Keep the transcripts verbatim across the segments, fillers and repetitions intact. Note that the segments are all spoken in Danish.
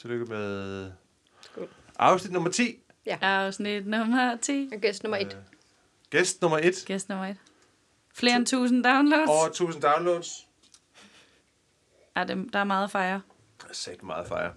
Tillykke med Skål. afsnit nummer ti. Ja. Afsnit nummer ti. Og gæst nummer et. Øh, gæst nummer et. Gæst nummer et. Flere end tusind downloads. Over tusind downloads. Ja, det, der er meget at fejre. Jeg har sagt meget at fejre.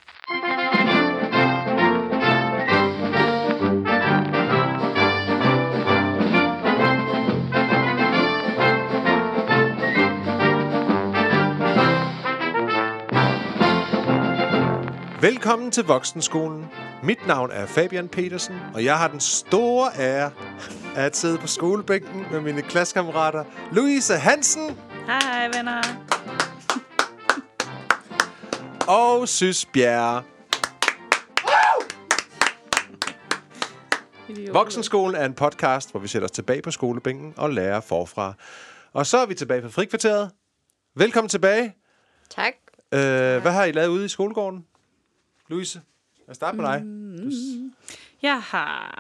Velkommen til Voksenskolen. Mit navn er Fabian Petersen, og jeg har den store ære at sidde på skolebænken med mine klassekammerater Louise Hansen Hej, venner. og Sys Bjerre. Voksenskolen er en podcast, hvor vi sætter os tilbage på skolebænken og lærer forfra. Og så er vi tilbage på frikvarteret. Velkommen tilbage. Tak. Øh, hvad har I lavet ude i skolegården? Louise, lad os starte med dig. Mm. Jeg har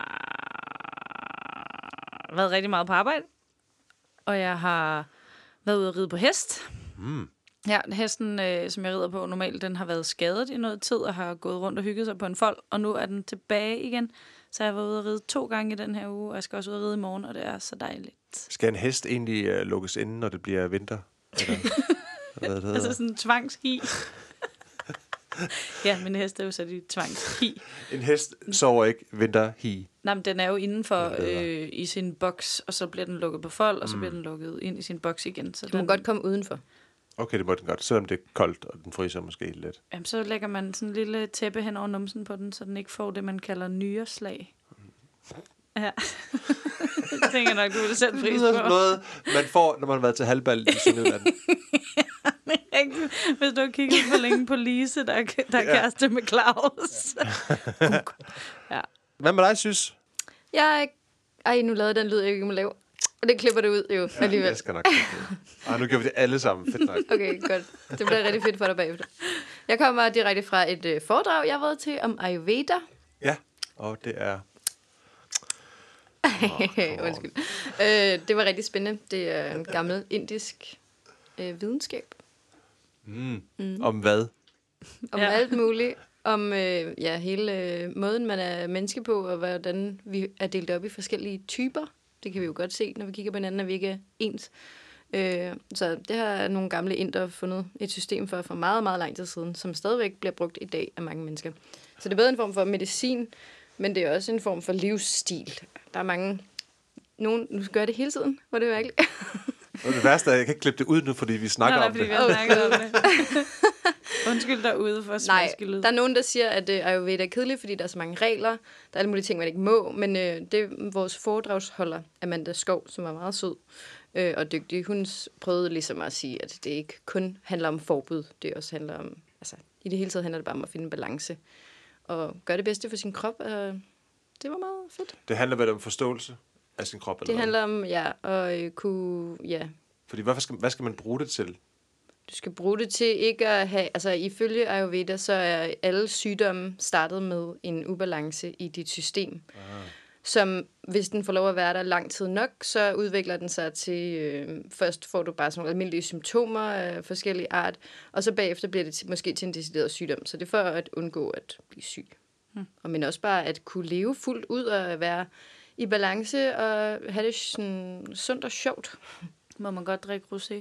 været rigtig meget på arbejde, og jeg har været ude at ride på hest. Mm. Ja, hesten, øh, som jeg rider på normalt, den har været skadet i noget tid, og har gået rundt og hygget sig på en fold, og nu er den tilbage igen. Så jeg har været ude at ride to gange i den her uge, og jeg skal også ud at ride i morgen, og det er så dejligt. Skal en hest egentlig uh, lukkes inde, når det bliver vinter? Eller, hvad det hedder? Altså sådan en tvangsgi. Ja, men hest er jo så de tvangsgi. En hest sover ikke vinterhi. Nej, men den er jo indenfor øh, i sin boks, og så bliver den lukket på fold, og så Mm. bliver den lukket ind i sin boks igen. Så Du må den, godt komme udenfor. Okay, det må den godt, selvom det er koldt, og den fryser måske lidt. Jamen, så lægger man sådan en lille tæppe hen over numsen på den, så den ikke får det, man kalder nyreslag. Ja. Jeg tænker nok, du vil sætte Det pris lyder som på. noget, man får, når man har været til halvbal i Sønderjylland. Hvis du har kigget for længe på Lise, der, der er Ja. kæreste med Claus. Ja. Hvad med dig, Sys? Jeg Ej, nu lavede den lyd, jeg ikke må lave. Og det klipper det ud jo alligevel. Jeg skal nok. Ej, nu gør vi det alle sammen. Fedt nok. Okay, godt. Det bliver rigtig fedt for dig bagefter. Jeg kommer direkte fra et øh, foredrag, jeg har været til om Ayurveda. Ja, og det er... Undskyld. Øh, det var rigtig spændende. Det er en gammel indisk øh, videnskab. Mm. Mm. Om hvad? Om Ja. ja. alt muligt. Om øh, ja, hele øh, måden, man er menneske på, og hvordan vi er delt op i forskellige typer. Det kan vi jo godt se, når vi kigger på hinanden, at vi ikke er ens. Øh, så det har nogle gamle inder fundet et system for for meget, meget lang tid siden, som stadigvæk bliver brugt i dag af mange mennesker. Så det er både en form for medicin, men det er også en form for livsstil. Der er mange... Nogen, nu gør jeg det hele tiden, hvor det er mærkeligt. Og det værste er, at jeg kan ikke klippe det ud nu, fordi vi snakker Nej, nej, om fordi det. vi har snakket om det. Undskyld derude for Nej, smaske lyd. der er nogen, der siger, at uh, Ayurveda er kedeligt, fordi der er så mange regler. Der er alle mulige ting, man ikke må. Men uh, det er vores foredragsholder, Amanda Skov, som var meget sød uh, og dygtig. Hun s- prøvede ligesom at sige, at det ikke kun handler om forbud. Det også handler om... Altså, i det hele taget handler det bare om at finde en balance. Og gøre det bedste for sin krop. Uh, det var meget fedt. Det handler vel om forståelse af sin krop? Eller Det hvad? handler om, ja, at uh, kunne... Ja, Fordi hvad skal, hvad skal man bruge det til? du skal bruge det til ikke at have... Altså, ifølge Ayurveda, så er alle sygdomme startet med en ubalance i dit system. Ah. Som, hvis den får lov at være der lang tid nok, så udvikler den sig til... Øh, først får du bare sådan nogle almindelige symptomer af forskellige art, og så bagefter bliver det til, måske til en decideret sygdom. Så det er for at undgå at blive syg. Hmm. Og men også bare at kunne leve fuldt ud og være i balance og have det sådan sundt og sjovt. Må man godt drikke rosé?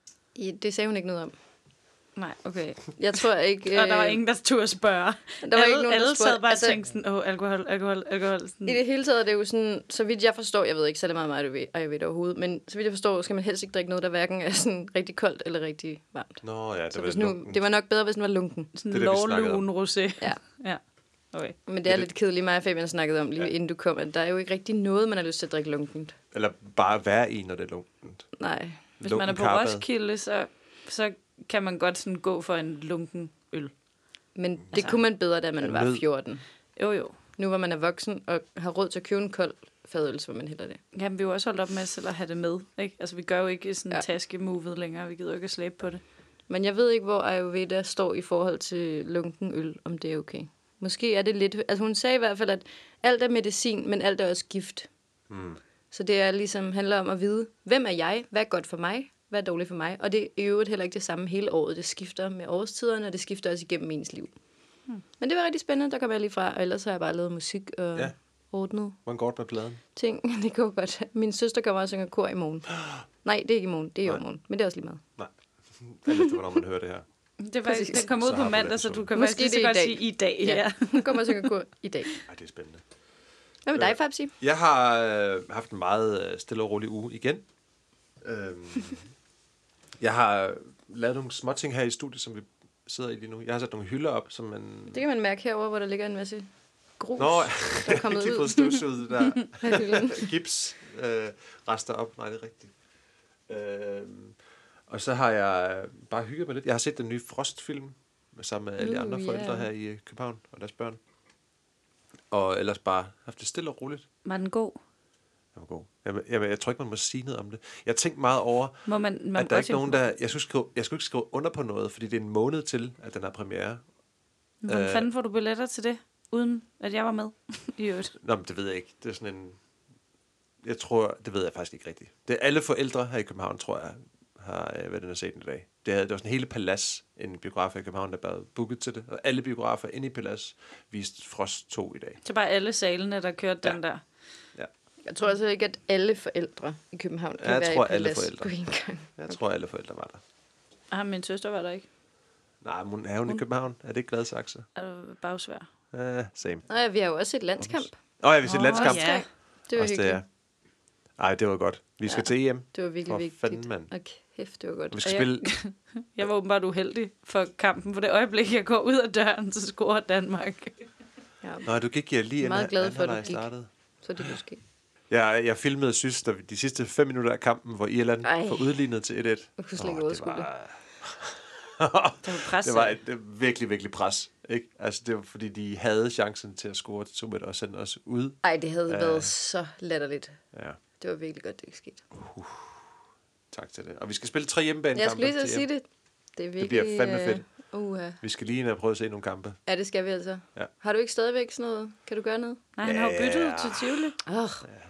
I, det sagde hun ikke noget om. Nej, okay. Jeg tror ikke... Og der var øh, ingen, der turde spørge. der var alle, ikke nogen, der alle spurgte. sad bare Altså, og tænkte sådan, åh, alkohol, alkohol, alkohol. Sådan. I det hele taget er det jo sådan, så vidt jeg forstår, jeg ved ikke særlig meget om Ayurveda overhovedet, men så vidt jeg forstår, skal man helst ikke drikke noget, der hverken er sådan rigtig koldt eller rigtig varmt. Nå ja, det Så var hvis nu, det var nok bedre, hvis den var lunken. Sådan Det er det, vi snakkede lovlun rosé. Ja. Ja. Okay. Men det Det er er lidt kedeligt, mig og Fabian snakkede om lige Ja. inden du kom, at der er jo ikke rigtig noget, man har lyst til at drikke lunkent. Eller bare være i, når det er lunkent. Nej. Hvis man er på Roskilde, så, så kan man godt sådan gå for en lunken øl. Men det Altså, kunne man bedre, da man en var nød. fjorten. Jo, jo. Nu hvor man er voksen og har råd til at købe en kold fadøl, så vil man hellere det. Jamen, vi er jo også holdt op med selv at have det med. Ikke? Altså, vi gør jo ikke sådan Ja. ja. taske-movet længere. Vi gider jo ikke at slæbe på det. Men jeg ved ikke, hvor Ayurveda står i forhold til lunken øl, om det er okay. Måske er det lidt... Altså hun sagde i hvert fald, at alt er medicin, men alt er også gift. Mm. Så det er ligesom, handler om at vide, hvem er jeg? Hvad er godt for mig? Hvad er dårligt for mig? Og det er i øvrigt heller ikke det samme hele året. Det skifter med årstiderne, og det skifter også igennem ens liv. Hmm. Men det var rigtig spændende, der kom jeg lige fra. Og ellers har jeg bare lavet musik og Ja. ordnet Hvordan går det med pladen? ting. Det går godt. Min søster kommer og synger kor i morgen. Nej, det er ikke i morgen. Det er i Nej. overmorgen. Men det er også lige meget. Nej. Alt efter, hvornår man hører det her. Det, er faktisk, Præcis. det kom ud Så på har vi mandag, det så så. du kan Måske faktisk lige så det er i godt dag. sige i dag. Ja. Ja. Hun kommer og synger kor i dag. Ej, det er spændende. Hvad med dig, Fabsi? Jeg har øh, haft en meget øh, stille og rolig uge igen. Øhm, jeg har lavet nogle småting her i studiet, som vi sidder i lige nu. Jeg har sat nogle hylder op, som man... Det kan man mærke herover, hvor der ligger en masse grus, Nå, der er jeg kommet har lige ud. fået støvsuget der af hylden. gips øh, rester op. Nej, det er rigtigt. Øhm, og så har jeg bare hygget mig lidt. Jeg har set den nye Frost-film sammen med alle de Uh, andre yeah. forældre her i øh, København og deres børn. Og ellers bare haft det stille og roligt. Var den god? Den var god. Jamen, jeg, jeg tror ikke, man må sige noget om det. Jeg tænkte meget over, Må man, man at der er ikke nogen, der... Jeg skulle, skrive, jeg skulle ikke skrive under på noget, fordi det er en måned til, at den har premiere. Hvordan Øh. fanden får du billetter til det, uden at jeg var med? I øvrigt. Nå, men det ved jeg ikke. Det er sådan en... Jeg tror... Det ved jeg faktisk ikke rigtigt. Det er alle forældre her i København, tror jeg, har øh, været den og set den i dag. Det, havde, det var sådan hele palads, en biograf i København, der bare booket til det. Og alle biografer inde i palads viste Frost to i dag. Så bare alle salene, der kørte Ja. den der. Jeg tror altså ikke, at alle forældre i København kan Ja, jeg være tror, i alle palads forældre. på en gang. Jeg tror, alle forældre var der. Ah, min søster var der ikke. Nej, men hun er hun i København. Er det ikke Gladsaxe? Er det bagsvær? Ja, same. Nå ja, vi har jo også et landskamp. Åh, oh, ja, vi ser Åh, landskamp. ja. Det var Også det, hyggeligt. ja. Ej, det var godt. Vi skal Ja. til E M. Det var virkelig For vigtigt. fanden, mand. Og kæft, det var godt. Vi skal Og jeg- spille... Jeg var åbenbart uheldig for kampen. For det øjeblik, jeg går ud af døren, så scorer Danmark. Ja, Nå, du gik ja lige Jeg er meget inden glad anden for, at du halvleg gik. startede. så det kunne ske. Jeg, jeg filmede sidst, da vi- de sidste fem minutter af kampen, hvor Irland Ej. får udlignet til et et. Jeg kunne slet ikke Åh, overskue det. var, Der var pres. det var et det var virkelig, virkelig pres. Ikke? Altså, det var fordi, de havde chancen til at score til to et og sende os ud. Ej, det havde Ja. været så latterligt. Ja, Det var virkelig godt, det ikke skete. tak til det. Og vi skal spille tre hjemmebanekampe. Jeg skulle lige så til sige E M. det. Det er virkelig... bliver fandme fedt. Uh, uh. Vi skal lige ind og prøve at se nogle kampe. Ja, det skal vi altså. Ja. Har du ikke stadigvæk sådan noget? Kan du gøre noget? Nej, han har jo byttet Ja. til Tivoli. Oh,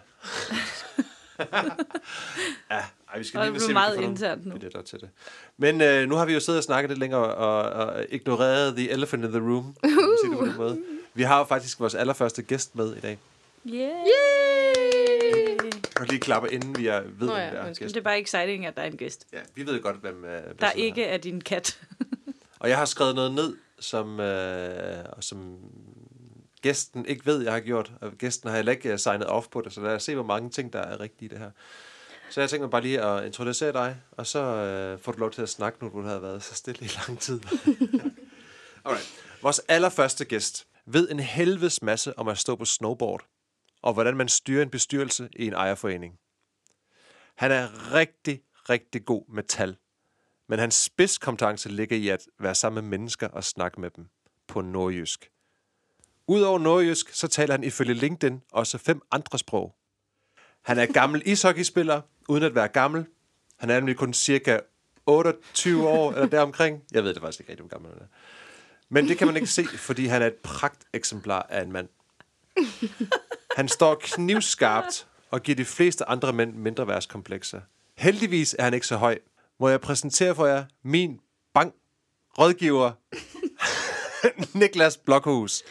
Ja, ej, vi skal Og lige det se, blev om vi meget kan få nogle internt nu. billetter til det. Men øh, nu har vi jo siddet og snakket lidt længere og, og ignoreret the elephant in the room. Uh. Vi, sige det på den måde. Vi har jo faktisk vores allerførste gæst med i dag. Yeah. Yay! Og lige klappe inden vi er, ved, Nå hvem ja, det er undskyld. gæst. Det er bare exciting, at der er en gæst. Ja, vi ved godt, hvem øh, der Der sidder ikke her. er din kat. Og jeg har skrevet noget ned, som, øh, og som gæsten ikke ved, jeg har gjort. Og gæsten har heller ikke uh, signet off på det, så lad os se, hvor mange ting, der er rigtige i det her. Så jeg tænker mig bare lige at introducere dig, og så øh, får du lov til at snakke nu, hvor du har været så stille i lang tid. Alright. Vores allerførste gæst ved en helvedes masse om at stå på snowboard, og hvordan man styrer en bestyrelse i en ejerforening. Han er rigtig, rigtig god med tal, men hans spidskompetence ligger i at være sammen med mennesker og snakke med dem på nordjysk. Udover nordjysk, så taler han ifølge LinkedIn også fem andre sprog. Han er gammel ishockeyspiller, uden at være gammel. Han er nemlig kun cirka otteogtyve år, eller deromkring. Jeg ved det faktisk ikke rigtig, hvor gammel han er. Men det kan man ikke se, fordi han er et pragteksemplar af en mand. Han står knivskarpt og giver de fleste andre mænd mindreværdskomplekser. Heldigvis er han ikke så høj. Må jeg præsentere for jer min bank rådgiver, Niklas Blokhus.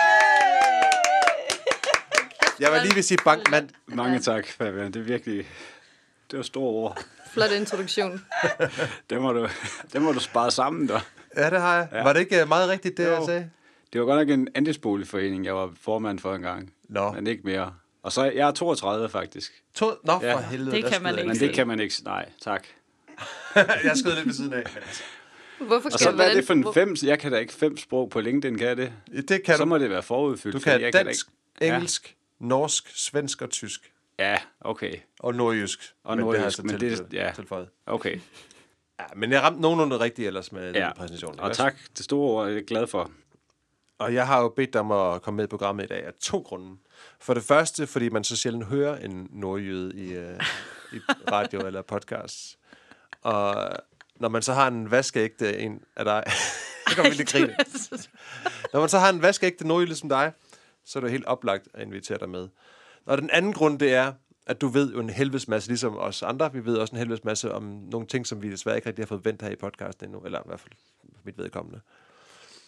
Jeg var lige ved sige bankmand. Mange tak, Fabian. Det er virkelig... Det var store ord. Flot introduktion. Det må du, det må du spare sammen, der. Ja, det har jeg. Ja. Var det ikke meget rigtigt, det Jo. jeg sagde? Det var godt nok en andelsboligforening, jeg var formand for en gang. Nå. Men ikke mere. Og så jeg er toogtredive, faktisk. To... Nå, for Ja. helvede. Det der kan man skyder jeg ikke. Men det kan man ikke... Nej, tak. Jeg skød lidt ved siden af. Men altså, Hvorfor Og skal så hvad er hvordan- det for en hvor- fem... Jeg kan da ikke fem sprog på LinkedIn, kan jeg det? det kan Så du. må det være forudfyldt. Du fordi kan jeg dansk, da ikke... engelsk, norsk, svensk og tysk. Ja, okay. Og nordjysk. Og Men nordjysk, det har men jeg det- så ja. tilføjet. Okay. Ja, men jeg ramte nogenlunde rigtigt ellers med Ja. den præsentation. Og tak. Det store ord er jeg glad for. Og jeg har jo bedt dig om at komme med i programmet i dag af to grunde. For det første, fordi man så sjældent hører en nordjyde i, øh, i radio eller podcast. Og når man så har en vaskeægte en af dig... Jeg kommer virkelig grine. Når man så har en vaskeægte nordjyde som dig, så er det helt oplagt at invitere dig med. Og den anden grund, det er, at du ved jo en helvedes masse, ligesom os andre. Vi ved også en helvedes masse om nogle ting, som vi desværre ikke rigtig har fået vendt her i podcasten endnu. Eller i hvert fald for mit vedkommende.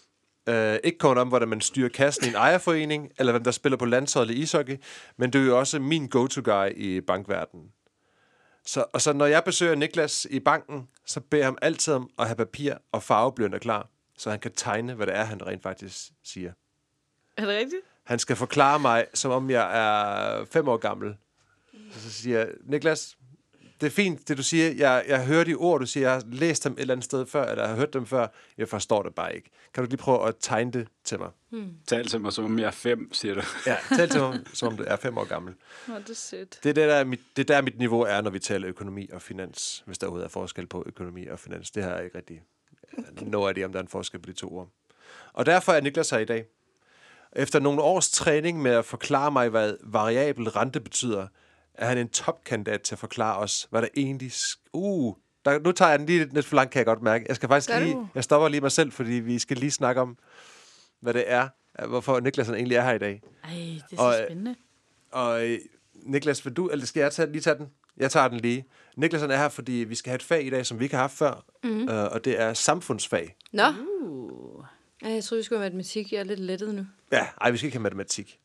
Uh, ikke kun om, hvordan man styrer kassen i en ejerforening, eller hvem der spiller på landsholdet i ishockey, men du er jo også min go-to-guy i bankverdenen. Så, og så når jeg besøger Niklas i banken, så beder jeg ham altid om at have papir og farveblyanter klar, så han kan tegne, hvad det er, han rent faktisk siger. Er det rigtigt? Han skal forklare mig, som om jeg er fem år gammel. Så siger jeg, Niklas, det er fint, det du siger. Jeg, jeg hører de ord, du siger. Jeg har læst dem et eller andet sted før, eller har hørt dem før. Jeg forstår det bare ikke. Kan du lige prøve at tegne det til mig? Hmm. Tal til mig, som om jeg er fem, siger du. Ja, tal til mig, som om du er fem år gammel. Nå, det er sødt. Det er det, der er mit, det der mit niveau er, når vi taler økonomi og finans. Hvis der overhovedet er forskel på økonomi og finans. Det har jeg ikke rigtig noget af det, om der er en forskel på de to ord. Og derfor er Niklas her i dag. Efter nogle års træning med at forklare mig, hvad variabel rente betyder, er han en topkandidat til at forklare os, hvad der egentlig... Sk- uh, der, nu tager jeg den lige lidt for langt, kan jeg godt mærke. Jeg skal faktisk lige... Jeg stopper lige mig selv, fordi vi skal lige snakke om, hvad det er, hvorfor Niklas egentlig er her i dag. Ej, det er så og, spændende. Og Niklas, vil du... Eller skal jeg tage, lige tage den? Jeg tager den lige. Niklas er her, fordi vi skal have et fag i dag, som vi ikke har haft før, mm-hmm. øh, og det er samfundsfag. Nå. Uh. Jeg troede, vi skulle have matematik. Jeg er lidt lettet nu. Ja, ej, vi skal ikke have matematik.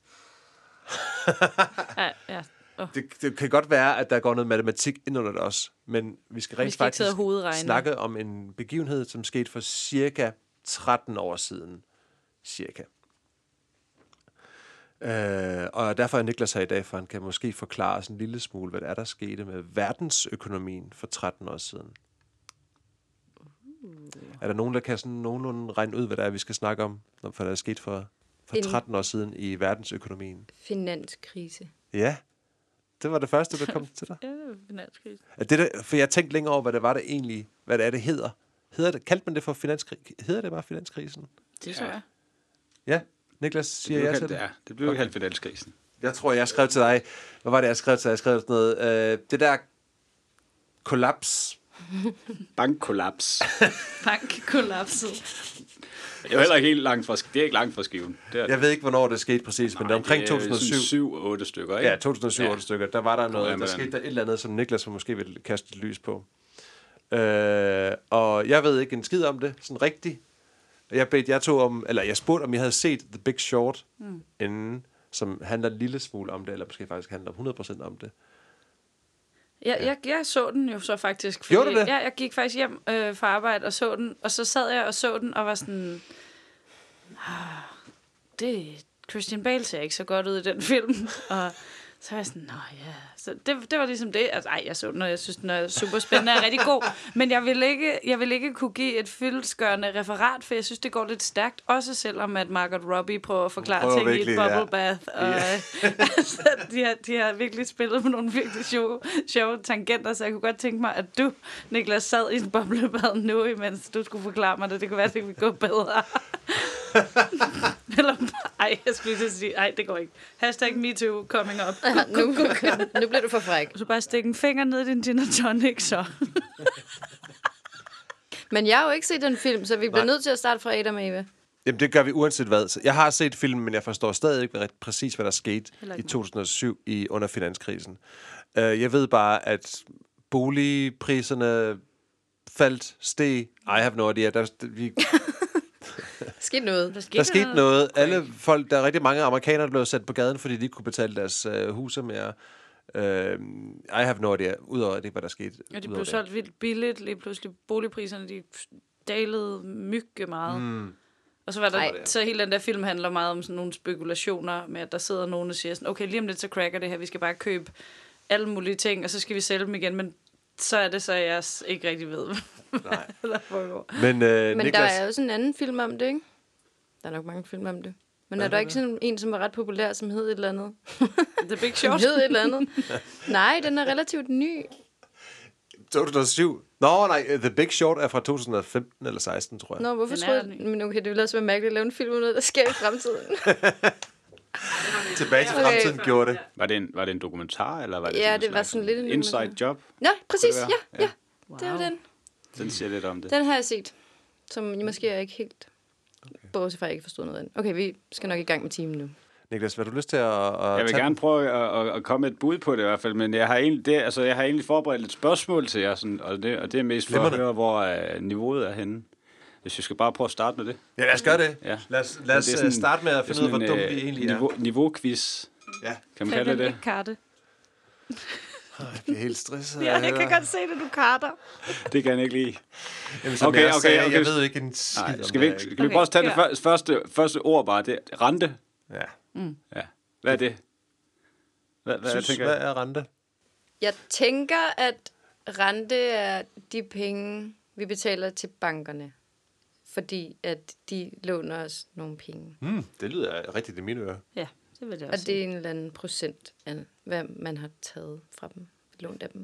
ja, ja. Oh. Det, det kan godt være, at der går noget matematik ind under det også, men vi skal rent vi skal faktisk snakke om Mm. en begivenhed, som skete for cirka tretten år siden. Cirka. Øh, og derfor er Niklas her i dag, for han kan måske forklare os en lille smule, hvad det er, der skete med verdensøkonomien for tretten år siden. Uh. Er der nogen, der kan sådan nogenlunde regne ud, hvad det er, vi skal snakke om, hvad der er sket for, for tretten år siden i verdensøkonomien? Finanskrise. Ja. Det var det første, der kom til dig. Ja, det var finanskrise. Er det der, for jeg tænkte længere over, hvad det var, det egentlig, hvad det er, det hedder. Hedder det, kaldte man det for finanskrisen? Hedder det bare finanskrisen? Det tror jeg. Ja, Niklas siger jeg til det. Ja, det blev Okay. kaldt finanskrisen. Jeg tror, jeg skrev til dig. Hvad var det, jeg skrev til dig? Jeg skrev sådan noget. Øh, det der kollaps. Bankkollaps. Bankkollapset. Det er heller ikke helt langt fra, det er ikke langt fra skiven. Det er Jeg ved ikke, hvornår det skete præcis, men det er omkring to tusind og syv. syv otte stykker, ikke? Ja, to tusind og syv otte Ja. stykker. Der var der noget, Jamen, der hvordan? skete der et eller andet, som Niklas måske ville kaste et lys på. Øh, og jeg ved ikke en skid om det, sådan rigtigt. Jeg bedte jeg tog om, eller jeg spurgte, om jeg havde set The Big Short mm. inden, som handler en lille smule om det, eller måske faktisk handler hundrede procent om det. Ja, jeg, jeg så den jo så faktisk. Fordi, Gjorde du det? Ja, jeg gik faktisk hjem øh, fra arbejde og så den, og så sad jeg og så den, og var sådan... Ah, det, Christian Bale ser ikke så godt ud i den film, og så var jeg sådan, nå ja, så det, det var ligesom det. Altså, ej, jeg så den, og jeg synes, den er super spændende og rigtig god, men jeg vil ikke, jeg vil ikke kunne give et fyldestgørende referat, for jeg synes, det går lidt stærkt, også selvom at Margot Robbie prøver at forklare Prøver ting virkelig, i et bubble ja. bath, og Ja. altså, de, har, de har virkelig spillet på nogle virkelig sjove, sjove tangenter, så jeg kunne godt tænke mig, at du, Niklas, sad i et boblebad nu, imens du skulle forklare mig det. Det kunne være, at det ville gå bedre. Eller, ej, jeg skulle lige sige, ej, det går ikke. Hashtag MeToo coming up. Ja, nu, nu bliver du for fræk. Så bare stikke en finger ned i din gin and tonic, så. Men jeg har jo ikke set den film, så vi bliver Nej. nødt til at starte fra Adam og Eva. Jamen, det gør vi uanset hvad. Så jeg har set filmen, men jeg forstår stadig ikke hvad, præcis, hvad der skete Heller i ikke to tusind og syv i, under finanskrisen. Uh, jeg ved bare, at boligpriserne faldt, steg. I have no idea. Der, vi, Skete noget. Der skete, der skete noget. Alle folk, der er rigtig mange amerikanere, der blev sat på gaden, fordi de ikke kunne betale deres uh, huse mere. Uh, I have no idea. Udover det, hvad der skete. Og de udover blev solgt vildt billigt. Lige pludselig boligpriserne, de dalede mygge meget. Mm. Og så var der, Ej. så hele den der film handler meget om sådan nogle spekulationer med, at der sidder nogen og siger sådan, okay, lige om lidt så cracker det her, vi skal bare købe alle mulige ting, og så skal vi sælge dem igen, men så er det så, jeg ikke rigtig ved, Nej. hvad der foregår. Men, uh, Men Niklas, der er jo sådan en anden film om det, ikke? Der er nok mange film om det. Men Hvad er der er ikke sådan en, som var ret populær, som hed et eller andet? The Big Som Short. hed et eller andet. Nej, den er relativt ny. to tusind og syv. Nå, nej, The Big Short er fra to tusind og femten eller seksten, tror jeg. Nå, hvorfor Den er tror jeg... ny. Men okay, det ville også være mærkeligt at lave en film om noget, der sker i fremtiden. Tilbage til Okay. fremtiden gjorde det. Var det, en, var det en dokumentar, eller var det Ja, sådan en det var slags sådan lidt en inside dokumentar. job? Nå, præcis, Kunne det ja, være? ja. Det var den. Den siger lidt om det. Den har jeg set, som I måske er ikke helt... Okay. Bortset fra, at jeg ikke forstod noget af den. Okay, vi skal nok i gang med timen nu. Niklas, hvad har du lyst til at, at Jeg vil tage gerne den? prøve at, at, at komme med et bud på det i hvert fald, men jeg har egentlig, det, altså, jeg har egentlig forberedt et spørgsmål til jer, sådan, og, det, og det er mest for Glimrende. at høre, hvor uh, niveauet er henne. Hvis vi skal bare prøve at starte med det. Ja, lad os gøre det. Ja. Lad os, lad os Det er sådan- starte med at Det er finde ud af, hvor sådan dumt en vi øh, egentlig niveau, er. niveau-quiz, Ja, kan man kalde det det? Karte. jeg bliver helt stresset. Ja, jeg kan godt se det, du karter. Det kan jeg ikke lide. Jamen, som Okay, jeg også okay, sagde, okay. Jeg ved ikke en skid Nej, om skal vi, det ikke, her, skal vi Okay, prøve at tage det kør. første, første, første ord bare? Det er rente. Ja. Ja. Hvad er det? Hvad, hvad Synes, tænker hvad jeg? er rente? Jeg tænker, at rente er de penge, vi betaler til bankerne. Fordi at de låner os nogle penge. Hmm, det lyder rigtigt i mine ører. Ja, det vil jeg Og også det sige. er en eller anden procent af, hvad man har taget fra dem. Lånt af dem.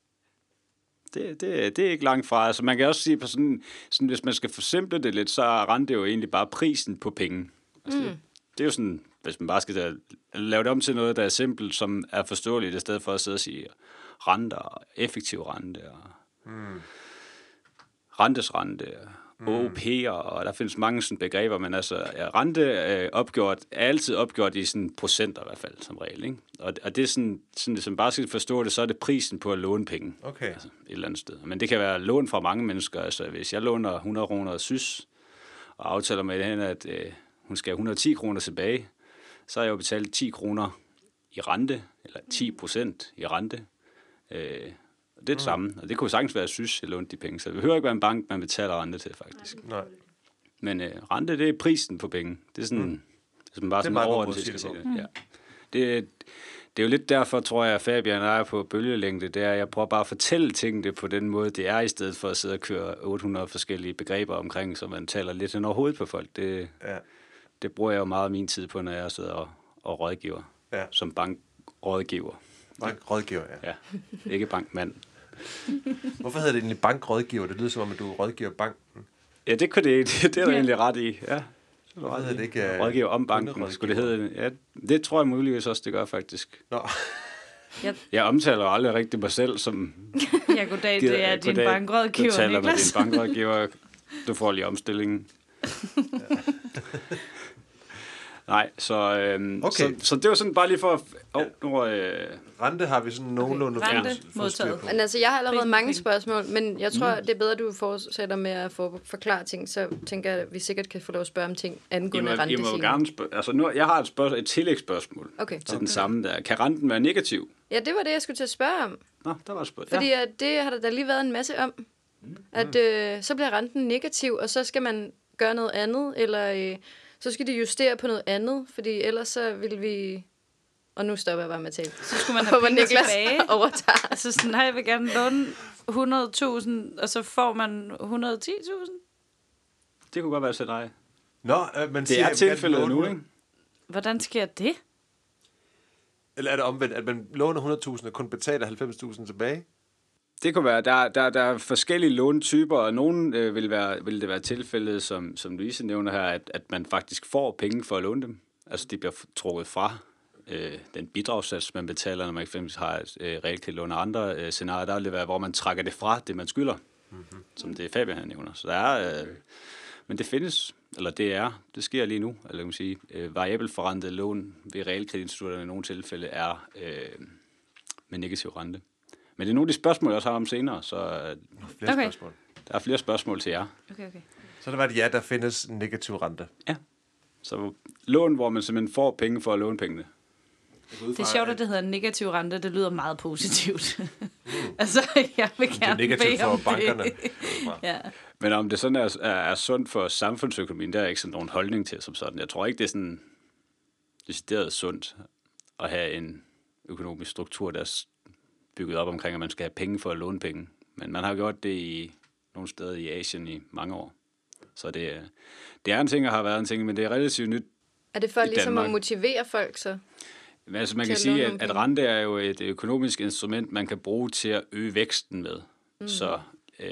Det, det, det er ikke langt fra. Altså, man kan også sige, på sådan, sådan, hvis man skal forsimple det lidt, så er rente jo egentlig bare prisen på penge. Altså, mm. det, det er jo sådan, hvis man bare skal da, lave det om til noget, der er simpelt, som er forståeligt, i stedet for at sidde og sige renter, og effektiv rente, og mm. rentesrente, og O P'er, og der findes mange sådan begreber, men altså, ja, rente øh, opgjort, er altid opgjort i sådan procenter i hvert fald, som regel, ikke? Og, og det er sådan, sådan, hvis man bare skal forstå det, så er det prisen på at låne penge. Okay. Altså, et eller andet sted. Men det kan være lån fra mange mennesker. Altså, hvis jeg låner hundrede kroner af Sys, og aftaler med hende, at øh, hun skal have hundrede og ti kroner tilbage, så har jeg jo betalt ti kroner i rente, eller ti procent i rente. Øh, det er det mm. samme, og det kunne sagtens være Sys, jeg lånte de penge. Så det behøver ikke være en bank, man betaler rente til, faktisk. Nej. Men øh, rente, det er prisen på penge. Det er sådan, mm. det er sådan bare Det er sådan meget god overordnet, måde at jeg sige skal det sige det. Ja. Det, det er jo lidt derfor, tror jeg, at Fabian og jeg er på bølgelængde. Det er, at jeg prøver bare at fortælle tingene på den måde, det er, i stedet for at sidde og køre otte hundrede forskellige begreber omkring, så man taler lidt hen over hovedet på folk. Det, Ja. det bruger jeg jo meget af min tid på, når jeg sidder og, og rådgiver. Ja. Som bankrådgiver. Bankrådgiver, ja. Ja, ikke bankmand. Hvorfor hedder det egentlig bankrådgiver? Det lyder som om, at du rådgiver banken. Ja, det kunne det, det, det er du egentlig ret i. Ja. Hvorfor hedder det ikke uh, rådgiver om banken, skulle det hedde. Ja, det tror jeg muligvis også, det gør faktisk. Nå. Jeg omtaler jo aldrig rigtig mig selv som... Ja, goddag, det er din bankrådgiver, Du taler Niklas. med din bankrådgiver. Du får lige omstillingen. Nej, så, øhm, Okay. så, så det var sådan bare lige for... Åh, oh, nu øh, Rente har vi sådan nogenlunde Okay. Rente fået- fået styr modtaget. på. Men altså, jeg har allerede Prisen på mange penge. spørgsmål, men jeg tror, det er bedre, at du fortsætter med at få forklare ting, så tænker jeg, at vi sikkert kan få lov at spørge om ting I, angående må, I rente må jo senere. gerne spørge... Altså, nu, jeg har et, spørgsmål, et tillægsspørgsmål Okay. til den samme der. Kan renten være negativ? Ja, det var det, jeg skulle til at spørge om. Nå, der var et spørgsmål. Fordi at det har der da lige været en masse om. At øh, så bliver renten negativ, og så skal man gøre noget andet, eller øh, så skal de justere på noget andet, fordi ellers så vil vi... Og nu stopper jeg bare med at tale. Så skulle man Jeg have håber, penge Niklas tilbage. overtager. Altså sådan, nej, jeg vil gerne låne hundrede tusind, og så får man et hundrede og ti tusind. Det kunne godt være et scenarie. Nå, øh, men Det siger, er jeg vil gerne tilfældet låne nu, hundrede- ikke? Hvordan sker det? Eller er det omvendt, at man låner hundrede tusind og kun betaler halvfems tusind tilbage? Det kunne være, der, der, der er forskellige lånetyper, og nogen øh, vil, være, vil det være tilfældet, som, som Louise nævner her, at, at man faktisk får penge for at låne dem. Altså, de bliver trukket fra øh, den bidragssats, man betaler, når man eksempelvis har et øh, realkreditlån og andre øh, scenarier. Der vil det være, hvor man trækker det fra, det man skylder, mm-hmm. som det Fabian han nævner. Så der er, øh, men det findes, eller det er, det sker lige nu, eller kan man sige, øh, variabelt forrentet lån ved realkreditinstitutterne i nogle tilfælde er øh, med negativ rente. Men det er nogle af de spørgsmål, jeg også har om senere, så øh, Flere Okay. spørgsmål. der er flere spørgsmål til jer. Okay, okay. Så det var et ja, der findes en negativ rente. Så lån, hvor man simpelthen får penge for at låne pengene. Det er sjovt, at det hedder negativ rente. Det lyder meget positivt. altså, jeg vil Det er gerne negativt bede for om bankerne. det. ja. Men om det sådan er, er, er sundt for samfundsøkonomien, der er ikke sådan nogen holdning til som sådan. Jeg tror ikke, det er sådan decideret sundt at have en økonomisk struktur, der er bygget op omkring, at man skal have penge for at låne penge. Men man har gjort det i nogle steder i Asien i mange år. Så det, er- det er en ting, og har været en ting, men det er relativt nyt. Er det for I ligesom Danmark. at motivere folk så? Men altså, man Til kan at sige, låne at, nogle at penge. rente er jo et økonomisk instrument, man kan bruge til at øge væksten med. Mm. Så øh,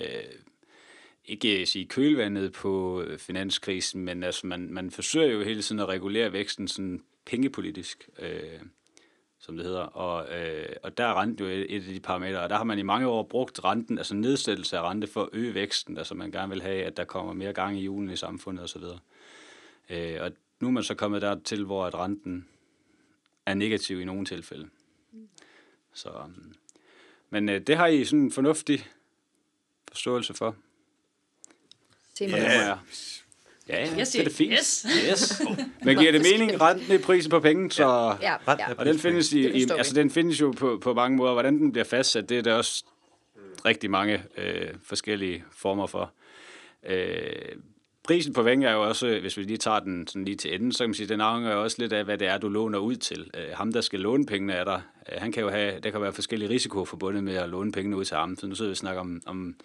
ikke sige kølvandet på finanskrisen, men altså, man, man forsøger jo hele tiden at regulere væksten sådan pengepolitisk, øh, som det hedder. Og, øh, og der er renten jo et, et af de parametre, og der har man i mange år brugt renten, altså nedsættelse af rente for at øge væksten, altså man gerne vil have, at der kommer mere gang i hjulene i samfundet osv. Øh, og nu er man så kommet dertil, hvor at renten er negativ i nogle tilfælde. Så, um, men øh, det har I sådan en fornuftig forståelse for. Se mig. Ja, Yeah. ja. Ja, ja, Jeg det er siger det fint. yes. Yes. Men giver det mening, renten er prisen på penge, så... Ja, Ret ja. er Og den findes, i, Det i, forstår vi. altså, den findes jo på, på mange måder. Hvordan den bliver fastsat, det er der også rigtig mange øh, forskellige former for. Øh, prisen på penge er jo også, hvis vi lige tager den sådan lige til enden, så kan man sige, den afhænger jo også lidt af, hvad det er, du låner ud til. Øh, ham, der skal låne pengene af dig, øh, han kan jo have, der kan være forskellige risiko forbundet med at låne pengene ud til ham. Så nu sidder vi og snakker om, om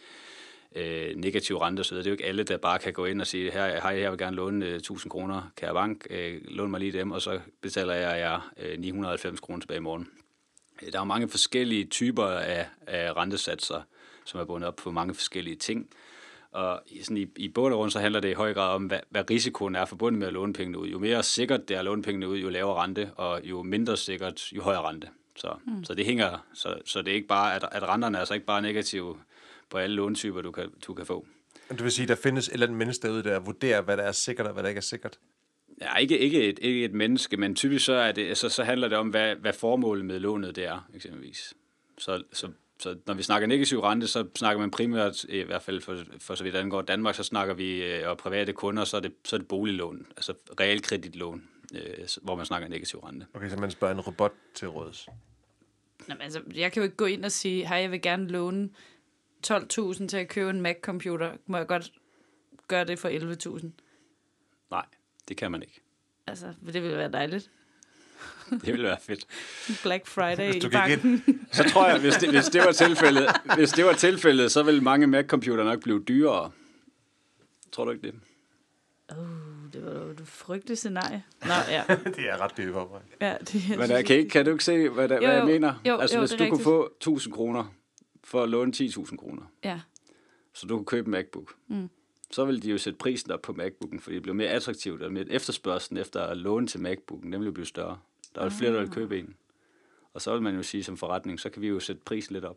øh, negativ rente og så videre. Det er jo ikke alle, der bare kan gå ind og sige, her, hej, jeg vil gerne låne øh, tusind kroner, kære bank, øh, lån mig lige dem, og så betaler jeg jer øh, ni hundrede og halvfems kroner tilbage i morgen. Der er jo mange forskellige typer af, af rentesatser, som er bundet op på mange forskellige ting. Og sådan i, i bund og grund, så handler det i høj grad om, hvad, hvad risikoen er forbundet med at låne pengene ud. Jo mere sikkert det er at låne pengene ud, jo lavere rente, og jo mindre sikkert, jo højere rente. Så, mm. så det hænger, så, så det er ikke bare, at, at renterne er altså ikke bare negative på alle låntyper, du kan, du kan få. Det vil sige, der findes et eller andet menneske derude, der vurderer, hvad der er sikkert og hvad der ikke er sikkert. Ja, ikke, ikke, et, ikke et menneske, men typisk så, er det, så, så handler det om, hvad, hvad formålet med lånet det er, eksempelvis. Så, så, så når vi snakker negativ rente, så snakker man primært, i hvert fald for, for så vidt angår Danmark, så snakker vi og private kunder, så er det, så er det boliglån, altså realkreditlån, øh, hvor man snakker negativ rente. Okay, så man spørger en robot til råds. Jamen, altså, jeg kan jo ikke gå ind og sige, hej, jeg vil gerne låne tolv tusind til at købe en Mac-computer. Må jeg godt gøre det for elleve tusind? Nej, det kan man ikke. Altså, det ville være dejligt. Det ville være fedt. Black Friday i du banken. Så tror jeg, hvis det, hvis det var tilfældet, hvis det var tilfældet, så ville mange Mac-computer nok blive dyrere. Tror du ikke det? Åh, oh, det var jo et frygteligt scenarie. Nå, ja. Det er ret dyrt for mig. ja det er, Men der, kan, ikke, kan du ikke se, hvad, der, Jo, hvad jeg jo. mener? Jo, altså, jo, hvis det du er kunne rigtigt. få tusind kroner for at låne ti tusind kroner, Ja. så du kunne købe en MacBook, mm. så ville de jo sætte prisen op på MacBooken, fordi det blev mere attraktivt, og med efterspørgselen efter at låne til MacBooken, den ville blive større. Der var flere, der ville købe en. Og så vil man jo sige som forretning, så kan vi jo sætte prisen lidt op.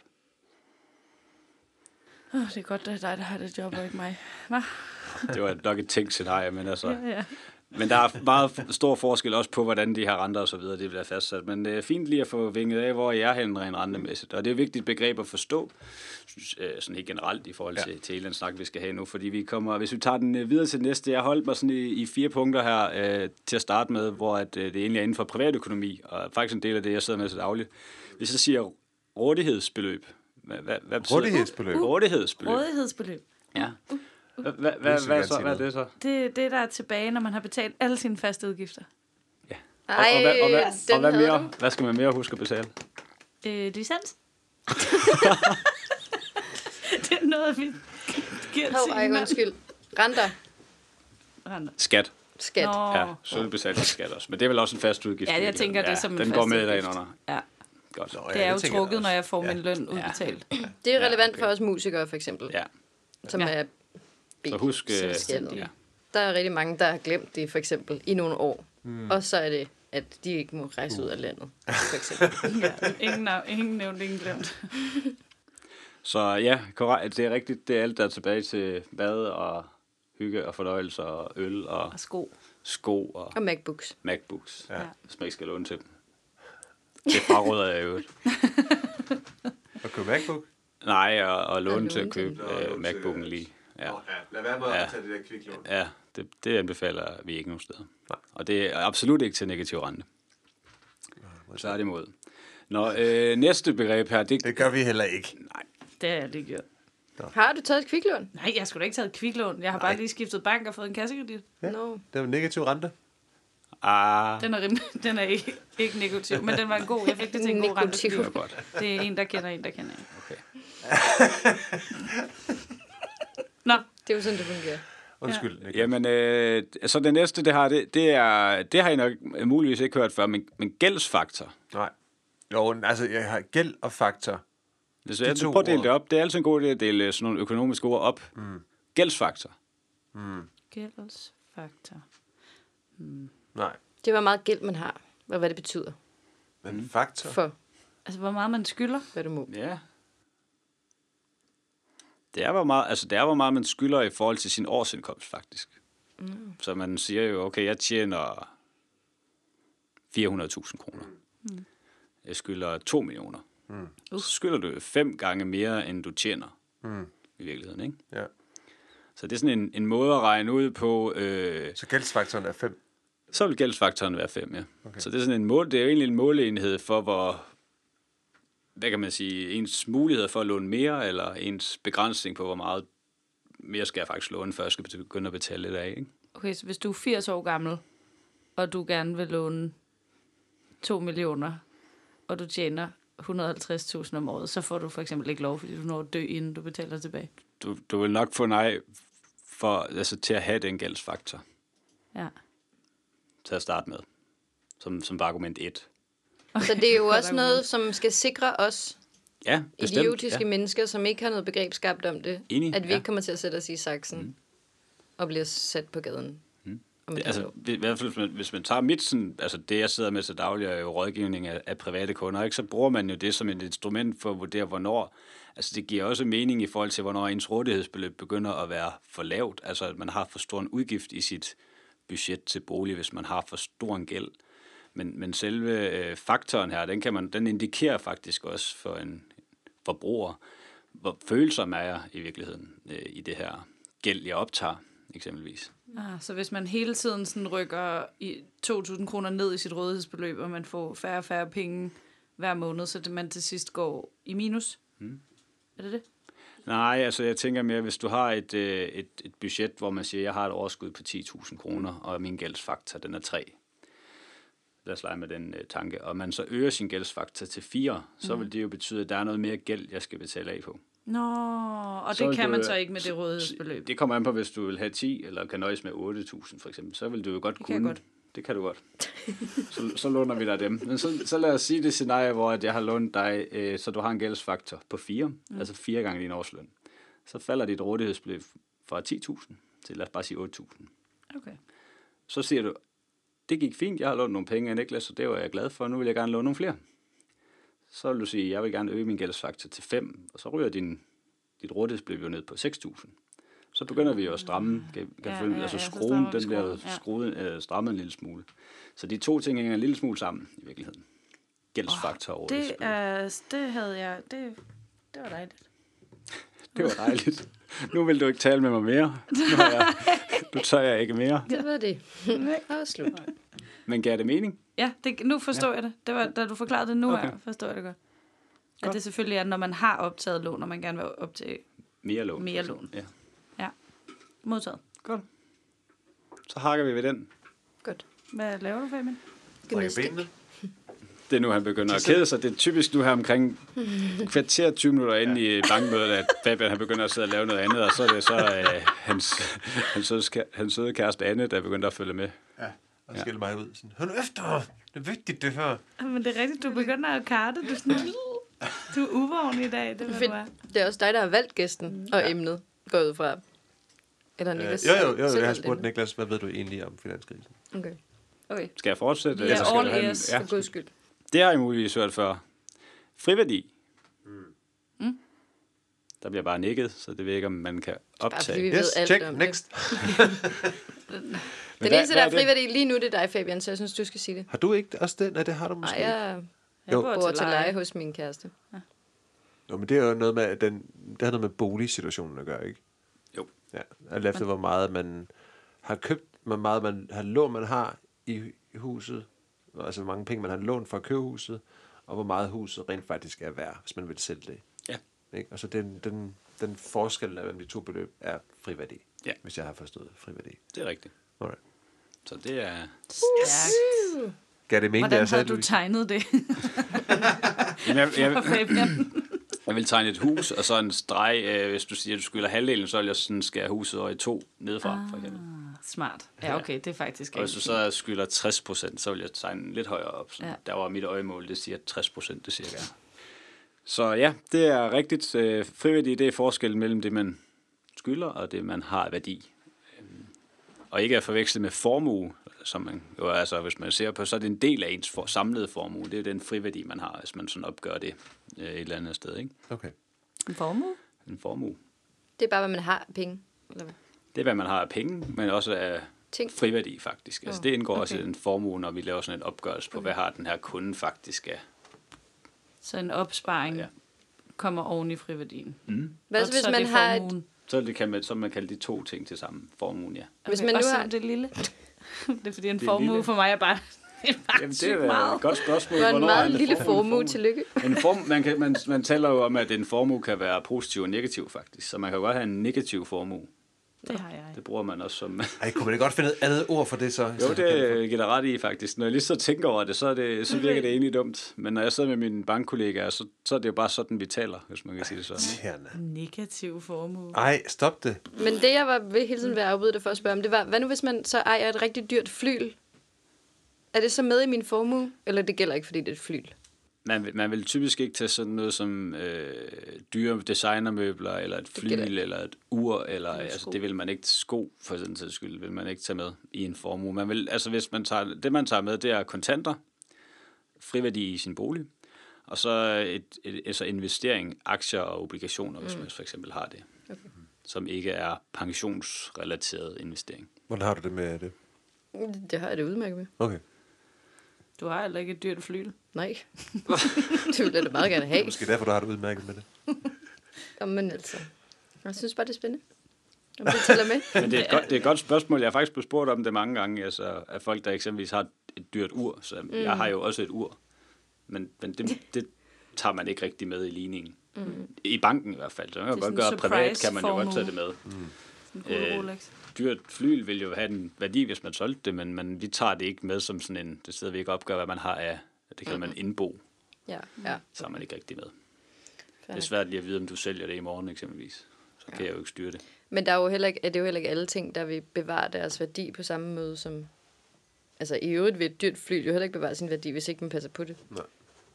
Oh, det er godt, det er dig, der har det job, og ikke mig. Hva? Det var nok et tænkt scenarie, men altså... Ja, ja. Men der er meget stor forskel også på, hvordan de her renter og så videre, det bliver fastsat. Men det er fint lige at få vinget af, hvor jeg er henne rent rentemæssigt. Og det er et vigtigt begreb at forstå, sådan helt generelt i forhold til, ja. til hele den snak, vi skal have nu. Fordi vi kommer, hvis vi tager den videre til næste, jeg holdt mig sådan i, i fire punkter her øh, til at starte med, hvor at, øh, det egentlig er inden for privatøkonomi, og faktisk en del af det, jeg sidder med til dagligt. Hvis jeg siger rådighedsbeløb, hvad, hvad, hvad betyder Rådighedsbeløb? det? Rådighedsbeløb. Rådighedsbeløb. Ja. Hvad, hvad, hvad, hvad, så, hvad er det så? Det er det, der er tilbage, når man har betalt alle sine faste udgifter. Ja. Ej, og, og, hvad, og, hvad, den og hvad, havde mere, du. hvad skal man mere huske at betale? Øh, licens. Det er noget, vi giver til Hov, ej, hinanden. undskyld. Renter. Renter. Skat. Skat. Nå. Ja, sølvbetalt skat også. Men det er vel også en fast udgift. Ja, jeg tænker, det er ja, som en den fast går med udgift. under. Ja, Godt. Nå, det er jo tænker jeg trukket, også. når jeg får Ja. min løn udbetalt. Det er Ja, relevant okay. for os musikere, for eksempel. Ja, Som Ja. er B. så husk... øh, Selvstændige. ja. Der er rigtig mange, der har glemt det, for eksempel, i nogle år. Mm. Og så er det, at de ikke må rejse ud af landet, for eksempel. Ja, ingen, nav- ingen nævnt, ingen glemt. Så ja, korrekt. Det er rigtigt. Det er alt, der er tilbage til bad og hygge og fornøjelse og øl og Og sko. sko og Og MacBooks. MacBooks. Ja. Hvis man ikke skal låne til dem. Det fraråder jeg jo. Og købe MacBook? Nej, og, og låne Og til at låne købe til den. øh, Nå, låne MacBooken til- lige. Ja. Lad være med Ja. at tage det der kviklån. Ja, det, det anbefaler vi ikke nogen steder. Nej. Og det er absolut ikke til negativ rente. Tværtimod. Nå, øh, næste begreb her, det... Det gør vi heller ikke. Nej, Det har jeg lige gjort. Har du taget et kviklån? Nej, jeg skulle da ikke taget et kviklån. Jeg har bare lige skiftet bank og fået en kassekredit. Ja. No. Det er jo negativ rente. ah, Den er, rimelig, den er ikke, ikke negativ, men den var en god. Jeg fik det til en god rente. Negativ. fordi det var godt. Det er en, der kender en, der kender en. Okay. Nå, Det er jo sådan, det fungerer. Undskyld. Ja. Jamen, øh, så det næste, det har, det, det er, det har I nok muligvis ikke hørt før, men, men gældsfaktor. Nej. Jo, altså, jeg har gæld og faktor. Hvis De jeg to prøver at dele ord. det op, det er altid en god idé at dele sådan nogle økonomiske ord op. Mm. Gældsfaktor. gældsfaktor. Nej. Det er, hvor meget gæld man har, og hvad det betyder Men faktor? for, Altså, hvor meget man skylder. hvad du må. Ja. Det er, hvor meget, altså, det er, hvor meget man skylder i forhold til sin årsindkomst, faktisk. Mm. Så man siger jo, okay, jeg tjener fire hundrede tusind kroner. Mm. Jeg skylder to millioner. Mm. Så skylder du fem gange mere, end du tjener. Mm. I virkeligheden, ikke? Ja. Så det er sådan en, en måde at regne ud på. Øh, Så gældsfaktoren er fem? Så vil gældsfaktoren være fem, ja. Okay. Så det er sådan en mål, det er jo egentlig en måleenhed for, hvor, hvad kan man sige, ens muligheder for at låne mere, eller ens begrænsning på, hvor meget mere skal jeg faktisk låne, før jeg skal begynde at betale lidt af, ikke? Okay, så hvis du er firs år gammel, og du gerne vil låne to millioner, og du tjener et hundrede og halvtreds tusind om året, så får du for eksempel ikke lov, fordi du når at dø, inden du betaler tilbage. Du, du vil nok få nej for, altså, til at have den gældsfaktor. Ja. Til at starte med. Som, som argument et. Okay. Så det er jo også noget, som skal sikre os ja, bestemt, idiotiske ja. mennesker, som ikke har noget begreb skabt om det, Enig, at vi ja. ikke kommer til at sætte os i saksen mm. og bliver sat på gaden. Mm. Det, altså, i hvert fald, hvis man, hvis man tager mit, sådan, altså det jeg sidder med så dagligt, er jo rådgivning af, af private kunder, ikke? Så bruger man jo det som et instrument for at vurdere, hvornår. Altså det giver også mening i forhold til, hvornår ens rådighedsbeløb begynder at være for lavt. Altså at man har for stor en udgift i sit budget til bolig, hvis man har for stor en gæld. Men, men selve øh, faktoren her, den, kan man, den indikerer faktisk også for en forbruger, hvor følsom er jeg i virkeligheden øh, i det her gæld, jeg optager, eksempelvis. Ah, så hvis man hele tiden sådan rykker i to tusind kroner ned i sit rådighedsbeløb, og man får færre og færre penge hver måned, så det man til sidst går i minus? Hmm. Er det det? Nej, altså jeg tænker mere, hvis du har et, øh, et, et budget, hvor man siger, jeg har et overskud på ti tusind kroner, og min gældsfaktor, den er tre. Lad os lege med den øh, tanke. Og man så øger sin gældsfaktor til fire, så vil det jo betyde, at der er noget mere gæld, jeg skal betale af på. Nå, og så det kan du, man så ikke med det rådighedsbeløb. Det kommer an på, hvis du vil have ti, eller kan nøjes med otte tusind for eksempel. Så vil du jo godt det kunne. Kan godt. Det kan du godt. så, så låner vi dig dem. Men så, så lad os sige det scenarie, hvor jeg har lånt dig, øh, så du har en gældsfaktor på fire, mm. altså fire gange din årsløn. Så falder dit rådighedsbeløb fra ti tusind til, lad os bare sige otte tusind. Okay. Så siger du, det gik fint, jeg har lånt nogle penge af Niklas, og det var jeg glad for, nu vil jeg gerne låne nogle flere. Så vil du sige, jeg vil gerne øge min gældsfaktor til fem, og så ryger din, dit rådighedsbeløb jo ned på seks tusind. Så begynder vi jo at stramme, kan, kan ja, følge, ja, altså ja, skruen, den bliver ja. skruet, øh, strammet en lille smule. Så de to ting hænger en lille smule sammen i virkeligheden. Gældsfaktor og det, er, det havde jeg, det, det var dejligt. Det var dejligt. Nu vil du ikke tale med mig mere. Nu, har jeg, nu tør jeg ikke mere. Det var det. Og slut. Men gav det mening? Ja, det, nu forstår ja. jeg det. Det var, da du forklarede det nu, okay. her, forstår jeg det godt. godt. At det selvfølgelig er, når man har optaget lån, og man gerne vil optage mere lån. Mere lån. Ja. ja. Modtaget. Godt. Så hakker vi ved den. Godt. Hvad laver du, Fabian? Brækker benene. Det er nu, han begynder at kede sig. Det er typisk nu her omkring kvarter tyve minutter inde i bankmødet, at Fabian han begynder at sidde og lave noget andet, og så er det så øh, hans, hans, søde, hans søde kæreste Anne, der begynder at følge med. Ja, og skælder mig ud. Sådan, hør nu efter! Det er vigtigt, det her. Men det er rigtigt, du begynder at karte. Du er, sådan, du er uvågen i dag, det, Fedt. Er. Det er også dig, der har valgt gæsten og ja. emnet, går ud fra. Eller Niklas? Øh, jo, jo, jo, jo, jeg har spurgt Niklas, hvad ved du egentlig om finanskrisen? Okay. Okay. Skal jeg fortsætte? Ja, skal all have ears, ja. for guds skyld. Det har jeg muligvis hørt før. Friværdi. Mm. Mm. Der bliver bare nikket, så det ved ikke, om man kan optage. Bare, yes, alt check, om next. Den eneste, der er friværdi lige nu, det er dig, Fabian, så jeg synes, du skal sige det. Har du ikke også det? Nej, det har du måske. Nej, jeg, jeg bor, bor til leje hos min kæreste. Ja. Jo, men det er jo noget med, den, det har noget med boligsituationen at gøre, ikke? Jo. Ja, alt efter hvor meget man har købt, hvor meget man har lån, man har i huset, altså hvor mange penge man har lånt for at købe huset, og hvor meget huset rent faktisk er værd, hvis man vil sælge det. Ja. Ikke? Og så den, den, den forskel mellem de to beløb er friværdi, ja. hvis jeg har forstået friværdi. Det er rigtigt. Alright. Så det er... Stærkt. Gav det mening, Hvordan jeg sagde, har du Louise? tegnet det? Jamen, jeg, jeg, Fabian. jeg vil tegne et hus, og så en streg. Øh, hvis du siger, at du skylder halvdelen, så vil jeg sådan skære huset over i to nedefra, ah, for eksempel. Smart. Ja, okay, det er faktisk... Og hvis du så skylder tres procent, så vil jeg tegne lidt højere op. Så ja. Der var mit øjemål, det siger tres procent, det siger jeg. Så ja, det er rigtigt. Øh, friværdi, det er forskellen mellem det, man skylder, og det, man har værdi. Og ikke at forveksle med formue, som man jo altså, hvis man ser på, så er det en del af ens for, samlede formue. Det er den friværdi, man har, hvis man sådan opgør det øh, et eller andet sted, ikke? Okay. En formue? En formue. Det er bare, hvad man har af penge. Eller hvad? Det er, hvad man har af penge, men også af Ting. friværdi, faktisk. Altså, oh, det indgår okay. også i en formue, når vi laver sådan en opgørelse på, okay. hvad har den her kunde faktisk af. Så en opsparing ja. kommer oven i friværdien. Mm. Hvad så, hvis man har et Så det kan man, så man kalde de to ting til sammen. Formuen, ja. Hvis Okay, man nu også har- som det lille. Det er fordi en Det er formue lille. for mig er bare, det er bare Jamen, det sygt er meget. et godt spørgsmål. Det var en Hvornår meget er en lille formue en formue. Tillykke. En form, man, kan, man, man taler jo om, at en formue kan være positiv og negativ, faktisk. Så man kan jo godt have en negativ formue. Det har jeg. Det bruger man også som... Ej, kunne man ikke godt finde et andet ord for det så? Jo, det giver dig ret i, faktisk. Når jeg lige så tænker over det, så, er det, så virker det egentlig dumt. Men når jeg sidder med mine bankkollegaer, så, så er det jo bare sådan, vi taler, hvis man kan sige det sådan. Irriterende. Negativ formue. Ej, stop det. Men det, jeg var ved hele tiden ved at afbryde dig for at spørge om, det var, hvad nu hvis man så ejer et rigtig dyrt flyl? Er det så med i min formue? Eller det gælder ikke, fordi det er et flyl? Man, vil- man vil typisk ikke tage sådan noget som øh, dyre designermøbler, eller et fly, gælder ikke. eller et ur, eller Eller altså, sko. det vil man ikke, sko for den sags skyld, vil man ikke tage med i en formue. Man vil, altså hvis man tager, det man tager med, det er kontanter, friværdi i sin bolig, og så et, et, altså investering, aktier og obligationer, hvis man for eksempel har det, Okay. som ikke er pensionsrelateret investering. Hvordan har du det med det? Det har jeg det udmærket med. Okay. Du har heller ikke et dyrt flyl. Nej. Det ville jeg da meget gerne have. Måske derfor, du har det udmærket med det. Jamen altså. Jeg synes bare, det er spændende. Om det tæller med. Men det er, et godt, det er et godt spørgsmål. Jeg har faktisk blevet spurgt om det mange gange, altså af folk, der eksempelvis har et dyrt ur. Så mm. jeg har jo også et ur. Men, men det, det tager man ikke rigtig med i ligningen. Mm. I banken i hvert fald. Så man kan Det er godt sådan gøre en privat, kan man jo godt surprise-formue. tage det med. En god Øh, Rolex. Dyrt fly vil jo have en værdi, hvis man solgte det, men man, vi tager det ikke med som sådan en, det sidder vi ikke opgør, hvad man har af, det kalder man indbo, Ja, ja. så er man ikke rigtig med. Det Fair er svært lige at vide, om du sælger det i morgen eksempelvis. Så kan jeg jo ikke styre det. Men der er jo heller ikke, er det jo heller ikke alle ting, der vil bevare deres værdi på samme måde som... Altså i øvrigt vil et dyrt fly jo heller ikke bevare sin værdi, hvis ikke man passer på det. Nej.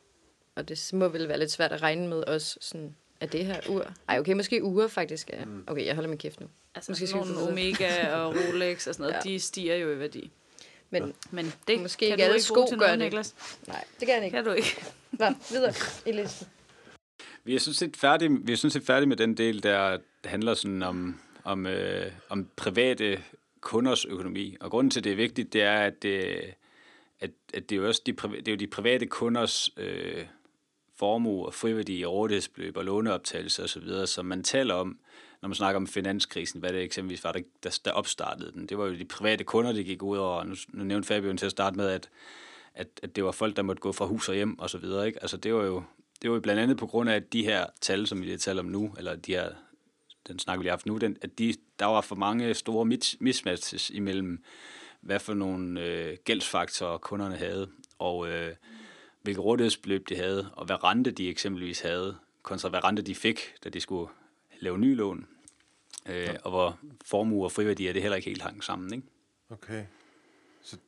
Og det må vel være lidt svært at regne med også sådan, at det her ur... Ej, okay, måske ure faktisk er... Okay, jeg holder min kæft nu. Altså Måske sådan skal vi nogle finde ud Omega og Rolex og sådan noget, Ja. ja. de stiger jo i værdi. Men Men det Måske kan ikke du alle ikke sko bruge til gør noget, det. Niklas. nej, det kan jeg ikke. Kan du ikke. Nå, videre i listen. Vi er sådan set færdige, vi er sådan set færdige med den del, der handler sådan om, om, øh, om private kunders økonomi. Og grunden til, at det er vigtigt, det er, at det, at, at det, er, jo også de, priva- det er jo de private kunders øh, formue og friværdi og rådighedsbeløb og låneoptagelse osv., som man taler om, når man snakker om finanskrisen, hvad det eksempelvis var, der, der opstartede den. Det var jo de private kunder, det gik ud over. Nu, nu nævnte Fabian til at starte med, at, at, at det var folk, der måtte gå fra hus og hjem og så videre. Ikke? Altså det var jo det var jo blandt andet på grund af, at de her tal, som vi lige taler om nu, eller de her, den snak, vi har haft nu, den, at de, der var for mange store mis- mismatches imellem, hvad for nogle øh, gældsfaktorer kunderne havde, og øh, hvilke rådighedsbeløb de havde, og hvad rente de eksempelvis havde, kontra hvad rente de fik, da de skulle lave nye lån, øh, ja. og hvor formue og friværdier, det heller ikke helt hang sammen, ikke? Okay. Så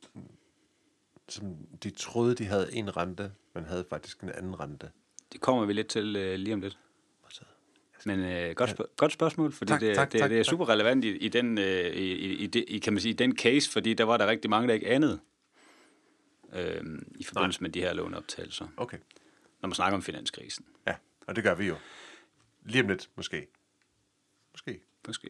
som de troede, de havde en rente, men havde faktisk en anden rente. Det kommer vi lidt til øh, lige om lidt. Men øh, godt, sp- godt spørgsmål, fordi Tak, det, tak, det, tak, det er tak. super relevant i, i den øh, i, i, i, det- i, kan man sige, i den case, fordi der var der rigtig mange, der ikke anede øh, i forbindelse Nej. med de her låneoptagelser, Okay. når man snakker om finanskrisen. Ja, og det gør vi jo. Lige om lidt, måske. Måske. Måske.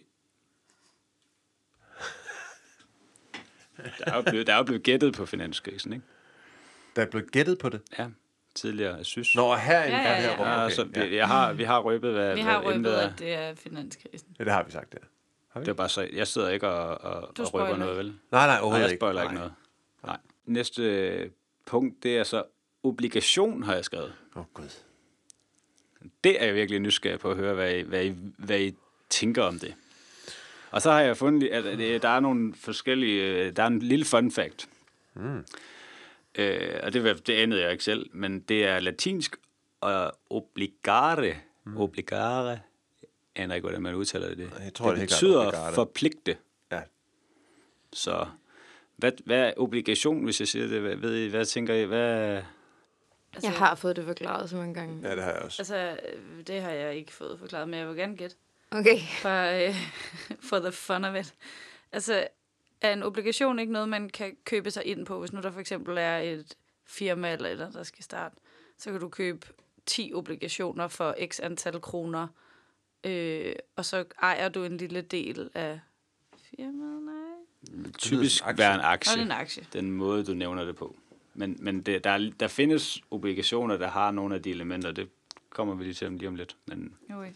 Der er jo blevet, der er jo blevet gættet på finanskrisen, ikke? Der er blevet gættet på det. Ja, tidligere, jeg synes. Nå, herinde Ja, ja, ja, ja, ja. her rum. Ja, Okay. så vi, Ja. jeg har, vi har røbet, hvad, Vi har hvad røbet, emnet er. at det er finanskrisen. ja, det har vi sagt, ja. Har vi? Det er bare så, jeg sidder ikke og, og, Du og spoiler røber noget, ikke. vel? Nej, nej, Nej, overhovedet jeg ikke. spoiler ikke Nej. noget. Nej. Næste øh, punkt, det er så obligation, har jeg skrevet. Åh, oh, gud. Det er jeg virkelig nysgerrig på at høre, hvad I, hvad I, hvad I tænker om det. Og så har jeg fundet, at øh, der er nogle forskellige... øh, Der er en lille fun fact. Mm. Øh, og det, var- det anede jeg ikke selv, men det er latinsk og obligare. Mm. Obligare. Jeg aner ikke, hvordan man udtaler det. Jeg tror, det det helt klart betyder obligare. forpligte. Ja. Så hvad, hvad er obligation, hvis jeg siger det? Hvad, ved I, hvad tænker I? Hvad... Altså, Jeg har fået det forklaret så mange gange. Ja, det har jeg også. Altså, øh, det har jeg ikke fået forklaret, men jeg vil gerne gætte. Okay. For, øh, for the fun of it. Altså, er en obligation ikke noget, man kan købe sig ind på? Hvis nu der for eksempel er et firma eller et eller andet, der skal starte, så kan du købe ti obligationer for x antal kroner, øh, og så ejer du en lille del af firmaet, nej? Typisk aktie. være en Og aktie. det er en aktie. Den måde, du nævner det på. Men, men det, der, er- der findes obligationer, der har nogle af de elementer. Det kommer vi lige til om lige om lidt. Men Okay.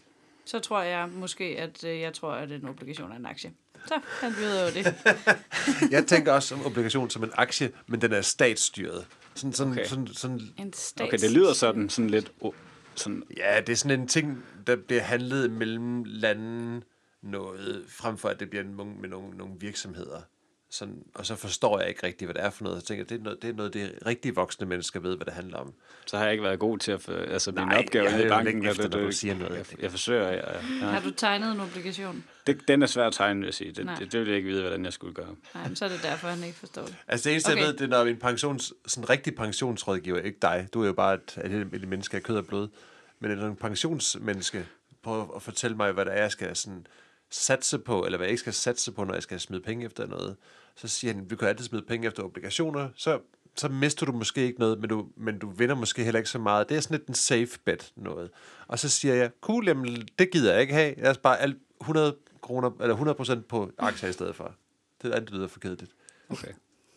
så tror jeg måske, at øh, jeg tror, at en obligation er en aktie. Så fandt vi ud af det. Jeg tænker også som obligation som en aktie, men den er statsstyret. Sådan, sådan, Okay. sådan, sådan, En stats- Okay, det lyder sådan, sådan lidt... Oh, sådan, ja, det er sådan en ting, der bliver handlet mellem lande noget, frem for at det bliver en- med nogle, nogle virksomheder. Sådan, og så forstår jeg ikke rigtigt, hvad det er for noget. Jeg tænker, det er noget, det er noget, det rigtige voksne mennesker ved, hvad det handler om. så har jeg ikke været god til at... For, altså, min Nej, opgave jeg i hører banken... ikke efter, det- når du det- siger noget Jeg, rigtigt. jeg forsøger... Jeg, ja. Har du tegnet en obligation? det, den er svær at tegne, vil jeg sige. Det, Nej. det, det vil jeg ikke vide, hvordan jeg skulle gøre. Nej, men så er det derfor, han ikke forstår det. Altså det eneste, okay. Okay. jeg ved, det er, når min pensions, sådan rigtig pensionsrådgiver, ikke dig, du er jo bare et, et, et menneske af kød og blod, men en pensionsmenneske prøver at fortælle mig, hvad der er, jeg skal sådan satse på, eller hvad jeg ikke skal satse på, når jeg skal smide penge efter noget. Så siger han, du kan altid smide penge efter obligationer, så, så mister du måske ikke noget, men du, men du vinder måske heller ikke så meget. Det er sådan lidt en safe bet noget. Og så siger jeg, cool, jamen, det gider jeg ikke have. Jeg sparer alt hundrede kroner, eller hundrede procent på aktier i stedet for. Det er alt lyder for kedeligt. Okay.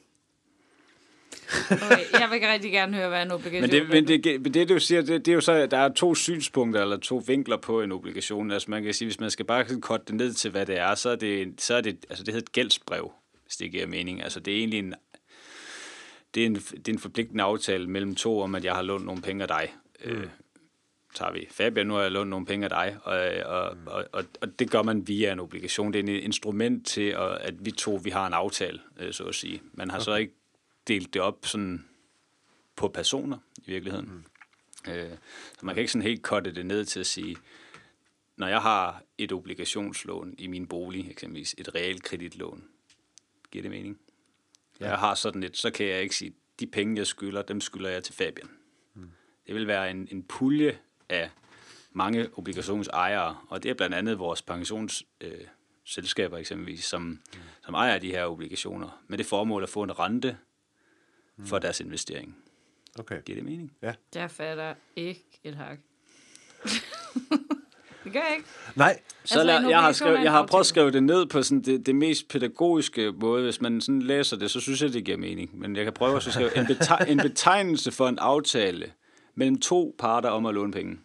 Okay, jeg vil rigtig gerne høre, hvad en obligation Men det, er. men det, men det du siger, det, det er jo så, der er to synspunkter, eller to vinkler på en obligation. Altså man kan sige, hvis man skal bare korte det ned til, hvad det er, så er det, så er det, altså det hedder et gældsbrev, hvis det giver mening. Altså det er egentlig en, det er en, det er en forpligtende aftale mellem to om, at jeg har lånt nogle penge af dig. Mm. Øh, tager vi Fabian, nu har jeg lånt nogle penge af dig, og, og, mm. og, og, og det gør man via en obligation. Det er et instrument til, at, at vi to, vi har en aftale, øh, så at sige. Man har okay. så ikke delt det op sådan på personer i virkeligheden. Mm. Øh, så man kan ikke sådan helt cutte det ned til at sige, når jeg har et obligationslån i min bolig, eksempelvis et realkreditlån, giver det mening? Ja. Jeg har sådan et, så kan jeg ikke sige, de penge, jeg skylder, dem skylder jeg til Fabian. Mm. Det vil være en, en pulje af mange obligationsejere, og det er blandt andet vores pensionsselskaber øh, eksempelvis, som, mm. som ejer de her obligationer, med det formål at få en rente for deres investering. Okay. Giver det mening? Ja. Jeg fatter ikke et hak. Det gør jeg ikke. Nej. Så Altså, lad, en jeg, har obligation skrevet, er en jeg har prøvet at aftale. skrive det ned på sådan det, det mest pædagogiske måde. Hvis man sådan læser det, så synes jeg, det giver mening. Men jeg kan prøve at skrive en, bete- en betegnelse for en aftale mellem to parter om at låne penge.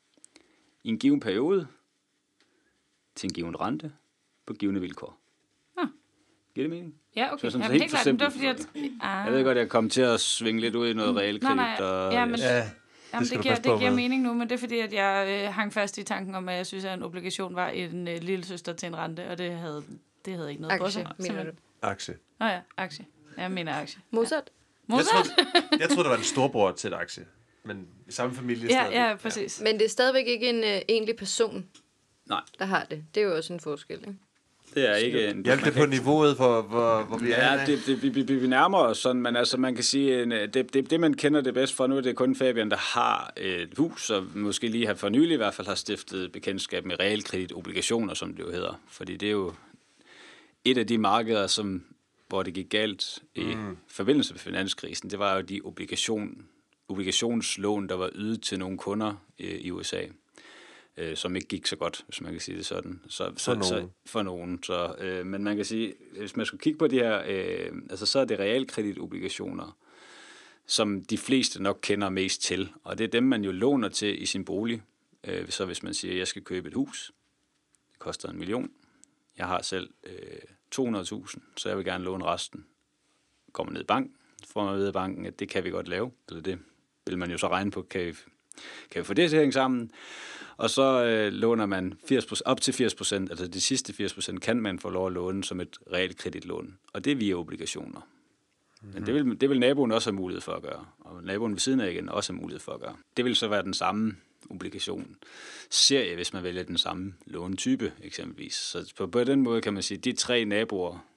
I en given periode, til en given rente, på givende vilkår. Ah. Giver det mening? Ja, okay. Så sådan Jamen, helt helt klart. for Men det var fordi, simpelt. at... Ah. Jeg ved godt, jeg kom til at svinge lidt ud i noget realkredit. nej, Og, ja, men- Ja, Jamen, skal det, du giver, passe på det giver med. mening nu, men det er fordi, at jeg øh, hang fast i tanken om, at jeg synes, at en obligation var en øh, lille søster til en rente, og det havde, det havde ikke noget på Aktie, sig. mener du? simpelthen. Aktie. Nå ja, aktie. Jeg mener aktie. Mozart? Ja. Jeg Mozart? troede, jeg troede, der var en storbror til et aktie. Men i samme familie Ja, stadigvæk. ja, præcis. Men det er stadigvæk ikke en øh, egentlig person, Nej, der har det. Det er jo også en forskel, ikke? det er ikke en... Hjalp det på niveauet, hvor, hvor, hvor vi er? Ja, det, det, vi, vi, vi nærmer os sådan, men altså man kan sige, en, det, det, det man kender det bedst for nu, det er kun Fabian, der har et hus, og måske lige har for nylig i hvert fald har stiftet bekendtskab med realkreditobligationer, som det jo hedder. Fordi det er jo et af de markeder, som, hvor det gik galt i mm. forbindelse med finanskrisen. Det var jo de obligation, obligationslån, der var ydet til nogle kunder øh, i U S A. Øh, som ikke gik så godt, hvis man kan sige det sådan. Så, For så, nogen. Så, for nogen. Så, øh, men man kan sige, hvis man skulle kigge på de her, øh, altså så er det realkreditobligationer, som de fleste nok kender mest til. Og det er dem, man jo låner til i sin bolig. Øh, så hvis man siger, at jeg skal købe et hus, det koster en million. Jeg har selv øh, to hundrede tusind, så jeg vil gerne låne resten. Kommer ned i bank, får man ved af banken, at det kan vi godt lave. Eller det vil man jo så regne på, kan vi, kan vi få det til at hænge sammen. Og så øh, låner man firs procent, op til firs procent, altså de sidste firs procent kan man få lov at låne som et realkreditlån. Og det er via obligationer. Mm-hmm. Men det vil, det vil naboen også have mulighed for at gøre. Og naboen ved siden af igen også have mulighed for at gøre. Det vil så være den samme obligation serie, hvis man vælger den samme lånetype eksempelvis. Så på, på den måde kan man sige, at de tre naboer,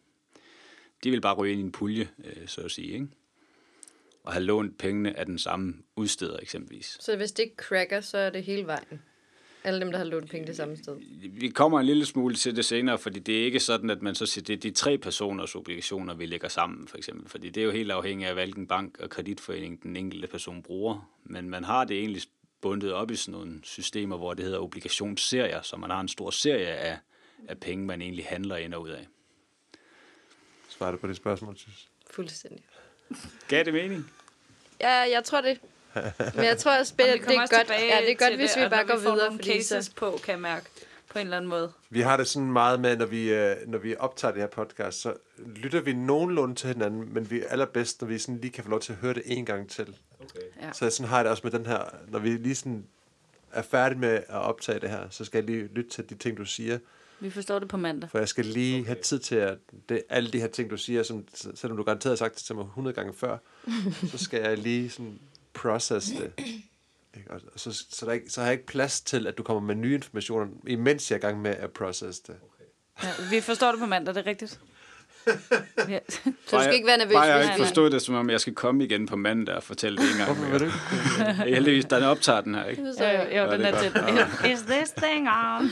de vil bare ryge ind i en pulje, øh, så at sige, ikke? Og have lånt pengene af den samme udsteder eksempelvis. Så hvis det ikke cracker, så er det hele vejen. Alle dem, der har lånt penge det samme sted. Vi kommer en lille smule til det senere, fordi det er ikke sådan, at man så siger, det er de tre personers obligationer, vi lægger sammen, for eksempel. Fordi det er jo helt afhængigt af, hvilken bank og kreditforening den enkelte person bruger. Men man har det egentlig bundet op i sådan nogle systemer, hvor det hedder obligationsserier, så man har en stor serie af, af penge, man egentlig handler ind og ud af. Svarer du på det spørgsmål, synes? Fuldstændig. Gav det mening? Ja, jeg tror det. Men jeg tror også, Og vi det, det kommer er også godt, tilbage ja, det er godt til hvis det, vi og bare når går vi får videre. nogle Fordi cases så, på, kan jeg mærke. på en eller anden måde. Vi har det sådan meget med, når vi, øh, når vi optager det her podcast, så lytter vi nogenlunde til hinanden, men vi er allerbedst, når vi sådan lige kan få lov til at høre det en gang til. Okay. Ja. Så sådan har jeg det også med den her, når vi lige sådan er færdige med at optage det her, så skal jeg lige lytte til de ting, du siger, Vi forstår det på mandag. for jeg skal lige have tid til at, det, alle de her ting, du siger, som, selvom du garanteret har sagt det til mig hundrede gange før, så skal jeg lige sådan process det. Ikke? Og så, så, der ikke, så har jeg ikke plads til, at du kommer med nye informationer, imens jeg er i gang med at process det. Ja, vi forstår det på mandag, det er rigtigt. Ja. Så du skal ikke være nervøs. Bare jeg har hvis ikke du- forstået det, som om jeg skal komme igen på mandag og fortælle det en gang. Hvorfor vil du ikke? Heldigvis, der optager den her, ikke? Det Jo, forstår jo, jeg. jo, Ja, den det er er til. Is this thing on?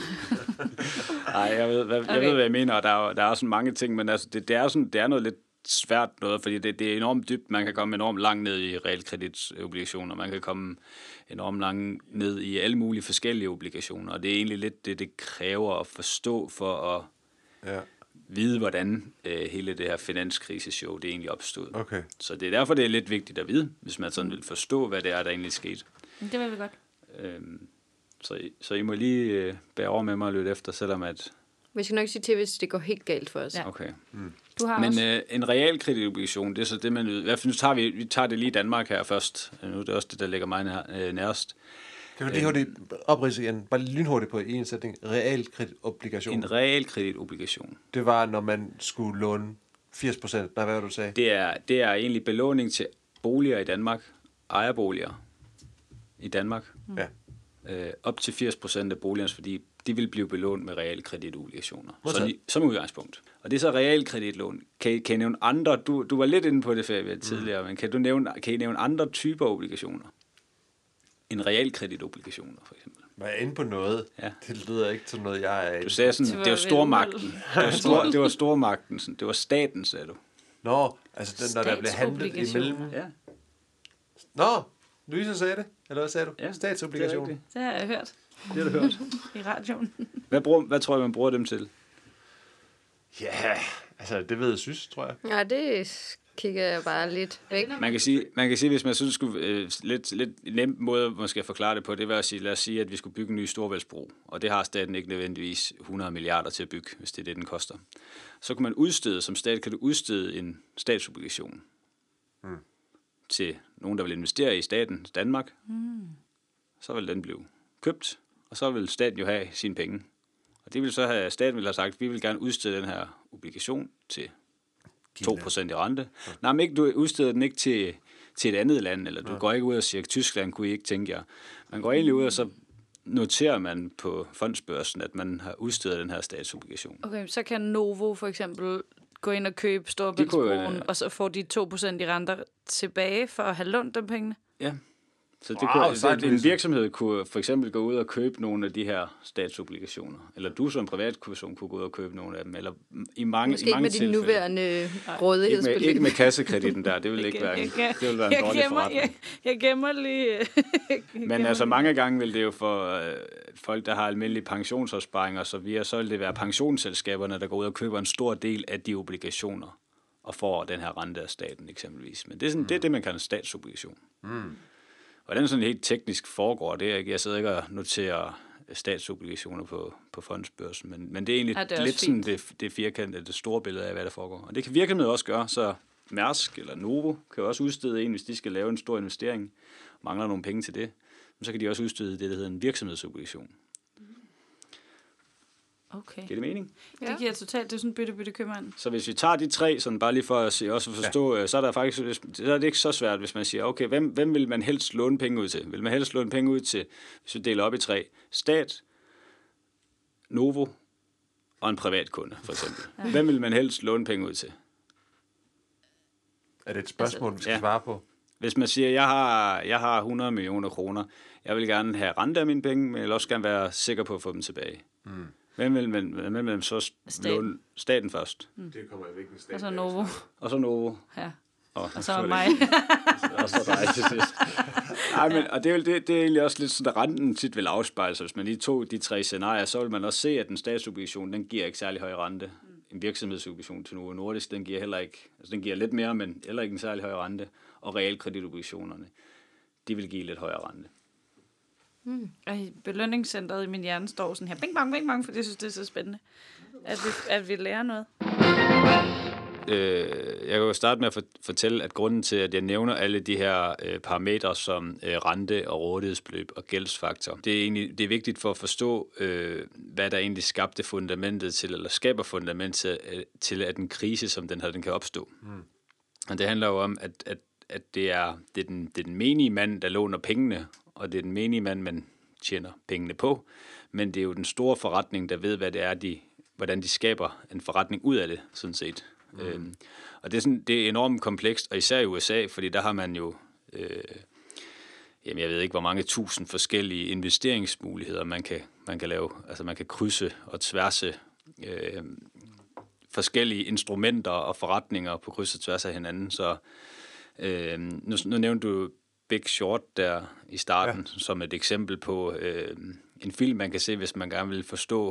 Nej, jeg ved, hvad, jeg Okay. ved, hvad jeg mener, og der er, jo- der er også mange ting, men altså, det, det, er sådan, det er noget lidt svært noget, fordi det, det er enormt dybt. Man kan komme enormt langt ned i realkreditobligationer, man kan komme enormt langt ned i alle mulige forskellige obligationer, og det er egentlig lidt det, det kræver at forstå for at Ja, vide, hvordan øh, hele det her finanskriseshow det egentlig opstod. okay. Så det er derfor, det er lidt vigtigt at vide, hvis man sådan vil forstå, hvad det er, der egentlig skete. Det vil vi godt. Øhm, så, I- så I må lige øh, bære over med mig og lytte efter, selvom at... Vi skal nok sige til, hvis det går helt galt for os. Ja. Okay. Du har Men også. øh, en realkreditobligation, det er så det, man... I hvert fald, nu tager vi, vi tager det lige i Danmark her først. Nu er det også det, der ligger mig nær, øh, nærmest. Kan du lige hurtigt opridse igen, bare lynhurtigt på en sætning, realkreditobligation. En realkreditobligation, Det var, når man skulle låne firs procent. Nej, hvad var det, du sagde? det er, det er egentlig belåning til boliger i Danmark, ejerboliger i Danmark. Ja. Øh, op til firs procent af boligernes fordi de vil blive belånt med realkreditobligationer. Modtaget. Så, som udgangspunkt. Og det er så realkreditlån. Kan I, kan I nævne andre, du, du var lidt inde på det Fabian, tidligere, men kan, du nævne, kan I nævne andre typer obligationer? En realkreditobligationer, for eksempel. Var jeg inde på noget? Ja. Det lyder ikke som noget, jeg er inde Du på. sagde sådan, Det det var var, vel- stormagten. Det var, stor, det var stormagten. Sådan. Det var staten, sagde du. Nå, altså den, når der blev handlet Statsobligationer. imellem... Ja, Nå, Louise sagde det. Eller hvad sagde du? Ja, Statsobligation. det er Det har jeg hørt det har du hørt. i radioen. Hvad, bruger, hvad tror jeg, man bruger dem til? Ja, altså det ved jeg synes, tror jeg. Ja, det kigger jeg bare lidt væk. Man kan sige, man kan sige hvis man synes, skulle øh, lidt, lidt nem måde måske at forklare det på, det var at sige, lad os sige, at vi skulle bygge en ny Storvældsbro, og det har staten ikke nødvendigvis hundrede milliarder til at bygge, hvis det er det, den koster. Så kan man udstede, som stat kan du udstede en statsobligation mm. til nogen, der vil investere i staten, Danmark. Mm. Så vil den blive købt, og så vil staten jo have sine penge. Og det vil så have, staten vil have sagt, at vi vil gerne udstede den her obligation til to procent i rente. Ja. Nej, men ikke, du udsteder den ikke til, til et andet land, eller du ja. går ikke ud og siger, at Tyskland kunne I ikke tænke jer. Man går egentlig ud, og så noterer man på fondsbørsen, at man har udstedet den her statsobligation. Okay, så kan Novo for eksempel gå ind og købe De kunne Storebæltsbroen, jo, og så får de to procent i renter tilbage for at have lånt dem pengene. Ja. Så det Wow, kunne, sejt, det, en Louise. virksomhed kunne for eksempel gå ud og købe nogle af de her statsobligationer. Eller du som privatperson kunne gå ud og købe nogle af dem. Eller i mange, Måske i ikke mange med de tilfælde. nuværende Ikke med, rådighedsbeløb. ikke med kassekreditten der, det vil ikke være en, Jeg- det vil være en jeg dårlig gemmer, forretning. jeg, jeg gemmer lige... jeg Men gemmer altså lige. mange gange vil det jo for øh, folk, der har almindelige pensionsopsparinger og så videre, så vil det være pensionsselskaberne, der går ud og køber en stor del af de obligationer og får den her rente af staten eksempelvis. Men det er, sådan, mm. det, er det, man kalder en statsobligation. Mm. Hvordan sådan helt teknisk foregår det, ikke? Jeg sidder ikke og noterer statsobligationer på, på fondsbørsen, men, men det er egentlig Ja, det er også lidt sådan fint. det, det firkantede, det store billede af, hvad der foregår. Og det kan virksomheder også gøre, så Mærsk eller Novo kan jo også udstede en, hvis de skal lave en stor investering, mangler nogle penge til det, så kan de også udstede det, der hedder en virksomhedsobligation. Okay, Giver det mening? det giver totalt, det er sådan bytte, bytte, købmand. Så hvis vi tager de tre, sådan bare lige for at se, også at forstå, ja. så er der faktisk, hvis- så er det ikke så svært, hvis man siger, okay, hvem, hvem vil man helst låne penge ud til? Vil man helst låne penge ud til, hvis vi deler op i tre, stat, Novo og en privat kunde, for eksempel. Ja. Hvem vil man helst låne penge ud til? Er det et spørgsmål, vi skal ja. svare på? Hvis man siger, jeg har, jeg har hundrede millioner kroner, jeg vil gerne have rente af mine penge, men jeg vil også gerne være sikker på at få dem tilbage. Mm. Hvem vil man, hvem vil man så Staten. låne? Staten først. Det kommer jeg ikke med Og så Novo. Og så Novo. Ja. Og, Og så mig. og så dig til sidst. Nej, men, og det er, jo- det, det er egentlig også lidt sådan, at renten tit vil afspejle sig. Hvis man lige tog de tre scenarier, så vil man også se, at den statsobligation, den giver ikke særlig høj rente. En virksomhedsobligation til Novo Nordisk, den giver heller ikke, altså den giver lidt mere, men heller ikke en særlig høj rente. Og realkreditobligationerne, de vil give lidt højere rente. Mm. Og i belønningscentret i min hjerne står sådan her, bing bang, bing bang, for det synes det er så spændende, at vi, at vi lærer noget. Øh, jeg kan jo starte med at fortælle, at grunden til, at jeg nævner alle de her øh, parametre som øh, rente og rådighedsbeløb og gældsfaktor, det er egentlig det er vigtigt for at forstå, øh, hvad der egentlig skabte fundamentet til, eller skaber fundamentet til, til at en krise som den her, den kan opstå. Mm. Og det handler jo om, at, at, at det, er, det, er den, det er den menige mand, der låner pengene, og det er den menige mand, man tjener pengene på, men det er jo den store forretning, der ved, hvad det er, de, hvordan de skaber en forretning ud af det, sådan set. Mm. Øhm, og det er, sådan, det er enormt komplekst, og især i U S A, fordi der har man jo, øh, jamen jeg ved ikke, hvor mange tusind forskellige investeringsmuligheder, man kan, man kan lave. Altså man kan krydse og tværse øh, forskellige instrumenter og forretninger på kryds og tværs af hinanden. Så øh, nu, nu nævnte du Big Short der i starten, ja. Som et eksempel på øh, en film, man kan se, hvis man gerne vil forstå,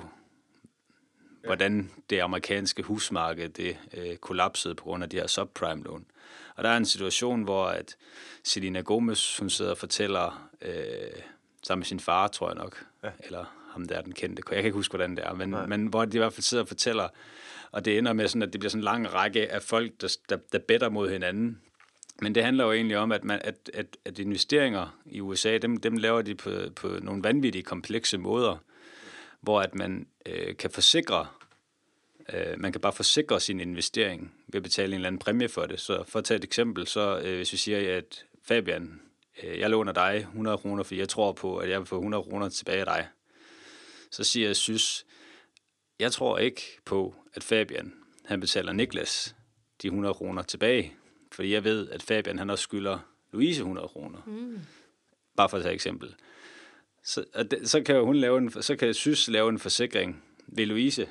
hvordan det amerikanske husmarked det øh, kollapsede på grund af de her subprime-lån. Og der er en situation, hvor at Selena Gomez, hun sidder og fortæller, øh, sammen med sin far, tror jeg nok, ja. Eller ham der, den kendte. Jeg kan ikke huske, hvordan det er, men, men hvor de i hvert fald sidder og fortæller, og det ender med sådan, at det bliver sådan en lang række af folk, der, der, der better mod hinanden. Men det handler jo egentlig om, at, man, at, at, at investeringer i U S A, dem, dem laver de på, på nogle vanvittige, komplekse måder, hvor at man øh, kan forsikre, øh, man kan bare forsikre sin investering ved at betale en eller anden præmie for det. Så for at tage et eksempel, så øh, hvis vi siger, at Fabian, øh, jeg låner dig hundrede kroner, for jeg tror på, at jeg vil få hundrede kroner tilbage af dig. Så siger jeg, synes, jeg tror ikke på, at Fabian, han betaler Niklas de hundrede kroner tilbage, fordi jeg ved, at Fabian, han også skylder Louise hundrede kroner. Mm. Bare for at tage et eksempel. Så, det, så kan hun lave en, så kan Sys lave en forsikring ved Louise,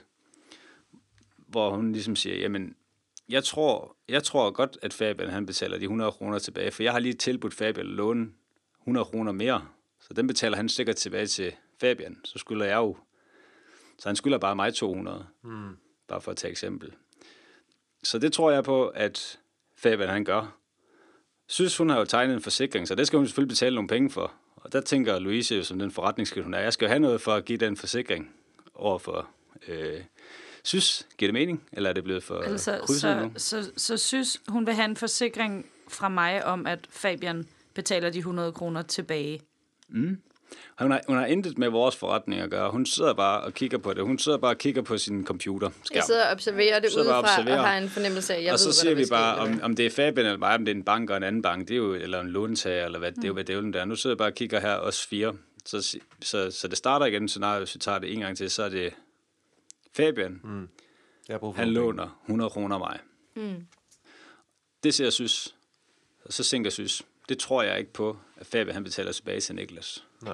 hvor hun ligesom siger, jamen, jeg tror, jeg tror godt, at Fabian, han betaler de hundrede kroner tilbage, for jeg har lige tilbudt Fabian at låne hundrede kroner mere, så den betaler han sikkert tilbage til Fabian, så skylder jeg jo, så han skylder bare mig to hundrede, mm. bare for at tage et eksempel. Så det tror jeg på, at Fabian, han gør. Synes, hun har jo tegnet en forsikring, så det skal hun selvfølgelig betale nogle penge for. Og der tænker Louise, som den forretningskvinde hun er, jeg skal jo have noget for at give den forsikring overfor. Øh, synes, giver det mening? Eller er det blevet for altså, krydset så, nu? Så, så, så synes, hun vil have en forsikring fra mig om, at Fabian betaler de hundrede kroner tilbage. Mm. Hun har, hun har intet med vores forretning at gøre. Hun sidder bare og kigger på det. Hun sidder bare og kigger på sin computer. Jeg sidder og observerer det udefra og, og har en fornemmelse af, jeg og ved, så siger vi bare, om, om det er Fabian eller mig, om det er en bank og en anden bank, det er jo, eller en låntager, eller hvad, mm. det er jo, hvad dævlen der er. Nu sidder jeg bare og kigger her, os fire. Så, så, så det starter igen scenarie, hvis vi tager det en gang til, så er det Fabian. Mm. Jeg han låner hundrede kroner af mig. Mm. Det ser jeg synes. Og så tænker jeg synes. Det tror jeg ikke på, at Fabian han betaler tilbage til Niklas. Nej.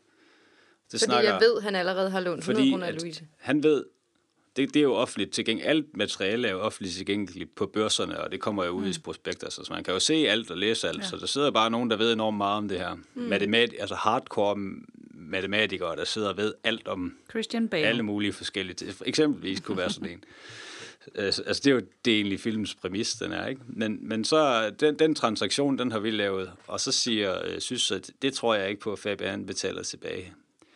Det fordi snakker, jeg ved, at han allerede har lånt hundrede kroner af Louise. Han ved, det, det er jo offentligt tilgængeligt. Alt materiale er jo offentligt tilgængeligt på børserne, og det kommer jo ud mm. i prospekter. Så man kan jo se alt og læse alt. Ja. Så der sidder bare nogen, der ved enormt meget om det her. Mm. Matemat- altså hardcore matematikere, der sidder og ved alt om Christian Bale. Alle mulige forskellige. Eksempelvis kunne være sådan en. Altså, det er jo det er egentlig filmens præmis, den er, ikke? Men, men så, den, den transaktion, den har vi lavet, og så siger øh, synes, at det tror jeg ikke på, at Fabian betaler tilbage.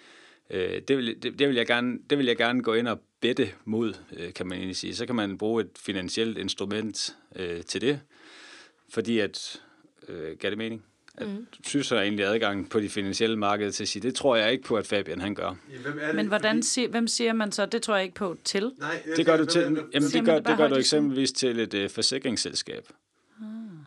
Øh, det, vil, det, det, vil jeg gerne, det vil jeg gerne gå ind og bette mod, øh, kan man egentlig sige. Så kan man bruge et finansielt instrument øh, til det, fordi at, øh, gør det mening? At mm. synes jeg egentlig adgang på de finansielle markeder til at sige, det tror jeg ikke på, at Fabian han gør. Ja, men hvordan siger, hvem siger man så, det tror jeg ikke på til? Nej, det gør du til, jamen det gør, det gør du eksempelvis til et uh, forsikringsselskab. Ah.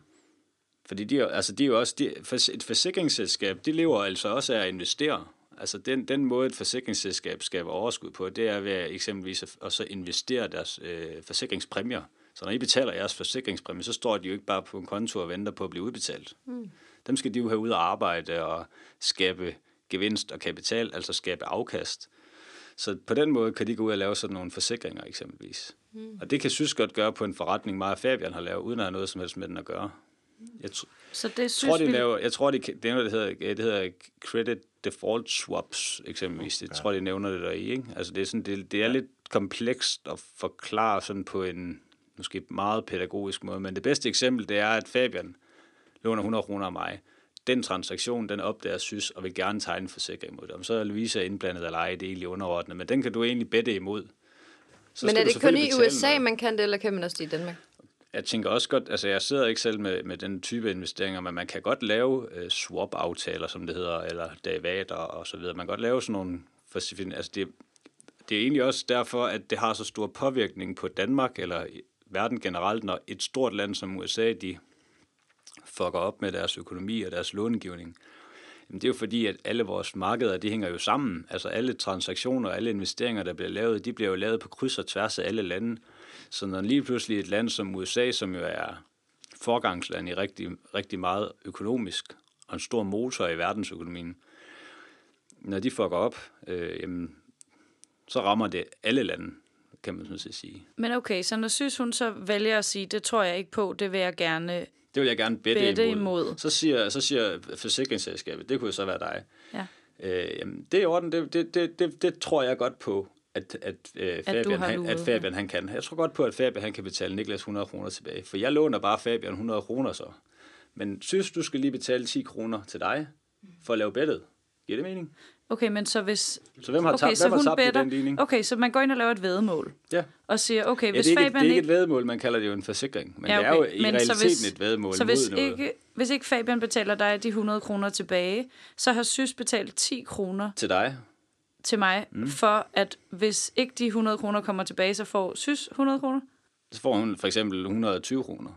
Fordi de, altså de er jo også, de, et forsikringsselskab, de lever altså også af at investere. Altså den, den måde, et forsikringsselskab skaber overskud på, det er ved at eksempelvis at også investere deres øh, forsikringspræmier. Så når I betaler jeres forsikringspræmie, så står de jo ikke bare på en konto og venter på at blive udbetalt. Mm. Dem skal de jo have ud og arbejde og skabe gevinst og kapital, altså skabe afkast. Så på den måde kan de gå ud og lave sådan nogle forsikringer eksempelvis. Mm. Og det kan synes godt gøre på en forretning, meget Fabian har lavet, uden at have noget som helst med den at gøre. Jeg tr- så det synes tror, de vi... laver, jeg tror, det, det er noget, der hedder, det hedder credit default swaps eksempelvis. Jeg tror, de nævner det der i, ikke? Altså det er, sådan, det, det er ja. lidt komplekst at forklare sådan på en måske meget pædagogisk måde, men det bedste eksempel, det er, at Fabian låner hundrede kroner af mig. den transaktion, den opdager SYS, og vil gerne tegne en forsikring mod det. Om så er Louise indblandet eller ej, det er egentlig underordnet, men den kan du egentlig bette imod. Så men er det kun i U S A, noget. man kan det, eller kan man også det i Danmark? Jeg tænker også godt, altså jeg sidder ikke selv med, med den type investeringer, men man kan godt lave øh, swap-aftaler, som det hedder, eller derivater og så videre. Man kan godt lave sådan nogle, altså det, det er egentlig også derfor, at det har så stor påvirkning på Danmark, eller verden generelt, når et stort land som U S A, de fucker op med deres økonomi og deres lånegivning. Jamen det er jo fordi, at alle vores markeder, de hænger jo sammen. Altså alle transaktioner og alle investeringer, der bliver lavet, de bliver jo lavet på kryds og tværs af alle lande. Så når lige pludselig et land som U S A, som jo er forgangsland i rigtig, rigtig meget økonomisk, og en stor motor i verdensøkonomien, når de fucker op, øh, jamen, så rammer det alle lande, kan man sådan set sige. Men okay, så når synes hun så vælger at sige, det tror jeg ikke på, det vil jeg gerne Det vil jeg gerne bette, bette imod. imod. Så siger, så siger forsikringsselskabet, det kunne jo så være dig. Ja. Øh, jamen, det er i orden, det, det, det, det, det tror jeg godt på, at, at, øh, Fabian, har han, luret, at Fabian han kan. Jeg tror godt på, at Fabian han kan betale Niklas hundrede kroner tilbage, for jeg låner bare Fabian hundrede kroner så. Men synes du skal lige betale ti kroner til dig, for at lave bettet? Giver det mening? Okay, men så hvis... Så hvem har okay, tabt, så hvem har hun tabt i better, den ligning? okay, så man går ind og laver et væddemål. Ja. Og siger, okay, Ja, hvis det, er ikke, Fabian det er ikke ikke... et væddemål, man kalder det jo en forsikring. Men Ja, det okay. er jo i Men så realiteten hvis- et væddemål Så mod hvis noget. ikke, hvis ikke Fabian betaler dig de hundrede kroner tilbage, så har Sys betalt ti kroner Til dig. til mig, mm. for at hvis ikke de hundrede kroner kommer tilbage, så får Sys hundrede kroner. Så får hun for eksempel hundrede og tyve kroner.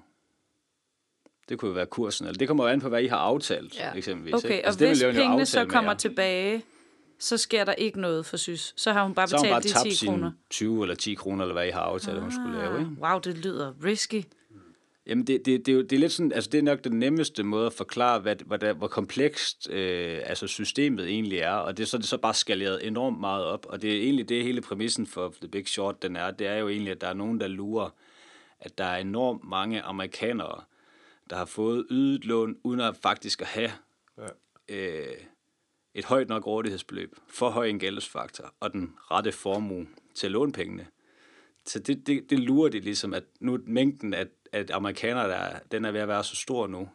Det kunne jo være kursen. Eller det kommer jo an på, hvad I har aftalt, Ja. eksempelvis. Okay, ikke? og Altså, det hvis vil jeg jo pengene så aftale med kommer jer. tilbage, så sker der ikke noget for Sys. Så har hun bare Så har hun bare betalt tabt de ti sine kroner. tyve eller ti kroner, eller hvad I har aftalt, ah, hun skulle lave. Ikke? Wow, det lyder risky. Jamen, det, det, det, er jo, det er lidt sådan, altså det er nok den nemmeste måde at forklare, hvad, hvad der, hvor komplekst øh, altså systemet egentlig er, og det er så, det er så bare skaleret enormt meget op, og det er egentlig det hele præmissen for The Big Short, den er, det er jo egentlig, at der er nogen, der lurer, at der er enormt mange amerikanere, der har fået ydet lån, uden at faktisk at have ja. øh, et højt nok rådighedsbeløb, for høj en gældsfaktor, og den rette formue til at låne pengene. Så det, det, det lurer de ligesom, at nu mængden af at amerikanere, der er, den er ved at være så stor nu,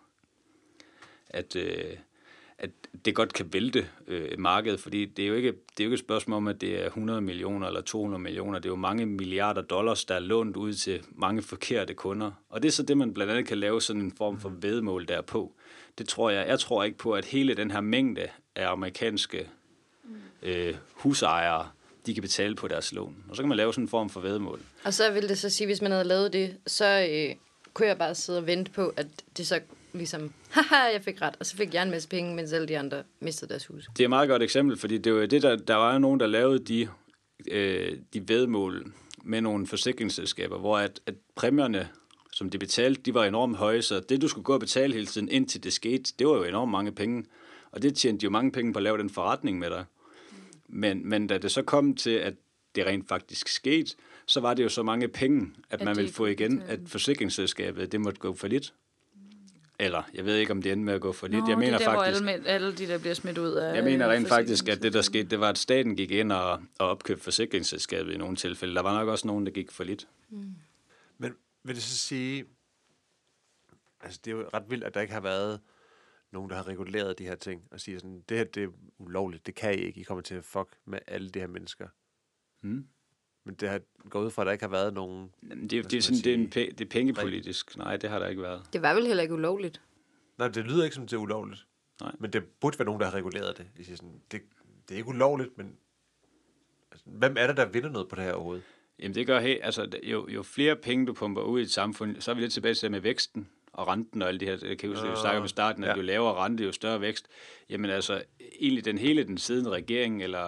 at, øh, at det godt kan vælte øh, markedet, fordi det er, jo ikke, det er jo ikke et spørgsmål om, at det er hundrede millioner eller to hundrede millioner, det er jo mange milliarder dollars, der er lånt ud til mange forkerte kunder, og det er så det, man blandt andet kan lave sådan en form for væddemål derpå. Det tror jeg, jeg tror ikke på, at hele den her mængde af amerikanske øh, husejere, de kan betale på deres lån. Og så kan man lave sådan en form for væddemål. Og så vil det så sige, hvis man havde lavet det, så øh, kunne jeg bare sidde og vente på, at det så ligesom, haha, jeg fik ret, og så fik jeg en masse penge, mens alle de andre mistede deres hus. Det er et meget godt eksempel, fordi det var det, der, der var nogen, der lavede de, øh, de væddemål med nogle forsikringsselskaber, hvor at, at præmierne, som de betalte, de var enormt høje, så det, du skulle gå og betale hele tiden, indtil det skete, det var jo enormt mange penge. Og det tjente jo mange penge på at lave den forretning med dig. Men, men da det så kom til, at det rent faktisk skete, så var det jo så mange penge, at, at man ville få igen, at forsikringsselskabet, det måtte gå for lidt. Eller, jeg ved ikke, om det endte med at gå for lidt. Nå, jeg mener det er der, faktisk, hvor alle, alle de der bliver smidt ud af... jeg mener rent faktisk, at det, der skete, det var, at staten gik ind og, og opkøbte forsikringsselskabet i nogle tilfælde. Der var nok også nogen, der gik for lidt. Mm. Men vil det så sige, altså det er jo ret vildt, at der ikke har været nogen, der har reguleret de her ting, og siger sådan, det her, det er ulovligt, det kan I ikke, I kommer til at fuck med alle de her mennesker. Hmm. Men det har gået ud fra, at der ikke har været nogen... Jamen, det, er, det, er sådan, det, er en, pe- det er pengepolitisk. Nej, det har der ikke været. Det var vel heller ikke ulovligt. Nej, det lyder ikke som, det er ulovligt. Nej. Men det burde være nogen, der har reguleret det. De siger sådan, det, det er ikke ulovligt, men altså, hvem er det, der vinder noget på det her overhovedet? Jamen det gør helt, altså jo, jo flere penge du pumper ud i et samfund, så er vi lidt tilbage til det med væksten og renten og alle de her, det kan jeg huske, vi snakker om i starten, at ja. jo lavere rente, jo større vækst. Jamen altså, egentlig den hele den siddende regering, eller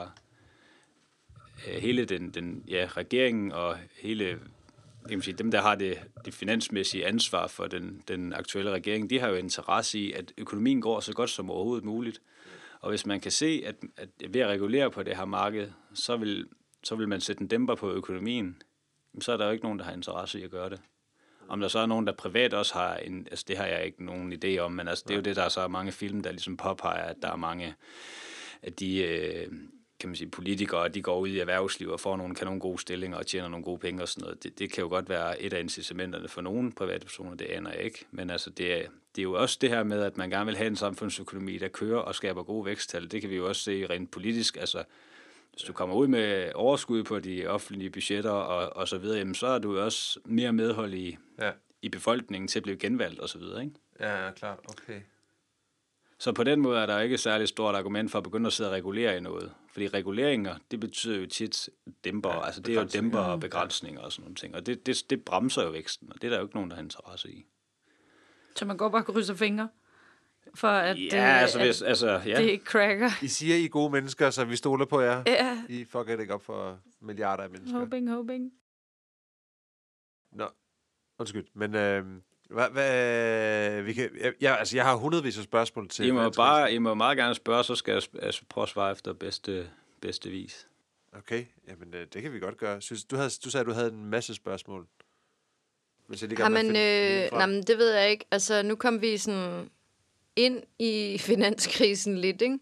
øh, hele den, den, ja, regeringen og hele, kan man sige, dem der har det, det finansmæssige ansvar for den, den aktuelle regering, de har jo interesse i, at økonomien går så godt som overhovedet muligt. Og hvis man kan se, at, at ved at regulere på det her marked, så vil, så vil man sætte en dæmper på økonomien, så er der jo ikke nogen, der har interesse i at gøre det. Om der så er nogen, der privat også har en, altså det har jeg ikke nogen idé om, men altså det er jo det, der er så mange film, der ligesom påpeger, at der er mange af de øh, kan man sige, politikere, de går ud i erhvervslivet og får nogle kanon gode stillinger og tjener nogle gode penge og sådan noget. Det, det kan jo godt være et af incitamenterne for nogle private personer, det aner jeg ikke. Men altså, det er, det er jo også det her med, at man gerne vil have en samfundsøkonomi, der kører og skaber gode væksttal. Det kan vi jo også se rent politisk. Altså, hvis du kommer ud med overskud på de offentlige budgetter og, og så videre, jamen, så er du jo også mere medhold i, ja. i befolkningen til at blive genvalgt og så videre, ikke? Ja, ja, klart. Okay. Så på den måde er der ikke særlig stort argument for at begynde at sidde og regulere i noget. Fordi reguleringer, det betyder jo tit dæmper, ja, altså det er jo dæmper og begrænsninger og sådan nogle ting. Og det, det, det bremser jo væksten, og det er der jo ikke nogen, der har interesse i. Så man går bare og krydser fingre, for at, ja, det, altså, at hvis, altså, ja. det ikke cracker. I siger, I er gode mennesker, så vi stoler på jer. Ja. I fucker det ikke op for milliarder af mennesker. Hoping, hoping. Nå, undskyld, men... Øh, Hvad, hvad, vi kan, jeg, altså, jeg har hundredvis af spørgsmål til... I må, bare, I må meget gerne spørge, så skal jeg altså, prøve at svare efter bedste, bedste vis. Okay, jamen det kan vi godt gøre. Synes, du, havde, du sagde, at du havde en masse spørgsmål. Hvis jeg lige Jamen, øh, nej, men det ved jeg ikke. Altså, nu kom vi sådan ind i finanskrisen lidt, ikke?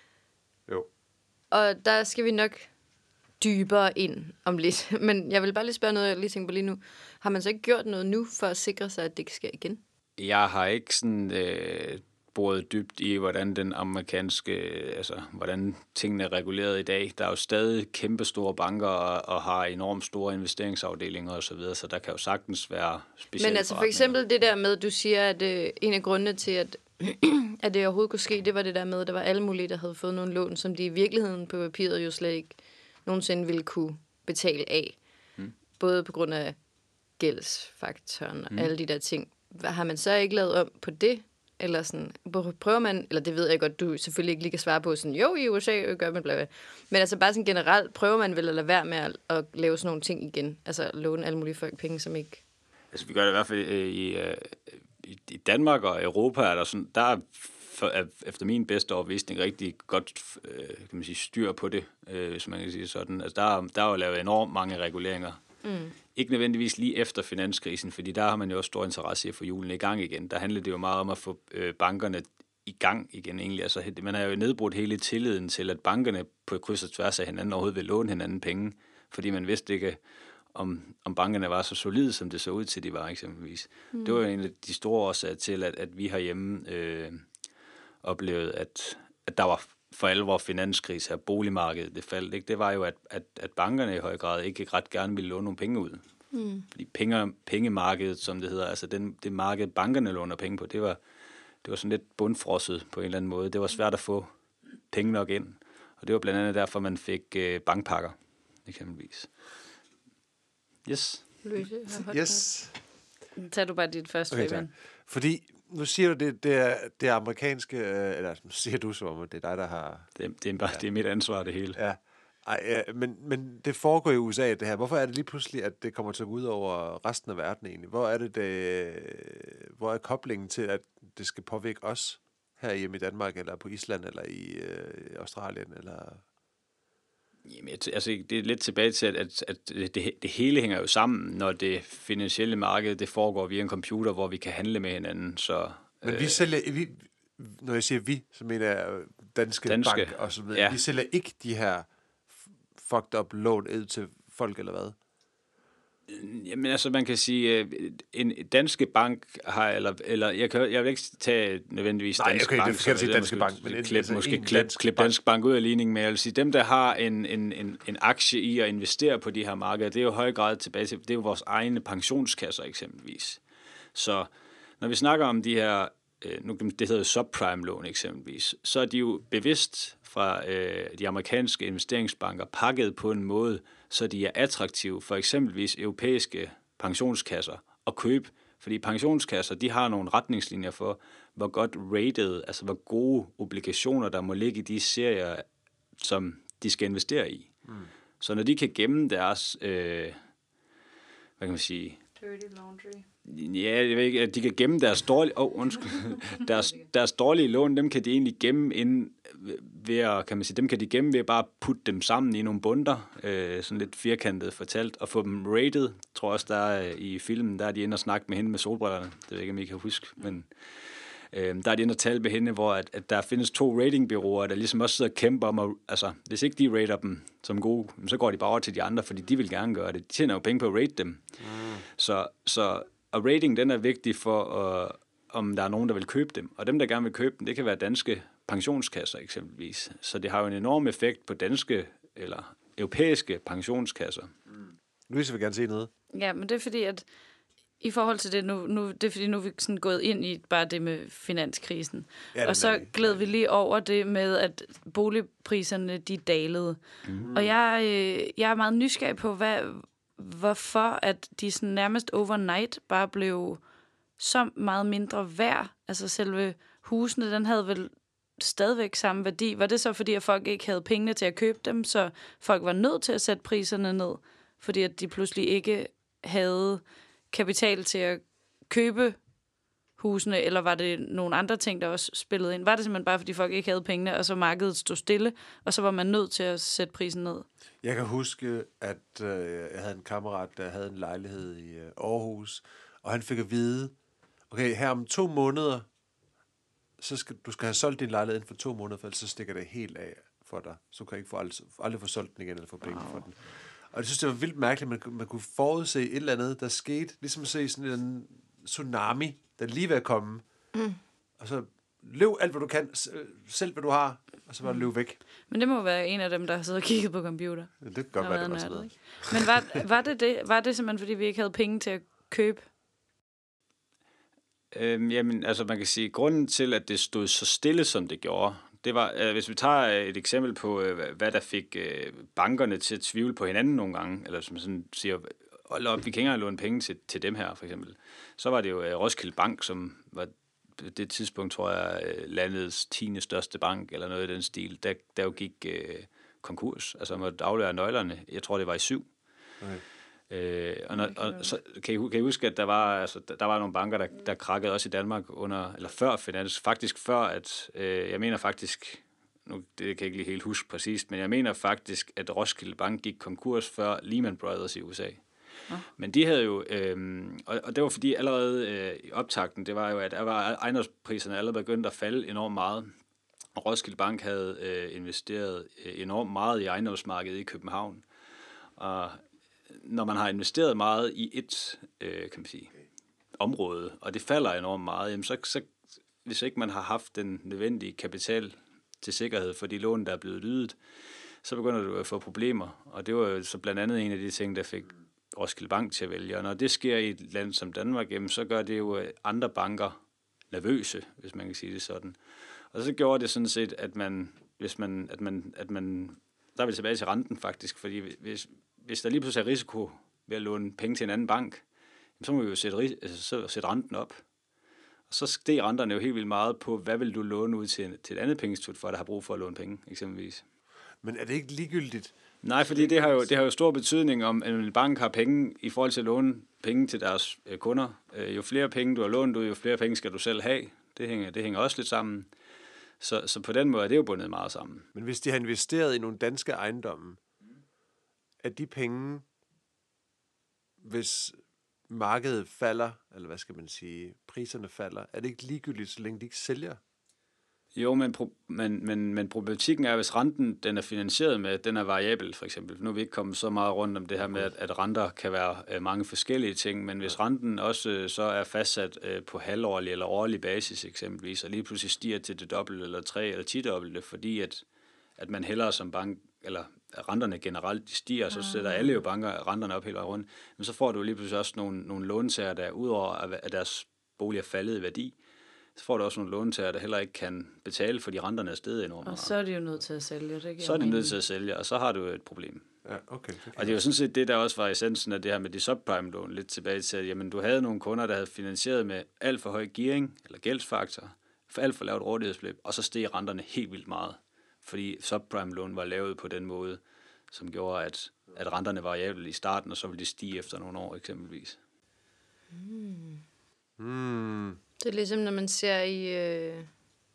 Jo. Og der skal vi nok dybere ind om lidt. Men jeg vil bare lige spørge noget, jeg lige tænker på lige nu. Har man så ikke gjort noget nu, for at sikre sig, at det ikke sker igen? Jeg har ikke sådan øh, boret dybt i, hvordan den amerikanske, altså hvordan tingene er reguleret i dag. Der er jo stadig kæmpe store banker og, og har enormt store investeringsafdelinger og så videre, så der kan jo sagtens være specielle Men altså for eksempel det der med, du siger, at øh, en af grundene til, at, at det overhovedet kunne ske, det var det der med, at der var alle mulige, der havde fået nogle lån, som de i virkeligheden på papiret jo slet ikke nogensinde ville kunne betale af. Hmm. Både på grund af gældsfaktoren og mm. alle de der ting. Har man så ikke lavet om på det? Eller sådan, prøver man, eller det ved jeg godt, du selvfølgelig ikke lige kan svare på, sådan, jo, i U S A gør man bla bla. Men altså bare sådan generelt, prøver man vel at lade være med at, at lave sådan nogle ting igen? Altså låne alle mulige folk penge, som ikke... Altså vi gør det i hvert fald i, i, i Danmark og Europa, er der sådan, der er for, efter min bedste overbevisning rigtig godt kan man sige, styr på det, hvis man kan sige sådan. Altså der, der er jo lavet enormt mange reguleringer. Mm. Ikke nødvendigvis lige efter finanskrisen, fordi der har man jo også stor interesse i at få hjulene i gang igen. Der handler det jo meget om at få øh, bankerne i gang igen egentlig. Altså, man har jo nedbrudt hele tilliden til, at bankerne på kryds og tværs af hinanden overhovedet vil låne hinanden penge, fordi man vidste ikke, om, om bankerne var så solide, som det så ud til, de var eksempelvis. Mm. Det var jo en af de store årsager til, at, at vi herhjemme øh, oplevede, at, at der var for alvor finanskrise her, boligmarkedet, det faldt, ikke? Det var jo, at, at, at bankerne i høj grad ikke ret gerne ville låne nogle penge ud. Mm. Fordi penge, pengemarkedet, som det hedder, altså den, det marked, bankerne låner penge på, det var, det var sådan lidt bundfrosset på en eller anden måde. Det var svært at få penge nok ind. Og det var blandt andet derfor, man fik øh, bankpakker, eksempelvis. Yes. Yes. Tag du bare dit første, okay, Fabian. Fordi nu siger du, det, det, er, det er amerikanske, eller nu siger du som om, det er dig, der har... Det, det, er, bare, ja. det er mit ansvar, det hele. Ja. Ej, ja, men, men det foregår i U S A, det her. Hvorfor er det lige pludselig, at det kommer til at gå ud over resten af verden egentlig? Hvor er det, det hvor er koblingen til, at det skal påvirke os her hjemme i Danmark, eller på Island, eller i øh, Australien, eller... Jamen, altså, det er lidt tilbage til, at, at, at det, det hele hænger jo sammen, når det finansielle marked, det foregår via en computer, hvor vi kan handle med hinanden, så... Men vi øh, sælger... Vi, når jeg siger vi, så mener jeg danske, danske bank og så videre. Ja. Vi sælger ikke de her fucked up lån ud til folk, eller hvad? Jamen altså, man kan sige, en danske bank har, eller, eller jeg, kan, jeg vil ikke tage nødvendigvis Nej, dansk okay, bank. Nej, det er sige danske bank. Men klip, altså måske klip dansk, klip dansk bank ud af ligningen, men jeg vil sige, dem, der har en, en, en, en aktie i at investere på de her markeder, det er jo i høj grad tilbage til, det er jo vores egne pensionskasser eksempelvis. Så når vi snakker om de her, nu, det hedder subprime-lån eksempelvis, så er de jo bevidst fra øh, de amerikanske investeringsbanker pakket på en måde, så de er attraktive for eksempelvis europæiske pensionskasser at købe, fordi pensionskasser, de har nogle retningslinjer for, hvor godt rated, altså hvor gode obligationer, der må ligge i de serier, som de skal investere i. Mm. Så når de kan gemme deres, øh, hvad kan man sige... Dirty laundry. Ja, jeg ved ikke, at de kan gemme deres dårlige, oh, undskyld, deres, deres dårlige lån, dem kan de egentlig gemme ind ved at, kan man sige, dem kan de gemme ved at bare putte dem sammen i nogle bundter, øh, sådan lidt firkantet fortalt, og få dem rated. Jeg tror også, der er, i filmen, der er de inde og snakke med hende med solbrillerne. Det ved jeg ikke, om I kan huske, men Øh, der er de inde og tale med hende, hvor at, at der findes to ratingbureauer, der ligesom også sidder og kæmper om, at, altså, hvis ikke de rater dem som gode, så går de bare over til de andre, fordi de vil gerne gøre det. De tjener jo penge på at rate dem. Mm. Så, så og rating, den er vigtig for, uh, om der er nogen, der vil købe dem. Og dem, der gerne vil købe dem, det kan være danske pensionskasser eksempelvis. Så det har jo en enorm effekt på danske eller europæiske pensionskasser. Mm. Louise vil gerne se noget. Ja, men det er fordi, at i forhold til det, nu, nu, det er fordi, nu er vi sådan gået ind i bare det med finanskrisen. Ja, og så gled vi lige over det med, at boligpriserne, de dalede. Mm. Og jeg, øh, jeg er meget nysgerrig på, hvad, hvorfor at de sådan nærmest overnight bare blev så meget mindre værd. Altså selve husene, den havde vel stadigvæk samme værdi. Var det så fordi, at folk ikke havde pengene til at købe dem, så folk var nødt til at sætte priserne ned, fordi at de pludselig ikke havde kapital til at købe husene, eller var det nogle andre ting, der også spillede ind? Var det simpelthen bare, fordi folk ikke havde pengene, og så markedet stod stille, og så var man nødt til at sætte prisen ned? Jeg kan huske, at øh, jeg havde en kammerat, der havde en lejlighed i øh, Aarhus, og han fik at vide, okay, her om to måneder, så skal du skal have solgt din lejlighed inden for to måneder, for ellers så stikker det helt af for dig. Så kan du ikke få aldrig, aldrig få solgt den igen, eller få penge wow. for den. Og jeg synes, det var vildt mærkeligt, at man, man kunne forudse et eller andet, der skete, ligesom at se sådan en tsunami, der lige ved at komme. Mm. Og så løb alt, hvad du kan, selv hvad du har, og så bare løb væk. Men det må være en af dem, der har siddet og kigget på computer. Ja, det kan godt være, det var sådan noget. Men var, var, det det? Var det simpelthen, fordi vi ikke havde penge til at købe? Øhm, jamen, altså man kan sige, grunden til, at det stod så stille, som det gjorde, det var, øh, hvis vi tager et eksempel på, øh, hvad der fik øh, bankerne til at tvivle på hinanden nogle gange, eller som sådan siger, hold op, vi kan ikke engang låne penge til, til dem her, for eksempel. Så var det jo øh, Roskilde Bank, som var det tidspunkt, tror jeg, øh, landets tiende største bank, eller noget i den stil, der, der jo gik øh, konkurs. Altså man måtte aflevere nøglerne, jeg tror, det var i syv. Okay. Øh, og, når, og så kan I, kan I huske, at der var, altså, der var nogle banker, der, der krakkede også i Danmark under, eller før finans, faktisk før, at øh, jeg mener faktisk, nu det kan jeg ikke lige helt huske præcist, men jeg mener faktisk, at Roskilde Bank gik konkurs før Lehman Brothers i U S A. Ja. Men de havde jo, øh, og, og det var fordi allerede øh, i optakten, det var jo, at der var ejendomspriserne allerede begyndt at falde enormt meget, og Roskilde Bank havde øh, investeret øh, enormt meget i ejendomsmarkedet i København, og når man har investeret meget i et øh, kan man sige, område, og det falder enormt meget, jamen så, så hvis ikke man har haft den nødvendige kapital til sikkerhed for de lån, der er blevet ydet, så begynder du at få problemer. Og det var jo så blandt andet en af de ting, der fik Roskilde Bank til at vælge. Og når det sker i et land som Danmark, jamen, så gør det jo andre banker nervøse, hvis man kan sige det sådan. Og så gjorde det sådan set, at man, hvis man, at man, at man der er vi tilbage til renten faktisk, fordi hvis, hvis der lige pludselig er risiko ved at låne penge til en anden bank, så må vi jo sætte, altså, sætte renten op. Og så steg renterne jo helt vildt meget på, hvad vil du låne ud til, til et andet pengeinstitut, for at der har brug for at låne penge, eksempelvis. Men er det ikke ligegyldigt? Nej, fordi det har jo, det har jo stor betydning om, at en bank har penge i forhold til at låne penge til deres øh, kunder. Øh, jo flere penge du har lånt ud, jo flere penge skal du selv have. Det hænger, det hænger også lidt sammen. Så, så på den måde er det jo bundet meget sammen. Men hvis de har investeret i nogle danske ejendomme, er de penge, hvis markedet falder, eller hvad skal man sige, priserne falder, er det ikke ligegyldigt, så længe de ikke sælger? Jo, men, pro- men, men, men problematikken er, hvis renten den er finansieret med, den er variabel for eksempel. Nu er vi ikke kommet så meget rundt om det her med, at, at renter kan være øh, mange forskellige ting, men hvis renten også øh, så er fastsat øh, på halvårlig eller årlig basis eksempelvis, og lige pludselig stiger til det dobbelte eller tre eller tidobbelte, fordi at, at man hellere som bank, eller renterne generelt de stiger, så sætter alle jo banker renterne op hele vejen rundt, men så får du lige pludselig også nogle, nogle låntager, der udover at deres bolig er faldet i værdi, så får du også nogle låntager, der heller ikke kan betale, fordi renterne er steget enormt meget. Og så er de jo nødt til at sælge. Det så er de nødt til at sælge, og så har du et problem. Ja, okay. Det og det er jo sådan set det, der også var essensen af det her med de subprime-lån, lidt tilbage til, at jamen, du havde nogle kunder, der havde finansieret med alt for høj gearing, eller gældsfaktor, for alt for lavt rådighedsbeløb, og så steg renterne helt vildt meget, fordi subprime-lån var lavet på den måde, som gjorde, at, at renterne var variable i starten, og så ville de stige efter nogle år eksempelvis. Mm. Mm. Det er ligesom, når man ser i øh,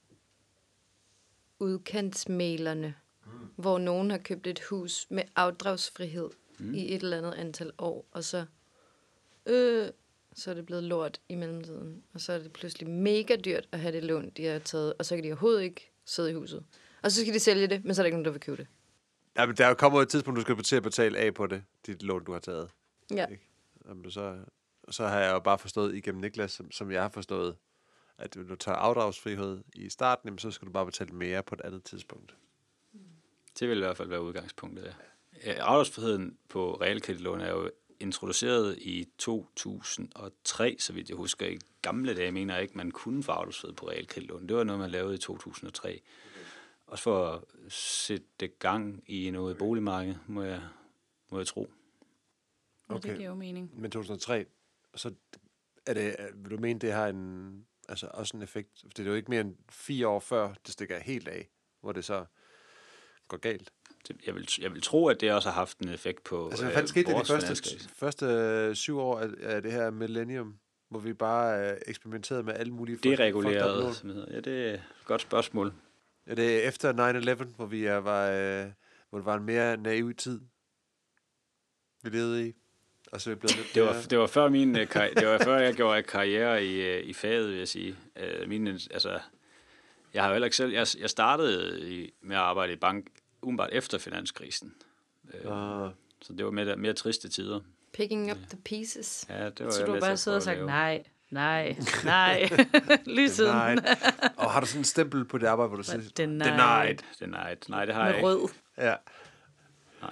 udkantsmalerne, mm. hvor nogen har købt et hus med afdragsfrihed mm. i et eller andet antal år, og så, øh, så er det blevet lort i mellemtiden. Og så er det pludselig mega dyrt at have det lån, de har taget, og så kan de overhovedet ikke sidde i huset. Og så skal de sælge det, men så er der ikke nogen, der vil købe det. Ja, men der kommer et tidspunkt, du skal til at betale af på det, dit lån, du har taget. Ja. Ikke? Jamen, så, så har jeg jo bare forstået igennem Niklas, som, som jeg har forstået, at når du tager afdragsfrihed i starten, jamen, så skal du bare betale mere på et andet tidspunkt. Det vil i hvert fald være udgangspunktet, ja. Afdragsfriheden på realkreditlån er jo introduceret i to tusind og tre, så vidt jeg husker. I gamle dage mener jeg ikke, man kunne få afdragsfrihed på realkreditlån. Det var noget, man lavede i to tusind og tre. Okay. Også for at sætte gang i noget boligmarked, må jeg, må jeg tro. Okay. Det giver jo mening. Men to tusind og tre, så er det, vil du mene, det har en, altså også en effekt? For det er jo ikke mere end fire år før, det stikker helt af, hvor det så går galt. Jeg vil, jeg vil tro, at det også har haft en effekt på altså, hvad fanden skete det de første, første øh, syv år af, af det her millennium, hvor vi bare øh, eksperimenterede med alle mulige... Det er reguleret, som hedder. Ja, det er et godt spørgsmål. Ja, det er efter nine eleven, hvor vi er, var, øh, hvor det var en mere naiv tid, vi levede i. Og så er vi blevet lidt det var det var før min det var før jeg gjorde karriere i i faget, vil jeg sige. Uh, min altså jeg har jo heller ikke selv jeg, jeg startede i, med at arbejde i bank umiddelbart efter finanskrisen. Uh, ah. Så det var mere mere triste tider. Picking up the pieces. Ja, det var så jeg du bare sidder og sagt nej. Nej, nej. Lige siden. Og har du sådan en stempel på det arbejde, hvor du siger denied. Denied. Denied. Nej, det har med jeg ikke. Rød. Ja. Nej.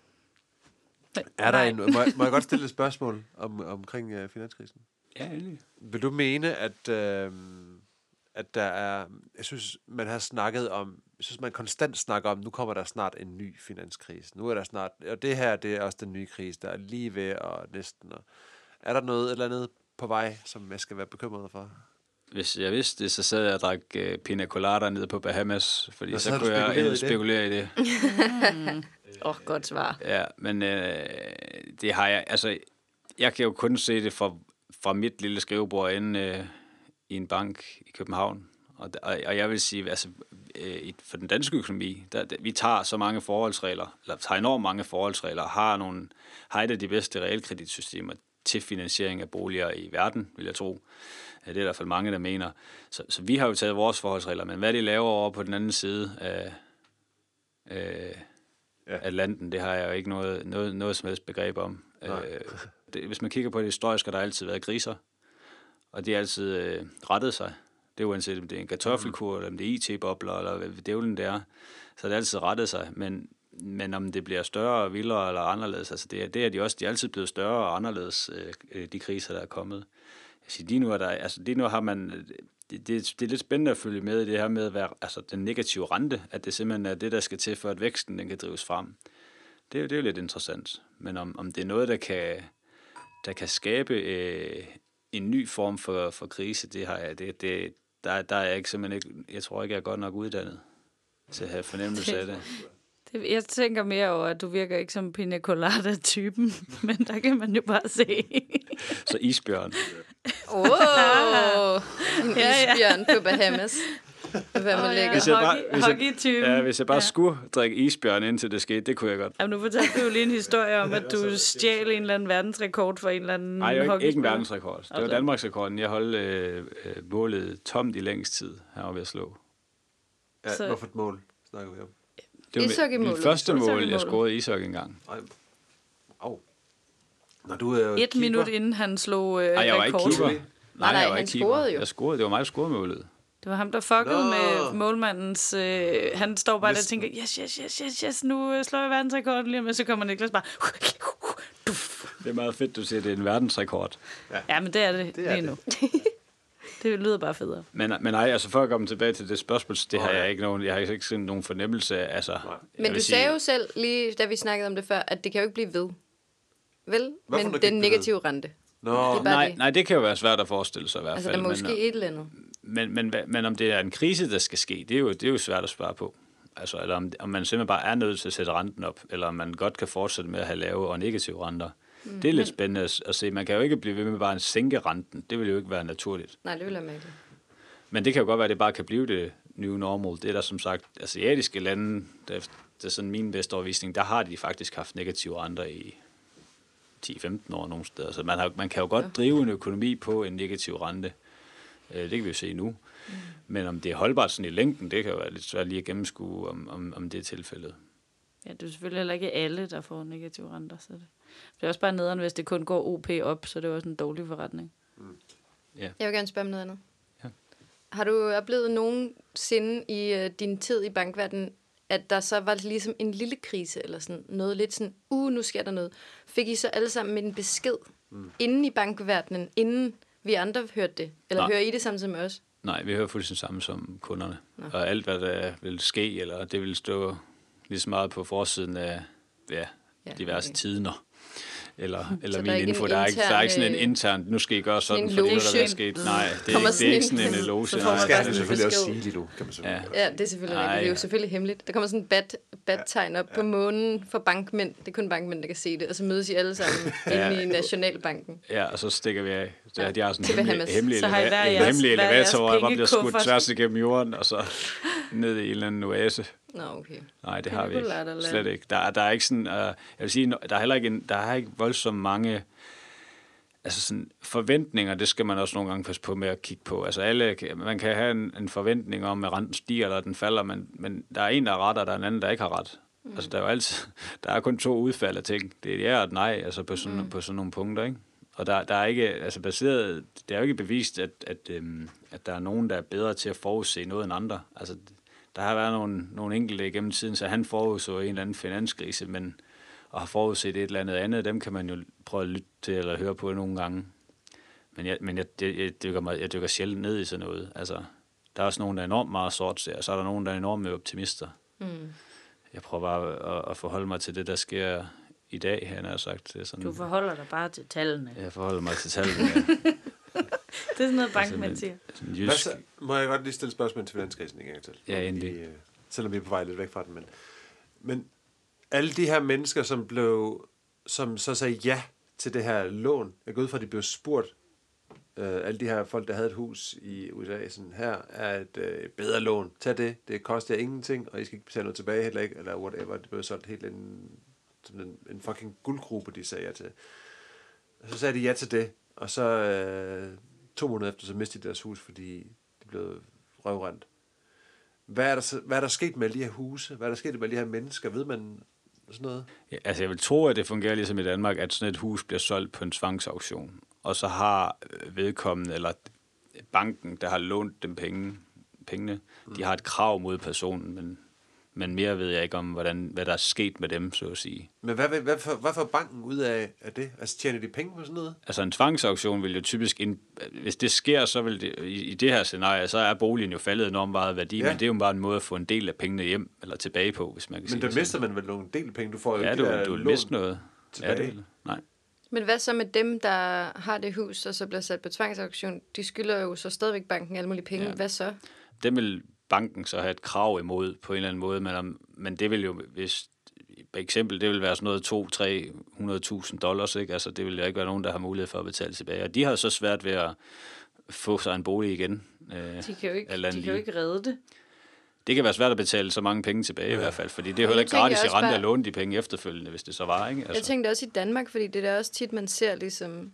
Er der en, må, jeg, må jeg godt stille et spørgsmål om, omkring uh, finanskrisen? Ja, endelig. Vil du mene, at, uh, at der er... Jeg synes, man har snakket om... Jeg synes, man konstant snakker om, nu kommer der snart en ny finanskrise. Nu er der snart... Og det her, det er også den nye krise, der er lige ved og næsten... Og, er der noget eller andet på vej, som jeg skal være bekymret for? Hvis jeg vidste det, så sad jeg og drak uh, pina colada nede på Bahamas, fordi så, så kunne jeg spekulere i det. Åh, mm. oh, godt svar. Ja, men øh, det har jeg, altså, jeg kan jo kun se det fra, fra mit lille skrivebord inde øh, i en bank i København. Og, og, og jeg vil sige, altså, øh, for den danske økonomi, der, der, vi tager så mange forholdsregler, eller tager enormt mange forholdsregler, har, nogle, har et af de bedste realkreditsystemer til finansiering af boliger i verden, vil jeg tro. Det er i hvert fald mange, der mener. Så, så vi har jo taget vores forholdsregler, men hvad de laver over på den anden side af øh, ja. Atlanten, det har jeg jo ikke noget, noget, noget som helst begreb om. Øh, det, hvis man kigger på det historisk, har der altid været kriser, og de har altid øh, rettet sig. Det er uanset om det er en kartoffelkur, eller om det er I T-bobler, eller hvad dævlen det er, så har det altid rettet sig. Men, men om det bliver større, vildere eller anderledes, altså det, det er de også, de er altid blevet større og anderledes, øh, de kriser, der er kommet. Altså, lige nu er der, altså lige nu har man, det, det, det er lidt spændende at følge med i det her med at være, altså den negative rente, at det simpelthen er det, der skal til, for at væksten den kan drives frem. Det er jo, det er jo lidt interessant. Men om, om det er noget, der kan, der kan skabe øh, en ny form for, for krise, det har jeg, det, det, der, der er jeg ikke simpelthen ikke, jeg tror ikke, jeg er godt nok uddannet til at have fornemmelse af det. det. Jeg tænker mere over, at du virker ikke som pina colada-typen, men der kan man jo bare se. Så isbjørn. Åh, oh, en isbjørn på Bahamas. Hvad man oh, lægger. Hvis jeg bare, hvis hockey-typen. jeg, ja, hvis jeg bare ja. skulle drikke isbjørn indtil det skete, det kunne jeg godt. Jamen, nu fortalte du jo lige en historie om, at du stjal en eller anden verdensrekord for en eller anden Nej, det var ikke, ikke en verdensrekord. Det okay. var Danmarks rekorden. Jeg holdt øh, målet tomt i længst tid, her var ved at slå. Ja, Så... hvorfor et mål snakker vi om? Det var mit, mit første mål, jeg scorede i ishockey engang. Au. Når du er Et keeper. Minut inden han slog øh, Ej, jeg var ikke rekord. keeper. Nej, nej, jeg var han ikke keeper. scorede jo. Jeg scorede, det var mig, der scorede målet. Det var ham, der fuckede Nå. med målmandens... Øh, han står bare Næsten. der og tænker, yes, yes, yes, yes, yes, nu øh, slår jeg verdensrekorden lige om, og så kommer Niklas bare... Det er meget fedt, du siger, det er en verdensrekord. Ja, ja men det er det, det er lige nu. Det lyder bare federe. Men, men nej, altså for at komme tilbage til det spørgsmål, det oh, har jeg ikke nogen, jeg har ikke sådan nogen fornemmelse af. Altså, men du sagde sige, jo selv, lige da vi snakkede om det før, at det kan jo ikke blive ved. Vel? Hvorfor men den negative ved? Rente. Nå. Det nej, det. nej, det kan jo være svært at forestille sig i hvert altså, fald. Altså, der er måske men, et eller andet. Men, men, men, men om det er en krise, der skal ske, det er jo, det er jo svært at svare på. Altså, eller om, om man simpelthen bare er nødt til at sætte renten op, eller om man godt kan fortsætte med at have lave og negative renter. Mm. Det er lidt spændende at, at se. Man kan jo ikke blive ved med bare at sænke renten. Det vil jo ikke være naturligt. Nej, det vil jeg mærke. Men det kan jo godt være, at det bare kan blive det new normal. Det er der som sagt asiatiske lande, der, det er sådan min bedste overvisning, der har de faktisk haft negative renter i ti til femten år nogle steder. Så man, har, man kan jo godt drive en økonomi på en negativ rente. Det kan vi jo se nu. Mm. Men om det er holdbart sådan i længden, det kan jo være lidt svært lige at gennemskue, om, om, om det er tilfældet. Ja, det er selvfølgelig heller ikke alle, der får negative renter. Så det, det er også bare nederen, hvis det kun går O P op, så det er også en dårlig forretning. Mm. Yeah. Jeg vil gerne spørge om noget andet. Ja. Har du oplevet nogensinde i uh, din tid i bankverdenen, at der så var ligesom en lille krise, eller sådan noget lidt sådan, uh, nu sker der noget. Fik I så alle sammen en besked mm. inden i bankverdenen, inden vi andre hørte det? Eller Nej. Hører I det samtidig med os? Nej, vi hører fuldstændig samme som kunderne. Nå. Og alt, hvad der vil ske, eller det vil stå lige så meget på forsiden af ja, ja, diverse okay. tidender. Eller, eller min info. Der er, ikke, der er ikke sådan en intern, nu skal I gøre sådan, fordi det der er sket. Nej, det er, ikke, det er ikke sådan en loge. Det skal man selvfølgelig også sige lige nu. Kan man ja. ja, det er selvfølgelig rigtigt. Det er jo selvfølgelig hemmeligt. Der kommer sådan et bad, bad tegn op ja. på månen for bankmænd. Det er kun bankmænd, der kan se det. Og så mødes I alle sammen ja. inde i Nationalbanken. Ja, og så stikker vi af. Ja, de har sådan en hemmelig, hemmelig, eleva- hemmelig elevator, hvor jeg bare bliver skudt tværs igennem jorden, og så ned i en eller anden oase. Nå, okay. Nej, det har vi ikke. Slet ikke. Der, der er ikke sådan, uh, jeg vil sige, der er heller ikke, en, der er ikke voldsomt mange altså sådan, forventninger, det skal man også nogle gange passe på med at kigge på. Altså alle, man kan have en, en forventning om, at renten stiger eller den falder, men, men der er en, der har ret, og der er en anden, der ikke har ret. Mm. Altså der er jo altid, der er kun to udfald af ting. Det er et ja og et nej, altså på sådan, mm. på sådan nogle punkter, ikke? Og der, der er ikke, altså baseret, det er jo ikke bevist, at, at, øhm, at der er nogen, der er bedre til at forudse noget end andre. Altså der har været nogle, nogle enkelte igennem tiden, så han forudså en eller anden finanskrise, men og har forudset et eller andet andet, dem kan man jo prøve at lytte til eller høre på nogle gange. Men jeg, men jeg, jeg, jeg, dykker, mig, jeg dykker sjældent ned i sådan noget. Altså, der er også nogen, der er enormt meget sort, og så er der nogen, der er enormt med optimister. Mm. Jeg prøver bare at, at forholde mig til det, der sker i dag, han har sagt. Det sådan, du forholder dig bare til tallene. Jeg forholder mig til tallene, ja. Det er sådan noget, bankmænd siger. Jysk... Så, må jeg godt lige stille spørgsmål til finanskrisen en gang til? Ja, endelig. Vi, selvom vi er på vej lidt væk fra den. Men, men alle de her mennesker, som blev, som så sagde ja til det her lån, jeg går ud fra, at de blev spurgt, øh, alle de her folk, der havde et hus i U S A, sådan, her er et øh, bedre lån, tag det, det koster ingenting, og I skal ikke betale noget tilbage heller ikke, eller whatever, det blev solgt helt en, en, en fucking guldgruppe, de sagde ja til. Og så sagde de ja til det, og så øh, to måneder efter, så mistede de deres hus, fordi de blev røvrendt. Hvad er, der så, hvad er der sket med de her huse? Hvad er der sket med de her mennesker? Ved man sådan noget? Ja, altså jeg vil tro, at det fungerer ligesom i Danmark, at sådan et hus bliver solgt på en tvangsauktion. Og så har vedkommende, eller banken, der har lånt dem penge, pengene, mm. de har et krav mod personen, men, men mere ved jeg ikke om, hvordan, hvad der er sket med dem, så at sige. Men hvad, hvad, hvad, for, hvad får banken ud af, af det? Altså tjener de penge på sådan noget? Altså en tvangsauktion vil jo typisk, ind, hvis det sker, så vil det, i, i det her scenarie, så er boligen jo faldet enormt meget værdi, ja. Men det er jo bare en måde at få en del af pengene hjem, eller tilbage på, hvis man kan men sige det. Men der mister man vel nogle del af penge, du får jo ja, ikke du, du vil miste noget. Tilbage. Ja, det, nej. Men hvad så med dem, der har det hus, og så bliver sat på tvangsauktion? De skylder jo så stadigvæk banken alle mulige penge. Ja. Hvad så? Dem vil banken så have et krav imod på en eller anden måde, men, men det vil jo, hvis for eksempel, det vil være sådan noget to til tre hundrede tusind dollars, ikke? Altså det vil jo ikke være nogen, der har mulighed for at betale tilbage. Og de har så svært ved at få sig en bolig igen. Øh, de kan jo ikke, de kan jo ikke redde det. Det kan være svært at betale så mange penge tilbage ja. I hvert fald, fordi det er jo heller ikke gratis i rente bare... at låne de penge efterfølgende, hvis det så var, ikke? Altså. Jeg tænkte også i Danmark, fordi det er også tit, man ser ligesom,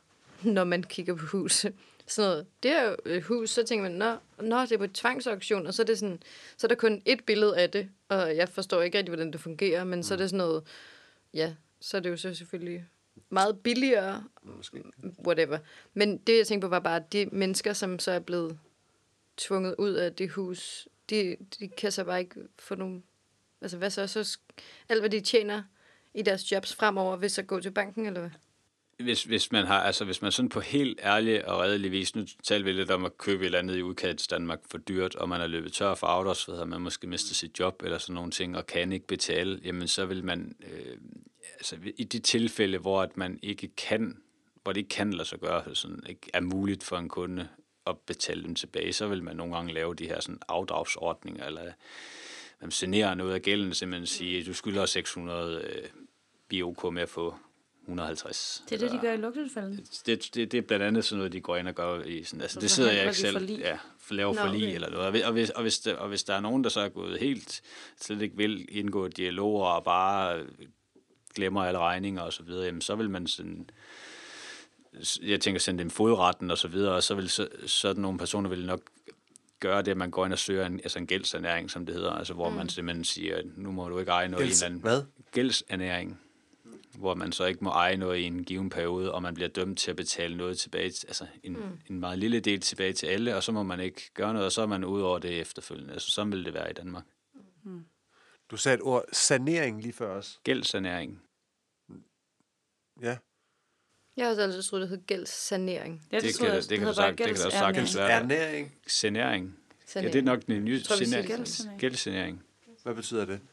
når man kigger på hus. Sådan noget. Det er jo et hus, så tænker man, nå, nå, det er på et tvangsauktion, og så er, det sådan, så er der kun et billede af det, og jeg forstår ikke rigtig, hvordan det fungerer, men mm. så er det sådan noget, ja, så er det jo så selvfølgelig meget billigere, måske. Whatever. Men det, jeg tænkte på, var bare, at de mennesker, som så er blevet tvunget ud af det hus, de, de kan så bare ikke få nogen, altså hvad så, så alt hvad de tjener i deres jobs fremover, vil så gå til banken, eller hvad? Hvis, hvis man har, altså hvis man sådan på helt ærlig og redelig vis, nu taler vi lidt om at købe et eller andet i udkants Danmark for dyrt, og man er løbet tør for outdoors, ved at man måske mister sit job eller sådan nogle ting, og kan ikke betale, jamen så vil man, øh, altså i de tilfælde, hvor at man ikke kan, hvor det ikke kan lade sig gøre, sådan ikke er muligt for en kunde at betale dem tilbage, så vil man nogle gange lave de her sådan afdragsordninger, eller man sanerer noget af gælden, simpelthen sige, du skylder seks hundrede, øh, vi er ok med at få et hundrede og halvtreds. Det er det, de gør i luksusfælden? Det, det, det er blandt andet sådan noget, de går ind og gør i sådan, altså det sidder jeg ikke selv, ja, laver forlig okay. Eller noget, og hvis, og, hvis der, og hvis der er nogen, der så er gået helt, slet ikke vil indgå dialoger og bare glemmer alle regninger og så videre, jamen, så vil man sådan, jeg tænker sende dem fodretten og så videre, og så vil så, sådan nogle personer vil nok gøre det, at man går ind og søger en, altså en gældsernæring, som det hedder, altså hvor mm. man simpelthen siger, nu må du ikke eje noget Gælds, i en eller hvad? anden gældsernæring, hvor man så ikke må eje noget i en given periode, og man bliver dømt til at betale noget tilbage, altså en, mm. en meget lille del tilbage til alle, og så må man ikke gøre noget, og så er man ud over det efterfølgende. Altså sådan vil det være i Danmark. Mm. Du sagde et ord, sanering lige før os. Gældssanering. Ja. Jeg har også altid troet, det hed gældssanering. Ja, det, Det tror kan, jeg, det, det kan, hedder du sagt, bare det kan da sagtens være. Ernæring. Sanering. Sanering. Ja, det er nok den nye Tror, vi siger sanering. gældssanering. Gældssanering. Hvad betyder det?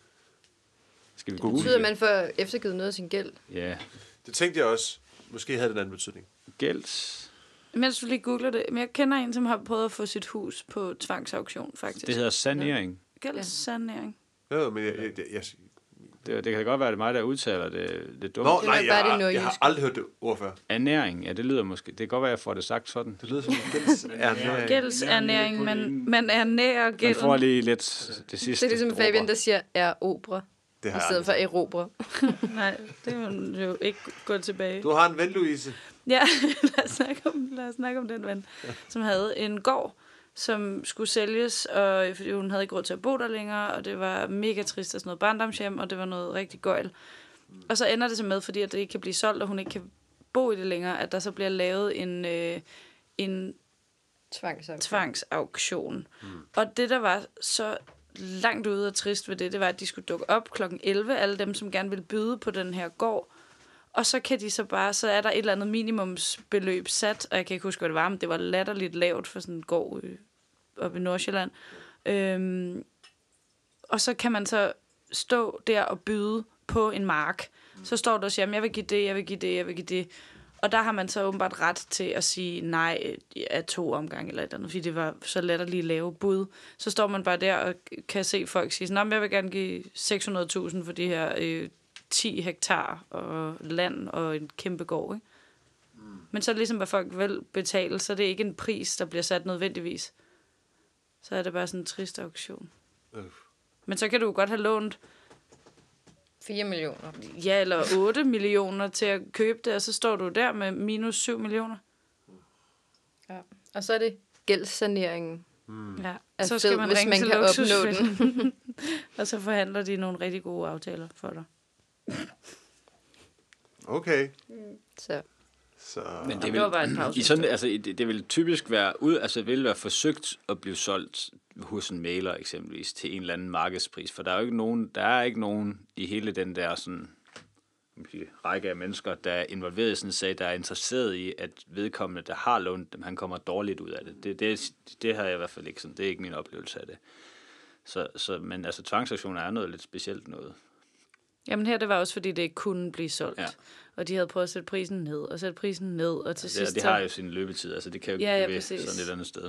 Skal vi Det google betyder, at man får eftergivet noget af sin gæld. Ja. Det tænkte jeg også. Måske havde det en anden betydning. Gælds. Mens du lige googler det, men jeg kender en, som har prøvet at få sit hus på tvangsauktion, faktisk. Det hedder sanering. Gældssanering. Jo, men jeg, jeg, jeg, jeg Det, det kan godt være, det er mig, der udtaler det, det dumt. Nå, Det nej, var jeg, bare det har, nordjyske. jeg har aldrig hørt det ord før. Ernæring, ja, det lyder måske. Det kan godt være, jeg får det sagt sådan. Det lyder som en gældsernæring. Gældsernæring, man, man ernærer Man gælden. får lige lidt det Det sidste. er ligesom dråber. Fabian, der siger er-obra, Det i har stedet jeg for aldrig. erobre. Nej, det vil jo ikke gå tilbage. Du har en ven, Louise. Ja, lad os snakke om, lad os snakke om den ven, som havde en gård, som skulle sælges, og fordi hun havde ikke råd til at bo der længere, og det var mega trist og sådan noget barndomshjem, og det var noget rigtig gøjl. Og så ender det så med, fordi at det ikke kan blive solgt, og hun ikke kan bo i det længere, at der så bliver lavet en, øh, en Tvangsauktion. tvangsauktion. Mm. Og det, der var så langt ude og trist ved det, det var, at de skulle dukke op klokken elleve, alle dem, som gerne ville byde på den her gård. Og så kan de så bare, så er der et eller andet minimumsbeløb sat, og jeg kan ikke huske, hvad det var, men det var latterligt lavt for sådan en gård øh, oppe i Nordsjælland. Øhm, og så kan man så stå der og byde på en mark. Så står der og siger, jeg vil give det, jeg vil give det, jeg vil give det. Og der har man så åbenbart ret til at sige nej af to omgange eller et eller andet, fordi det var så latterligt lave bud. Så står man bare der og kan se folk sige, sådan, jeg vil gerne give seks hundrede tusind for de her øh, ti hektar og land og en kæmpe gård, ikke? Mm. Men så er det ligesom, hvad folk vil betale, så det er ikke en pris, der bliver sat nødvendigvis. Så er det bare sådan en trist auktion. Øh. Men så kan du jo godt have lånt fire millioner. ja, eller otte millioner til at købe det, og så står du der med minus syv millioner. Ja. Og så er det gældssaneringen. Mm. Ja, Er så fed, skal man hvis ringe man til kan opnå Luksusfælden. Og så forhandler de nogle rigtig gode aftaler for dig. Okay. Så. Så... Men det Det vil, var bare en pause. i sådan, altså, det, det vil typisk være ud, altså det vil være forsøgt at blive solgt hos en mailer eksempelvis til en eller anden markedspris, for der er jo ikke nogen, der er ikke nogen i hele den der sådan række af mennesker, der er involveret i sådan en sag, der er interesseret i, at vedkommende, der har lånt dem, han kommer dårligt ud af det. Det, det, det har jeg i hvert fald ikke sådan, det er ikke min oplevelse af det. Så, så, men altså tvangsaktioner er noget lidt specielt noget. Jamen her, det var også, fordi det ikke kunne blive solgt. Ja. Og de havde prøvet at sætte prisen ned, og sætte prisen ned, og til Det, sidst... det så- har jo sin løbetid, altså det kan jo Ja, ja, ikke blive præcis. sådan et andet sted.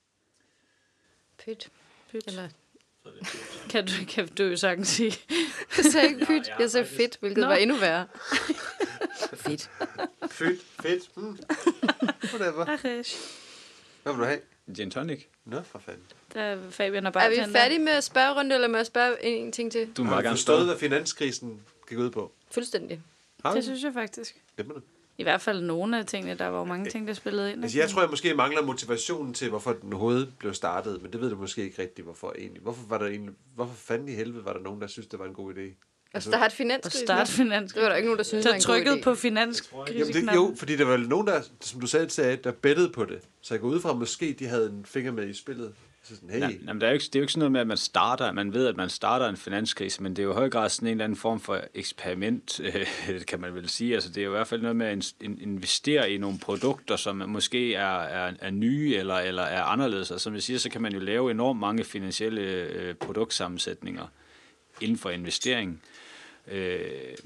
Pyt. Pyt. Eller, Kan du, kan du jo sagtens sige. jeg sagde ikke pyt, jeg sagde fedt, hvilket Nå. var endnu værre. Fedt. Fedt, fedt. Mm. Whatever. Achish. Hvad vil du have? Gin tonic. Nå, for fanden. Der er Fabian og bare Er vi færdige med at spørge rundt, eller må jeg spørge en ting til? Du må Har bare du gerne forstået, stå. hvad finanskrisen gik ud på? Fuldstændig. Har du? Det synes jeg faktisk. Jamen, I hvert fald nogle af tingene, der var jo mange ting, der spillede ind. altså, jeg tror, jeg måske mangler motivationen til, hvorfor den overhovedet blev startet, men det ved du måske ikke rigtigt, hvorfor egentlig. Hvorfor, var der egentlig, hvorfor fanden i helvede var der nogen, der synes, det var en god idé? At starte At finanskrisen. starte Det finanskrisen. var der ikke nogen, der synes Så var en god trykket idé. på Jamen, det, finanskriseknappen. jo, fordi der var nogen, der, som du selv sagde, der bettede på det. Så jeg går ud fra, at måske de havde en finger med i spillet. Så sådan, hey, Nej, jamen, der er jo ikke, det er jo ikke sådan noget med, at man starter, man ved, at man starter en finanskrise, men det er jo i høj grad sådan en eller anden form for eksperiment, øh, kan man vel sige. Altså, det er jo i hvert fald noget med at in, investere i nogle produkter, som måske er, er, er nye eller, eller er anderledes. Og som jeg siger, så kan man jo lave enormt mange finansielle øh, produktsammensætninger inden for investering. Øh,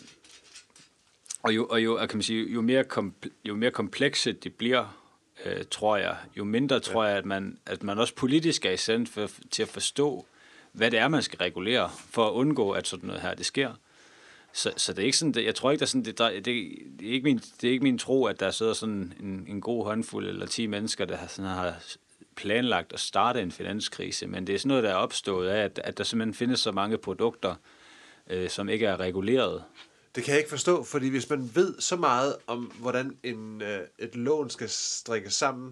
og jo, og jo, kan man sige, jo, mere, komple, jo mere komplekse det bliver, Øh, tror jeg, jo mindre tror jeg, at man, at man også politisk er i stand for, til at forstå, hvad det er, man skal regulere, for at undgå, at sådan noget her, det sker. Så, så det er ikke sådan, det, jeg tror ikke, der er sådan, det, det, det, er ikke min, det er ikke min tro, at der sidder sådan en, en god håndfuld eller ti mennesker, der har, sådan, har planlagt at starte en finanskrise, men det er sådan noget, der er opstået af, at, at der simpelthen findes så mange produkter, øh, som ikke er reguleret. Det kan jeg ikke forstå, fordi hvis man ved så meget om, hvordan en, øh, et lån skal strikkes sammen,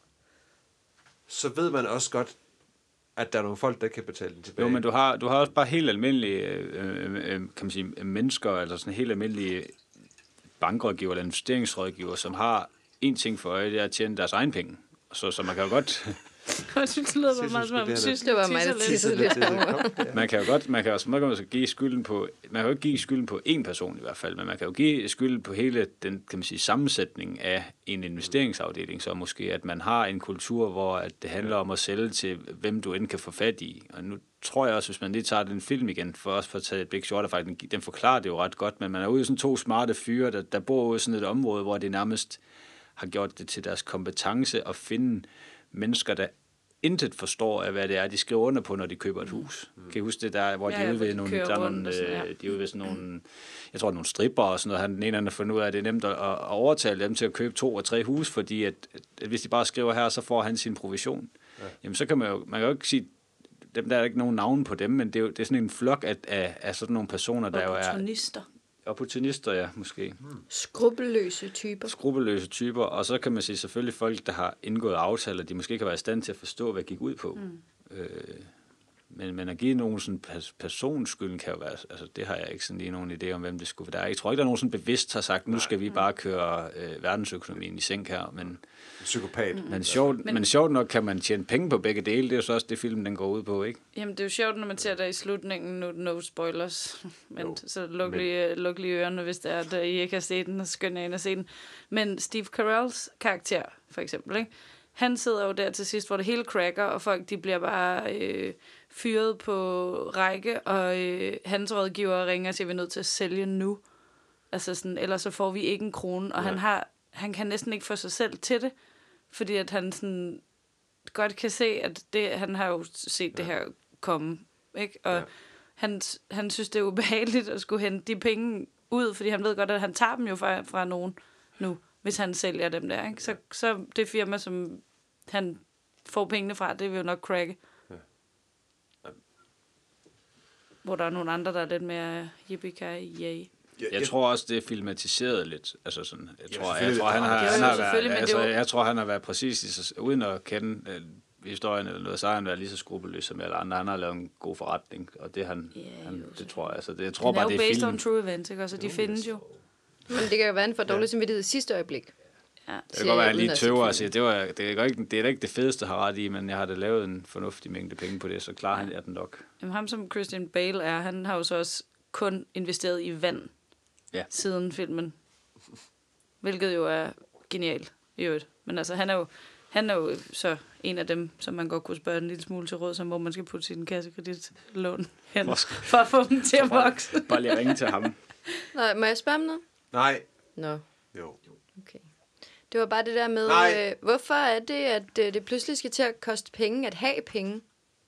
så ved man også godt, at der er nogle folk, der kan betale den tilbage. Jo, men du har, du har også bare helt almindelige øh, øh, kan man sige, mennesker, altså sådan helt almindelige bankrådgiver eller investeringsrådgiver, som har en ting for øje, det er at tjene deres egen penge. Så, så man kan jo godt... Jeg synes, det lyder meget som om, det synes, det var mig, der tissede lidt. Man kan jo godt, man kan også, man kan også give skylden på, man kan jo ikke give skylden på én person i hvert fald, men man kan jo give skylden på hele den, kan man sige, sammensætning af en investeringsafdeling, så måske, at man har en kultur, hvor at det handler om at sælge til, hvem du end kan få fat i. Og nu tror jeg også, hvis man lige tager den film igen, for os for at tage Big Short, faktisk, den, den forklarer det jo ret godt, men man er ude i sådan to smarte fyre, der, der bor ude i sådan et område, hvor det nærmest har gjort det til deres kompetence at finde mennesker, der intet forstår af, hvad det er, de skriver under på, når de køber et hus. Mm. Kan I huske det der, hvor ja, de er ude ved nogle, der er nogle, sådan, ja. de er ude ved sådan nogle, jeg tror, nogle stripper og sådan noget, han den ene anden har fundet ud af, at det er nemt at, at overtale dem til at købe to og tre hus, fordi at, at hvis de bare skriver her, så får han sin provision. Ja. Jamen så kan man jo, man kan jo ikke sige, dem der er ikke nogen navn på dem, men det er jo det er sådan en flok af, af, af sådan nogle personer, der jo er... Opportunister. Opportunister, ja, måske. Hmm. Skrupelløse typer. Skrupelløse typer, og så kan man sige selvfølgelig folk, der har indgået aftaler, de måske kan være i stand til at forstå, hvad gik ud på. Mm. Øh, men, men at give nogen sådan personskylden kan jo være, altså det har jeg ikke sådan lige nogen idé om, hvem det skulle være. Jeg tror ikke, der er nogen sådan bevidst har sagt, nu skal vi bare køre øh, verdensøkonomien i sænk her, men... Psykopat. Men sjovt, men, men sjovt nok kan man tjene penge på begge dele, det er jo så også det film, den går ud på, ikke? Jamen, det er jo sjovt, når man ser der i slutningen, nu no spoilers, men jo, så luk lige, luk lige ørerne, hvis det er, at I ikke har set den, og skynd jer ind og se den. Men Steve Carells karakter, for eksempel, ikke? Han sidder jo der til sidst, hvor det hele cracker, og folk, de bliver bare øh, fyret på række, og øh, hans rådgiver ringer og siger, at vi er nødt til at sælge nu. Altså sådan, ellers så får vi ikke en krone, og han har, han kan næsten ikke få sig selv til det, fordi at han sådan godt kan se, at det, han har jo set ja. det her komme, ikke? Og ja. han, han synes, det er ubehageligt at skulle hente de penge ud, fordi han ved godt, at han tager dem jo fra, fra nogen nu, hvis han sælger dem der, ikke? Så, ja. så det firma, som han får pengene fra, det vil jo nok cracke. Ja. Ja. Hvor der er nogle andre, der er lidt mere yippie-ki-yay. Jeg, jeg tror også det er filmatiseret lidt. Altså sådan, jeg tror, ja, jeg tror han har, han har været, altså, jeg tror han har været præcis uden at kende øh, historien eller noget, så har han været lige så skrupelløs som alle andre. Han har lavet en god forretning, og det han, yeah, han det tror jeg. Altså, det, jeg tror bare, det er jo based film. on true events, ikke? Altså, de findes jo. Men det kan jo være en for dårlig samvittighed i sidste øjeblik. Ja. Det kan godt være, at han lige tøver og siger, det, var, det, er ikke, det er da ikke det fedeste, har ret i, men jeg har da lavet en fornuftig mængde penge på det, så klarer ja. han den nok. Jamen, ham som Christian Bale er, han har jo så også kun investeret i vand ja. siden filmen. Hvilket jo er genialt i øvrigt. Men altså, han er jo, han er jo så en af dem, som man godt kunne spørge en lille smule til råd, som hvor man skal putte sin kassekreditlån hen, for at få dem til at vokse. Bare lige ringe til ham. Nå, må jeg spørge om noget? Nej. Nå. Jo. Okay. Det var bare det der med, øh, hvorfor er det, at øh, det pludselig skal til at koste penge, at have penge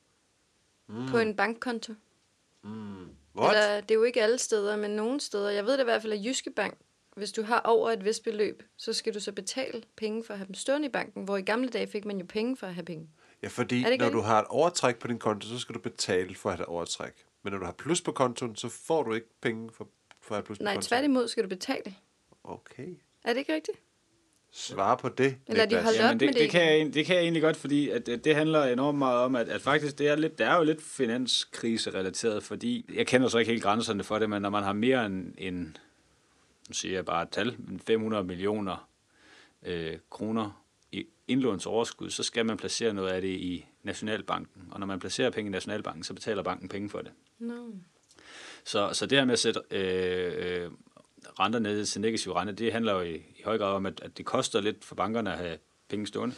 mm. på en bankkonto? Mm. Eller, det er jo ikke alle steder, men nogle steder. Jeg ved det i hvert fald, at Jyske Bank, hvis du har over et vist beløb, så skal du så betale penge for at have dem stående i banken, hvor i gamle dage fik man jo penge for at have penge. Ja, fordi når rigtigt? du har et overtræk på din konto, så skal du betale for at have et overtræk. Men når du har plus på kontoen, så får du ikke penge for, for at have plus Nej, på kontoen. Nej, tværtimod skal du betale. Okay. Er det ikke rigtigt? Svare på det. Eller de holdt op det, med det? Det kan, jeg, det kan jeg egentlig godt, fordi at, at det handler enormt meget om, at, at faktisk det er, lidt, det er jo lidt finanskrise-relateret, fordi jeg kender så ikke helt grænserne for det, men når man har mere end, end nu siger jeg bare et tal, fem hundrede millioner øh, kroner i indlånsoverskud, så skal man placere noget af det i Nationalbanken. Og når man placerer penge i Nationalbanken, så betaler banken penge for det. No. Så, så det her med at sætte øh, øh, renter ned til negativ rente, det handler jo i, i høj grad om, at, at det koster lidt for bankerne at have penge stående.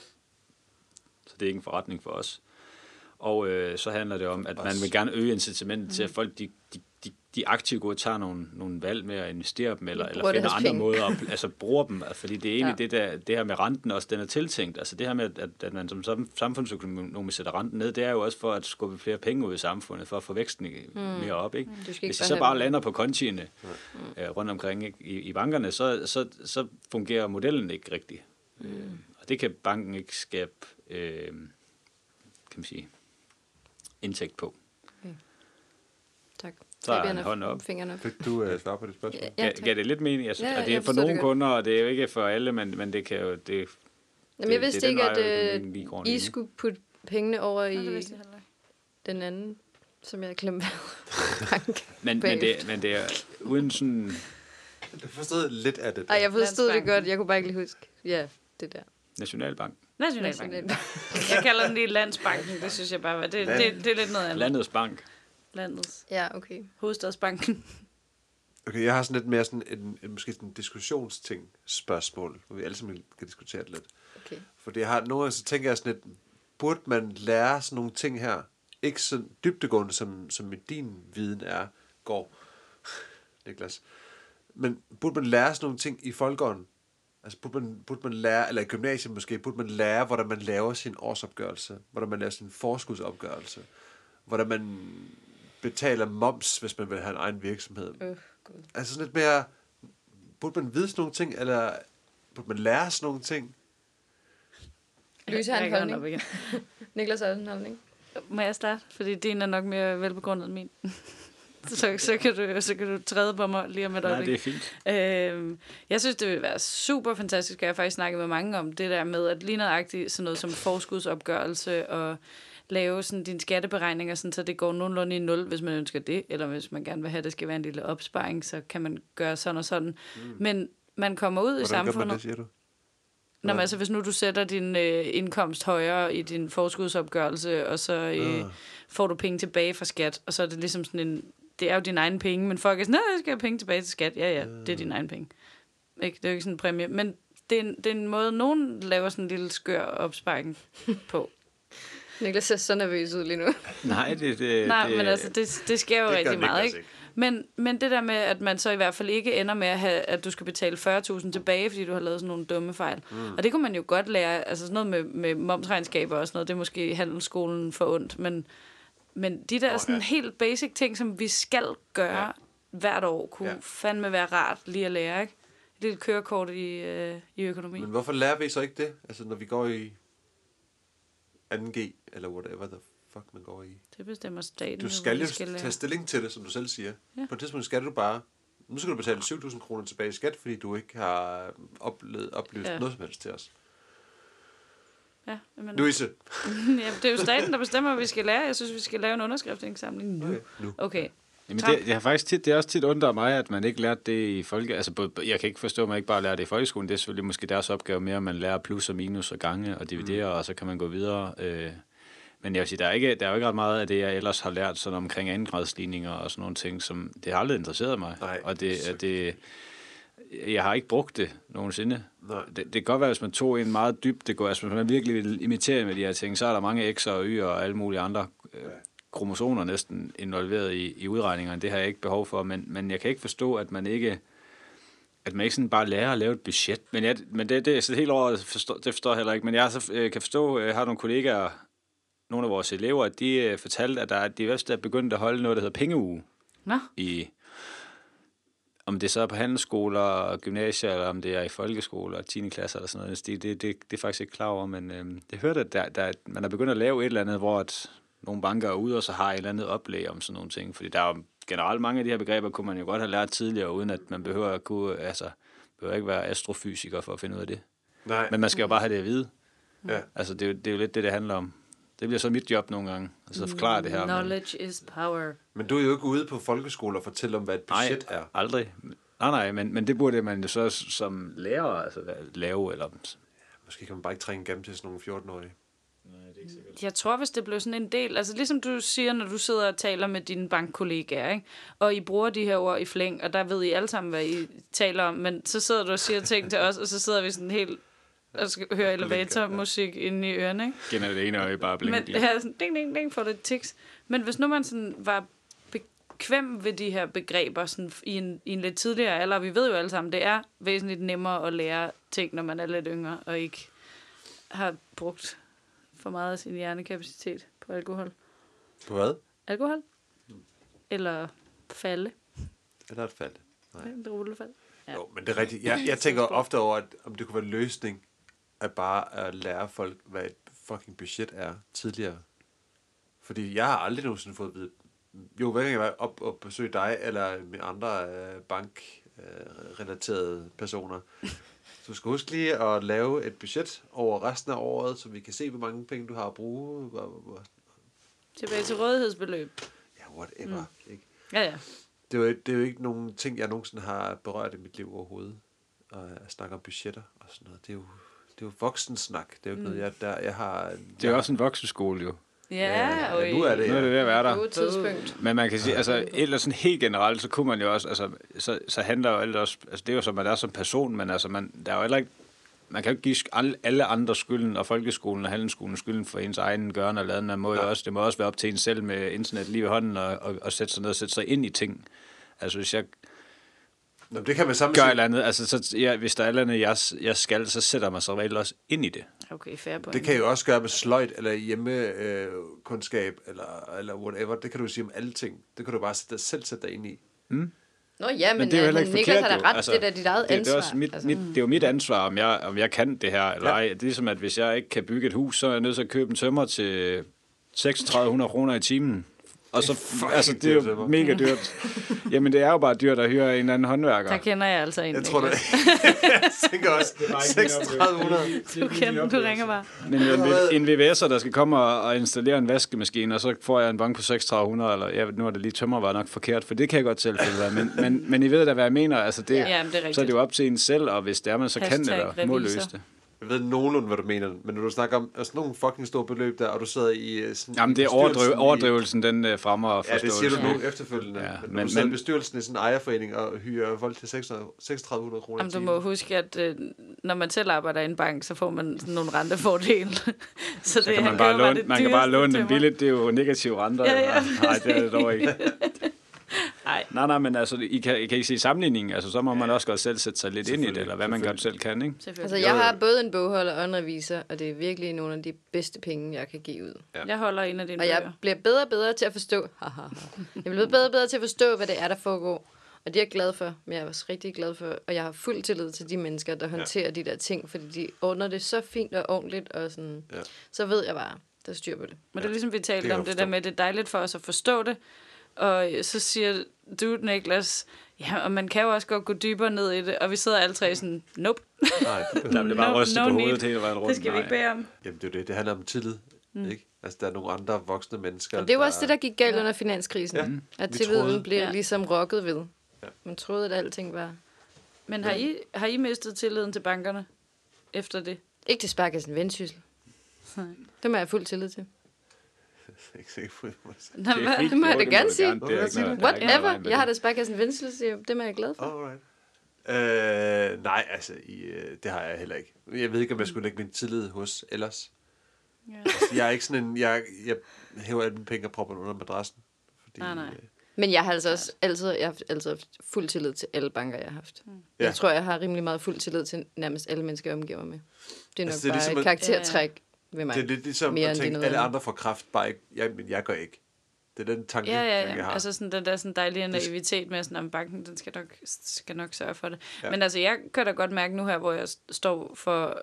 Så det er ikke en forretning for os. Og øh, så handler det om, at man vil gerne øge incitamentet mm. til, at folk de, de, de, de aktivt går og tager nogle, nogle valg med at investere dem, eller, eller finder andre penge. måder, at, altså bruger dem. Fordi det er egentlig ja. det, der, det her med renten også, den er tiltænkt. Altså det her med, at, at man som samfundsøkonomisk sætter renten ned, det er jo også for at skubbe flere penge ud i samfundet, for at få væksten mm. mere op. Ikke? Mm, Hvis det så bare lander på kontiene mm. øh, rundt omkring ikke, i, i bankerne, så, så, så fungerer modellen ikke rigtigt. Mm. Øh, og det kan banken ikke skabe, øh, kan man sige, indtægt på. Tak. Så er Fabian han hånden op. Fingrene op. Fik du uh, svar på det spørgsmål? Ja, Ja, ja, gav det lidt mening? Altså, Ja, og det jeg er for forstår nogle det godt. kunder, og det er jo ikke for alle, men, men det kan jo... Det, Jamen, det- jeg vidste det er den ikke, vej, at økonomien lige øh, går I lige. skulle putte pengene over Nå, det i vidste jeg heller ikke. den anden, som jeg glemte. Bank. Men, men, det, men det er uden sådan... Du forstod lidt af det der. Ej, jeg forstod det Landsbanken. godt. Jeg kunne bare ikke lige huske. Ja, det der. Nationalbank. Nationalbanken. Jeg kalder den lige Landsbanken. Det synes jeg bare var. Det, det, det, det er lidt noget andet. Landets bank. Landets. Ja, okay. Hovedstadsbanken. Okay, jeg har sådan lidt mere sådan en, en måske sådan en diskussionsting spørgsmål, hvor vi alle sammen kan diskutere det lidt. Okay. Fordi jeg har nogle gange, så tænker jeg sådan lidt, burde man lære sådan nogle ting her, ikke så dybdegående, som, som med din viden er, går, Niklas, men burde man lære sådan nogle ting i folkeånden? Altså burde man, burde man lære, eller i gymnasiet måske, burde man lære, hvordan man laver sin årsopgørelse, hvordan man laver sin forskudsopgørelse, hvordan man betaler moms, hvis man vil have en egen virksomhed. Øh, God. Altså sådan lidt mere, burde man vide sådan nogle ting, eller burde man lære sådan nogle ting? Louise har en Jeg rækker hånden op holdning. igen. Niklas har også en holdning. Må jeg starte? Fordi din er nok mere velbegrundet end min. så, så, kan du, så kan du træde på mig lige om et Nej, øjeblik. det er fint. Øhm, jeg synes, det ville være super fantastisk, og jeg har faktisk snakket med mange om det der med, at lige nøjagtigt sådan noget som forskudsopgørelse og lave sådan dine skatteberegninger, sådan, så det går nogenlunde i nul, hvis man ønsker det, eller hvis man gerne vil have, at det skal være en lille opsparing, så kan man gøre sådan og sådan. Mm. Men man kommer ud i Hvordan gør man samfundet... det, siger du? Nå, men altså, hvis nu du sætter din øh, indkomst højere i din forskudsopgørelse, og så øh, Ah. får du penge tilbage fra skat, og så er det ligesom sådan en... Det er jo dine egne penge, men folk er sådan, nej, jeg skal have penge tilbage til skat. Ja, ja, det er dine egne penge. Ikke? Det er jo ikke sådan en præmie. Men det er en, det er en måde, nogen laver sådan en lille skør opsparing på. Niklas ser så nervøs ud lige nu. Nej, det... det Nej, det, men altså, det, det sker jo Det gør rigtig meget, Niklas ikke? Men, men det der med, at man så i hvert fald ikke ender med, at, have, at du skal betale fyrre tusind tilbage, fordi du har lavet sådan nogle dumme fejl. Mm. Og det kunne man jo godt lære, altså sådan noget med, med momsregnskaber og sådan noget, det er måske handelsskolen for ondt, men, men de der Oh, sådan ja. helt basic ting, som vi skal gøre ja. hvert år, kunne Ja. ja. fandme være rart lige at lære, ikke? Et lille kørekort i, øh, i økonomi. Men hvorfor lærer vi så ikke det? Altså når vi går i anden G, eller whatever the fuck man går i. Det bestemmer staten. Du jo, skal hvad jo de skal lære. tage stilling til det, som du selv siger. Ja. På et tidspunkt skal du bare, nu skal du betale syv tusind kroner tilbage i skat, fordi du ikke har oplevet, oplyst Ja. ja. noget som helst til os. Ja, men, Louise. ja, det er jo staten, der bestemmer, hvad vi skal lære. Jeg synes, vi skal lave en underskriftsindsamling nu. Okay, nu. Okay. Jamen Tak. det, det har faktisk tit, det er også tit undret mig, at man ikke lærte det i folke... Altså, både- jeg kan ikke forstå, at man ikke bare lærer det i folkeskolen. Det er selvfølgelig måske deres opgave mere, at man lærer plus og minus og gange og dividere, mm. og så kan man gå videre. Øh, men jeg vil sige, der er, ikke, der er jo ikke ret meget af det, jeg ellers har lært sådan omkring andengradsligninger og sådan nogle ting, som det har aldrig interesseret mig. Nej, og det, så- at det, jeg har ikke brugt det nogensinde. Nej. Det, det kan godt være, hvis man tog en meget dybt, det går, altså hvis man virkelig vil imitere med de her ting, så er der mange X'er og Y'er og alle mulige andre øh, kromosomer næsten involveret i, i udregningerne. Det har jeg ikke behov for, men, men jeg kan ikke forstå, at man ikke at man ikke sådan bare lærer at lave et budget. Men, jeg, men det, det er så helt over, forstår, det forstår jeg heller ikke. Men jeg så, øh, kan forstå, jeg har nogle kollegaer, nogle af vores elever, de øh, fortalte, at der, de er begyndt at holde noget, der hedder pengeuge Nå, i, om det så er på handelsskoler og gymnasier, eller om det er i folkeskoler og tiende klasse eller sådan noget. Det, det, det, det er jeg faktisk ikke klar over, men øh, det hørte, at der, der, man er begyndt at lave et eller andet, hvor at nogle banker er ude, og så har et eller andet oplæg om sådan nogle ting. Fordi der er jo generelt mange af de her begreber, kunne man jo godt have lært tidligere, uden at man behøver at kunne, altså, behøver ikke være astrofysiker for at finde ud af det. Nej. Men man skal jo bare have det at vide. Ja. Altså, det er, jo, det er jo lidt det, det handler om. Det bliver så mit job nogle gange, altså at forklare det her. Men, knowledge is power. Men du er jo ikke ude på folkeskoler og fortælle om, hvad et budget nej, er. aldrig. Nej, nej, men, men det burde man jo så som lærer altså, lave, eller... Måske kan man bare ikke trænge igennem til sådan nogle fjorten-årige. Jeg tror, hvis det blev sådan en del, altså ligesom du siger, når du sidder og taler med dine bankkollegaer, ikke? Og I bruger de her ord i flæng, og der ved I alle sammen, hvad I taler om, men så sidder du og siger ting til os, og så sidder vi sådan helt og skal høre elevatormusik inde i ørerne, ikke? Kender det ene øje bare blink. Men her sådan, ding, ding, ding, får det et tiks. Men hvis nu man sådan var bekvem ved de her begreber sådan i, en, i en lidt tidligere alder, vi ved jo alle sammen, det er væsentligt nemmere at lære ting, når man er lidt yngre, og ikke har brugt for meget af sin hjernekapacitet på alkohol. På hvad? Alkohol? Eller falde. Eller et fald. Nej. Et rullefald. Ja. Jo, men det er rigtigt. Jeg, jeg tænker ofte over, at om det kunne være en løsning, at bare at lære folk, hvad et fucking budget er tidligere. Fordi jeg har aldrig nogensinde fået at vide, jo, hver gang jeg var op og besøge dig, eller med andre øh, bankrelaterede øh, personer, du skal huske lige at lave et budget over resten af året, så vi kan se, hvor mange penge du har at bruge. Hvor, hvor... Tilbage til rådighedsbeløb. Ja, whatever. Mm. Ikke? Ja, ja. Det er, jo, det er jo ikke nogen ting, jeg nogensinde har berørt i mit liv overhovedet. At snakke om budgetter og sådan noget. Det er jo, det er jo voksensnak. Det er jo ikke mm. noget, jeg, der, jeg har... Det er jo også en voksenskole, jo. Ja, ja, ja, nu er det, Nu er det ved at være der. Gode tidspunkt. Men man kan sige, altså ellers sådan helt generelt, så kunne man jo også, altså, så, så handler jo alt også, altså det er jo som man er som person, men altså man, der er jo heller ikke, man kan jo ikke give alle, alle andre skylden, og folkeskolen og handelsskolen skylden for ens egen gørne og laden. Man må jo også, det må også være op til en selv med internet lige ved hånden, og, og, og sætte sig ned og sætte sig ind i ting. Altså hvis jeg Nå, det kan man sammen gør et eller andet, altså så, ja, hvis der er et eller andet, jeg, jeg skal, så sætter man sig reelt også ind i det. Okay, fair point. Det kan jo også gøre med sløjt, eller hjemmekundskab, øh, eller, eller whatever. Det kan du sige om alle ting. Det kan du bare sætte, selv sætte dig ind i. Mm. Nå ja, men, men det er jo heller ikke Niklas forkert, har da ret, altså, det er da dit eget det, ansvar. Det er, også mit, altså. mit, det er jo mit ansvar, om jeg, om jeg kan det her, eller Ja. ej. Det er ligesom, at hvis jeg ikke kan bygge et hus, så er jeg nødt til at købe en tømmer til seksogtredive hundrede kroner i timen. Og så, altså, det er jo dyrt, mega dyrt. Jamen, det er jo bare dyrt at hyre en eller anden håndværker. Der kender jeg altså en. Jeg tror det. Jeg tænker også seksogtredive hundrede. Du kender, du ringer bare. Men en, en V V S'er, der skal komme og, og installere en vaskemaskine, og så får jeg en bank på seksogtredive hundrede, eller ja, nu er det lige tømmer, var nok forkert, for det kan jeg godt selv finde ud af. Men, men, men I ved da, hvad jeg mener. Altså, det, Ja, men det er rigtigt. så er det jo op til en selv, og hvis det er man, så kan Hashtag eller må revisor. løse det. Jeg ved nogenlunde, hvad du mener, men når du snakker om altså, nogle fucking store beløb der, og du sidder i sådan... Jamen, det er overdriv, overdrivelsen, den uh, fremmer Ja, forståelse. det siger du nu efterfølgende. Ja, Ja, men, men- du sidder men- i bestyrelsen i sådan en ejerforening og hyrer folk til seksogtredive hundrede kroner Jamen, du må huske, at øh, når man selv arbejder i en bank, så får man sådan nogle rentefordele. så det Så kan man, er bare jo låne, det man kan bare dyreste låne den tømmer. billigt, det er jo negative renter. Ja, ja. Nej, det er det dog ikke. Nej. Nej, nej, men altså, I kan, I kan ikke se sammenligningen, altså, så må man også godt selv sætte sig lidt ind i det, eller hvad man godt selv kan, ikke? Altså, jeg har både en bogholder og en revisor, og det er virkelig nogle af de bedste penge, jeg kan give ud. Ja. Jeg holder en af dine Og jeg bøger. bliver bedre og bedre til at forstå. jeg bliver bedre og bedre til at forstå, hvad det er, der foregår. Og det er jeg glad for, men jeg er også rigtig glad for, og jeg har fuld tillid til de mennesker, der håndterer ja. de der ting, fordi de ordner det så fint og ordentligt, og sådan, Ja. så ved jeg bare, der er styr på det. Men det er ligesom, vi Det talte kan om jeg det forstå. der med, det er dejligt for os at forstå det. Og så siger du, Niklas, ja, og man kan jo også godt gå dybere ned i det. Og vi sidder alle tre sådan, nope. Nej, det, Der bliver bare No- rystet no på need. hovedet hele vejen rundt. Det skal vi ikke bede om. jamen, det er jo det. Det handler om tillid, mm. ikke? Altså, der er nogle andre voksne mennesker, Og det er jo der... også det, der gik galt under finanskrisen. Ja. At Vi tilliden troede- blev Ja. ligesom rokket ved. Ja. Man troede, at alting var... Men har I, har I mistet tilliden til bankerne efter det? Ikke til Sparkassen Vendsyssel. Dem har jeg fuld tillid til. Ikke sikker på, Nå, Det er hvad? fint. Det må jeg Jo, da må gerne du sige. Det er ikke noget- der er ikke noget Whatever. vejen med Jeg har det. da Sparkassen Vendsyssel, så dem er jeg glad for. Alright. Øh, nej, altså, i, øh, det har jeg heller ikke. Jeg ved ikke, om jeg skulle lægge min tillid hos ellers. Ja. Altså, jeg er ikke sådan en... Jeg, jeg hæver alle mine penge og propper den under madrassen. Fordi, Nej, nej. øh, Men jeg har altså også altid, jeg har haft- altid haft fuld tillid til alle banker, jeg har haft. Mm. Ja. Jeg tror, jeg har rimelig meget fuld tillid til nærmest alle mennesker, jeg omgiver mig med. Det er nok Altså, det er bare ligesom et at- karaktertræk ved mig. Det er lidt ligesom Mere at end det tænke, noget alle andet. andre får kraft, bare ikke... Jeg, men jeg gør ikke. Det er den tanke, Ja, ja, jeg ja. har. Altså sådan den der sådan dejlige naivitet med, sådan, om banken, den skal nok, skal nok sørge for det. Ja. Ja. Men altså, jeg kan da godt mærke nu her, hvor jeg står for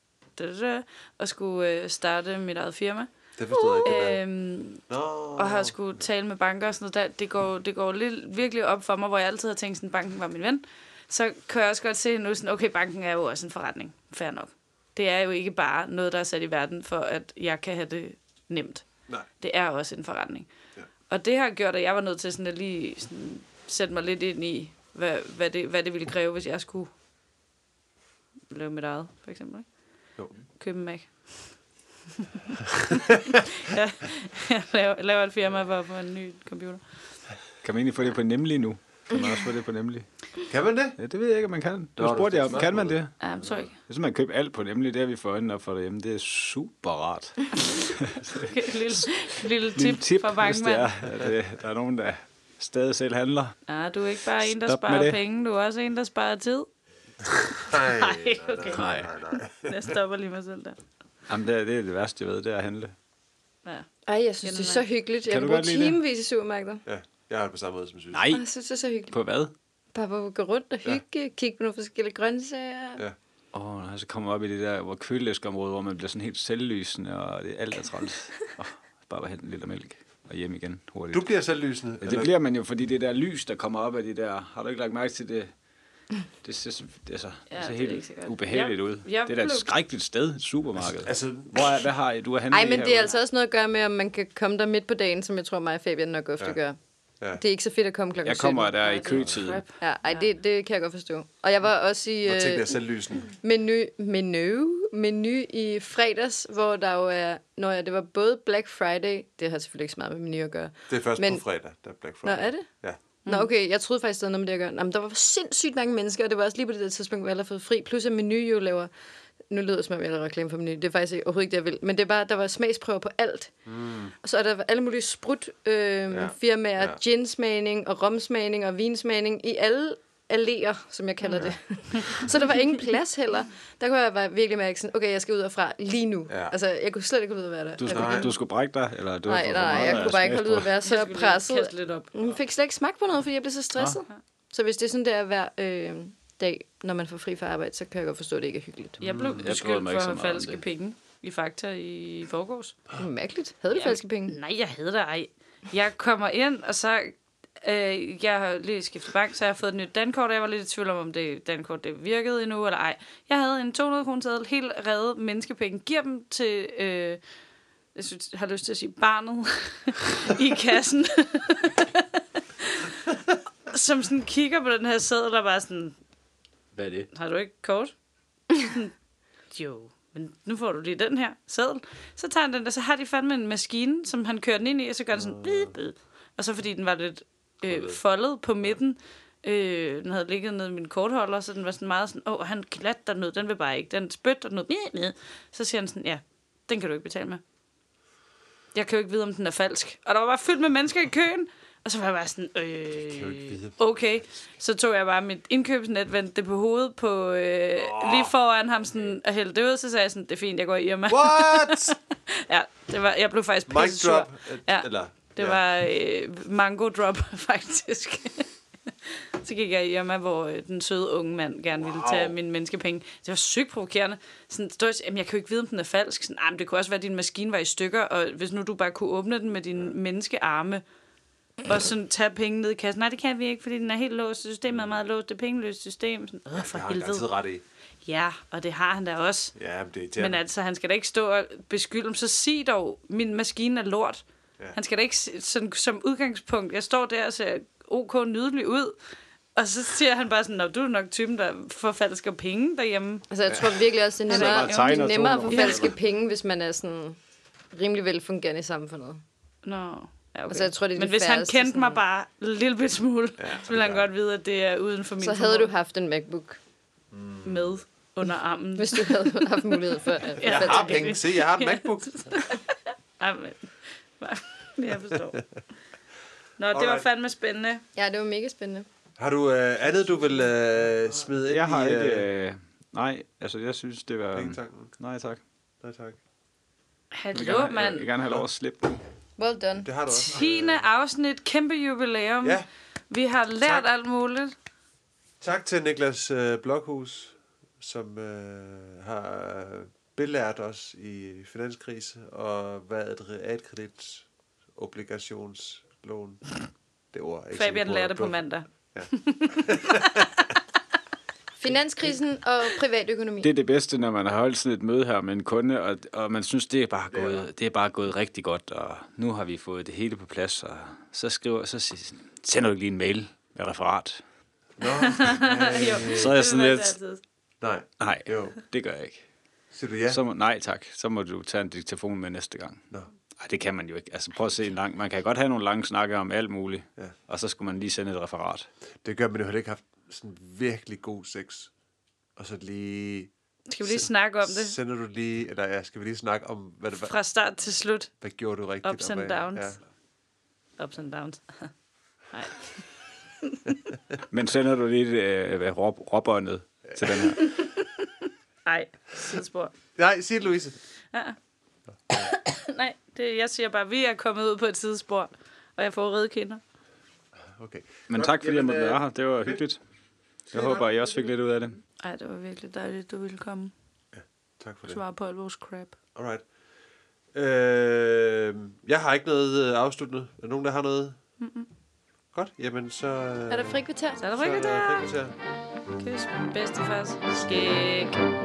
at skulle øh, starte mit eget firma. Det forstod jeg ikke. Det der. Øhm, Nå. og har skulle tale med banker og sådan noget. Der, det går, det går lidt, virkelig op for mig, hvor jeg altid har tænkt, sådan, banken var min ven. Så kan jeg også godt se nu, sådan, okay, banken er jo også en forretning. Fair nok. Det er jo ikke bare noget, der er sat i verden, for at jeg kan have det nemt. Nej. Det er også en forretning. Ja. Og det har gjort, at jeg var nødt til sådan at lige sådan, sætte mig lidt ind i, hvad, hvad, det, hvad det ville kræve, hvis jeg skulle lave mit eget, for eksempel. Ikke? Jo. Købe en Mac. jeg, jeg laver, laver et firma for at få en ny computer. Kan man egentlig få det på Nemlig nu? Kan man også få det på Nemlig? Kan man det? Ja, det ved jeg ikke, om man kan. Du Nå, har spurgt du jer, fik om kan man spørgsmål. det? Ja, jeg tror ikke. Hvis man køber alt på Nemlig, det har vi fået øjnene op for derhjemme. Det er super rart. Okay, et lille, lille tip, Lille tip, fra hvis det bankmand. er, at øh, der er nogen, der stadig selv handler. Ja, du er ikke bare en, der Stop med sparer det. penge, du er også en, der sparer tid. Nej, Nej, okay. Nej. nej, nej. Jeg stopper lige mig selv der. Jamen, det er, det er det værste, jeg ved, det er at handle. Ja. Ej, jeg synes, det er så hyggeligt. Jeg Kan kan du bruge godt lide det? timevis i supermarkeder. Ja, jeg har det på samme måde, som jeg synes. Nej, Og jeg synes, det er så hyggeligt. på hvad? Bare på at gå rundt og hygge, ja. Kigge på nogle forskellige grøntsager. Ja. Åh, oh, så kommer op i det der hvor kølelæskområde, hvor man bliver sådan helt selvlysende, og det alt er træls. Oh, bare hente en liter mælk. og hjem igen hurtigt. Du bliver selvlysende? Ja, det bliver man jo, fordi det der lys, der kommer op af de der... Har du ikke lagt mærke til det? Det ser, det er så, Ja, det ser det er helt ikke ubehageligt jeg, ud. Jeg det er da et blev... skrækkeligt sted, et supermarked. Altså, Hvor er, hvad har I? Du er henne Ej, men det er herude? altså også noget at gøre med, om man kan komme der midt på dagen, som jeg tror mig og Fabian nok ofte Ja. gør. Ja. Det er ikke så fedt at komme klokken Jeg kommer sytten. der i Nej, det er køtiden. crap. Ja, ej, det, det kan jeg godt forstå. Og jeg var også i hvor tænkte øh, jeg selvlysende? menu, menu, menu i fredags, hvor der jo er... Når jeg, det var både Black Friday, det har selvfølgelig ikke så meget med menu at gøre. Det er først Men- på fredag, der er Black Nå, Friday. er det? Ja. Nå, okay, jeg troede faktisk, det havde noget med det at gøre. Jamen, der var sindssygt mange mennesker, og det var også lige på det der tidspunkt, hvor jeg havde fået fri. Plus at Menu jo laver... Nu lyder det som om, jeg laver reklame for Menu. Det er faktisk ikke, overhovedet ikke det, jeg vil. Men det er bare, der var smagsprøver på alt. Mm. Og så er der alle mulige sprut øh, ja. firmaer, Ja. ginsmagning og romsmagning og vinsmagning i alle alléer, som jeg kalder ja. det. Så der var ingen plads heller. Der kunne jeg bare virkelig mærke sådan, okay, jeg skal ud herfra lige nu. Ja. Altså, jeg kunne slet ikke holde ud at være der. Du Jeg skulle, kunne- du skulle brække dig? Eller du Nej, havde nej, fået for nej, jeg meget kunne bare ikke holde ud at være Jeg så skulle lige presset. kaste lidt op. Jeg fik slet ikke smagt på noget, fordi jeg blev så stresset. Nå. Så hvis det er sådan der hver øh, dag, når man får fri fra arbejde, så kan jeg godt forstå, at det ikke er hyggeligt. Jeg blev Jeg bryder beskyldt mig ikke for så at meget have om falske det. penge i Fakta i forgårs. Det er mærkeligt. Havde du falske penge? Nej, jeg havde det ej. Jeg kommer ind, og så... Øh, jeg har lige skiftet bank, så jeg har fået et nyt dankort, og jeg var lidt i tvivl om, om det dankort det virkede endnu, eller ej. Jeg havde en to hundrede kroner seddel, helt reddet menneskepenge. Giver dem til... Øh, jeg synes, jeg har lyst til at sige barnet i kassen. Som sådan kigger på den her seddel og bare sådan... Hvad er det? Har du ikke kort? Jo, men nu får du lige den her seddel. Så tager han den der, så har de fandme en maskine, som han kører den ind i, og så gør den sådan... Bid, bid. Og så fordi den var lidt øh, foldet på midten, øh, den havde ligget nede i min kortholder, så den var sådan meget sådan, åh, han glat der ned, den vil bare ikke. Den spytter ned, ned. Så siger han sådan, ja, den kan du ikke betale med. Jeg kan jo ikke vide, om den er falsk. Og der var bare fyldt med mennesker i køen, og så var jeg bare sådan, øh, okay. Så tog jeg bare mit indkøbsnet, vendte det på hovedet på, øh, oh. lige foran ham sådan, og hældte det ud, så sagde jeg sådan, det er fint, jeg går i Irma. What? Ja, det var, jeg blev faktisk Mic pisse sur. drop? Ja. Eller, Det ja. var øh, mango drop, faktisk. Så gik jeg i Irma, hvor øh, den søde unge mand gerne ville Wow. tage mine menneskepenge. Det var sygt provokerende. Sådan, stod, jeg, jeg kan jo ikke vide, om den er falsk. Sådan, men det kunne også være, at din maskine var i stykker, og hvis nu du bare kunne åbne den med dine menneskearme, og sådan tage penge ned i kassen. Nej, det kan vi ikke, fordi den er helt låst. Systemet er meget låst. Det er pengeløst system. Sådan, øh, for Det har han helvede. altid ret i. Ja, og det har han da også. Ja, men det er Men irriterende. altså, han skal da ikke stå og beskylde dem. Så sig dog, min maskine er lort. Ja. Han skal da ikke, s- sådan, som udgangspunkt, jeg står der og ser ok nydelig ud, og så siger han bare sådan, nå, du er nok typen, der forfalsker penge derhjemme. Altså, jeg tror virkelig også, det er Så nemmere, bare tegner det er nemmere at få toner. falske penge, hvis man er sådan rimelig velfungerende i samfundet. Nå, ja, okay. Altså, jeg tror, det er Men de hvis han færreste, kendte mig sådan- bare en lille bit smule, Ja, så ville han det er godt vide, at det er uden for min Så havde du formål. haft en MacBook, Med under armen. hvis du havde haft mulighed for at få Ja. Jeg falske har penge. penge. Se, jeg har et MacBook. Amen. Jeg forstår. Nå, det var Alright. fandme spændende. Ja, det var mega spændende. Har du øh, andet, du vil øh, smide ind Jeg har i... ikke... Øh, Øh, nej, altså jeg synes, det var... pengetanken? Nej, tak. Nej, tak. Jeg vil Hallo, gerne, jeg mand. vil gerne have lov at slippe nu. Well done. Det har du også. tiende afsnit, kæmpe jubilæum. Ja. Vi har lært Tak. alt muligt. Tak til Niklas øh, Blokhus, som øh, har belært os i finanskrise, og hvad et realkredit obligationslån. Det ord. er ikke Fabian sikker lærte på at- mandag. Finanskrisen og privatøkonomi. Det er det bedste, når man har holdt sådan et møde her med en kunde, og, og man synes, det er, bare gået, det er bare gået rigtig godt, og nu har vi fået det hele på plads, og så skriver, så siger, sender du ikke lige en mail med referat. Nå, Jo, Så er jeg det sådan var lidt, det altid. nej. nej, Jo. det gør jeg ikke. Siger du ja? Så må, nej tak, så må du tage en diktafon med næste gang. Nå. Nej, det kan man jo ikke. Altså prøv at se en lang, man kan godt have nogle lange snakke om alt muligt, Ja. og så skulle man lige sende et referat. Det gør man jo heller ikke haft sådan virkelig god sex. Og så lige... Skal vi lige snakke om det? Sender du lige... Eller ja, skal vi lige snakke om, hvad, det var, Fra start til slut. hvad gjorde du rigtigt? Ups og and hvad- downs. Ja. Ups and downs. Nej. Men sender du lige øh, råbåndet til den her? Nej, sidespor. Nej, sig det, Louise. Ja. Nej, det, jeg siger bare, at vi er kommet ud på et sidespor, og jeg får røde kinder. Okay. Men Godt, tak fordi jeg jamen, måtte øh, være her. Det var hyggeligt. Jeg håber, I også fik lidt ud af det. Ej, det var virkelig dejligt, du ville komme. Tak for det. Svare på al vores crap. Alright. Øh, Jeg har ikke noget øh, afsluttende. Er der nogen, der har noget? Mm-mm. Godt, jamen så... Øh, Er der frikvarter? Så er der så er der frikvarter. frikvarter. Kys bedstefars skæg.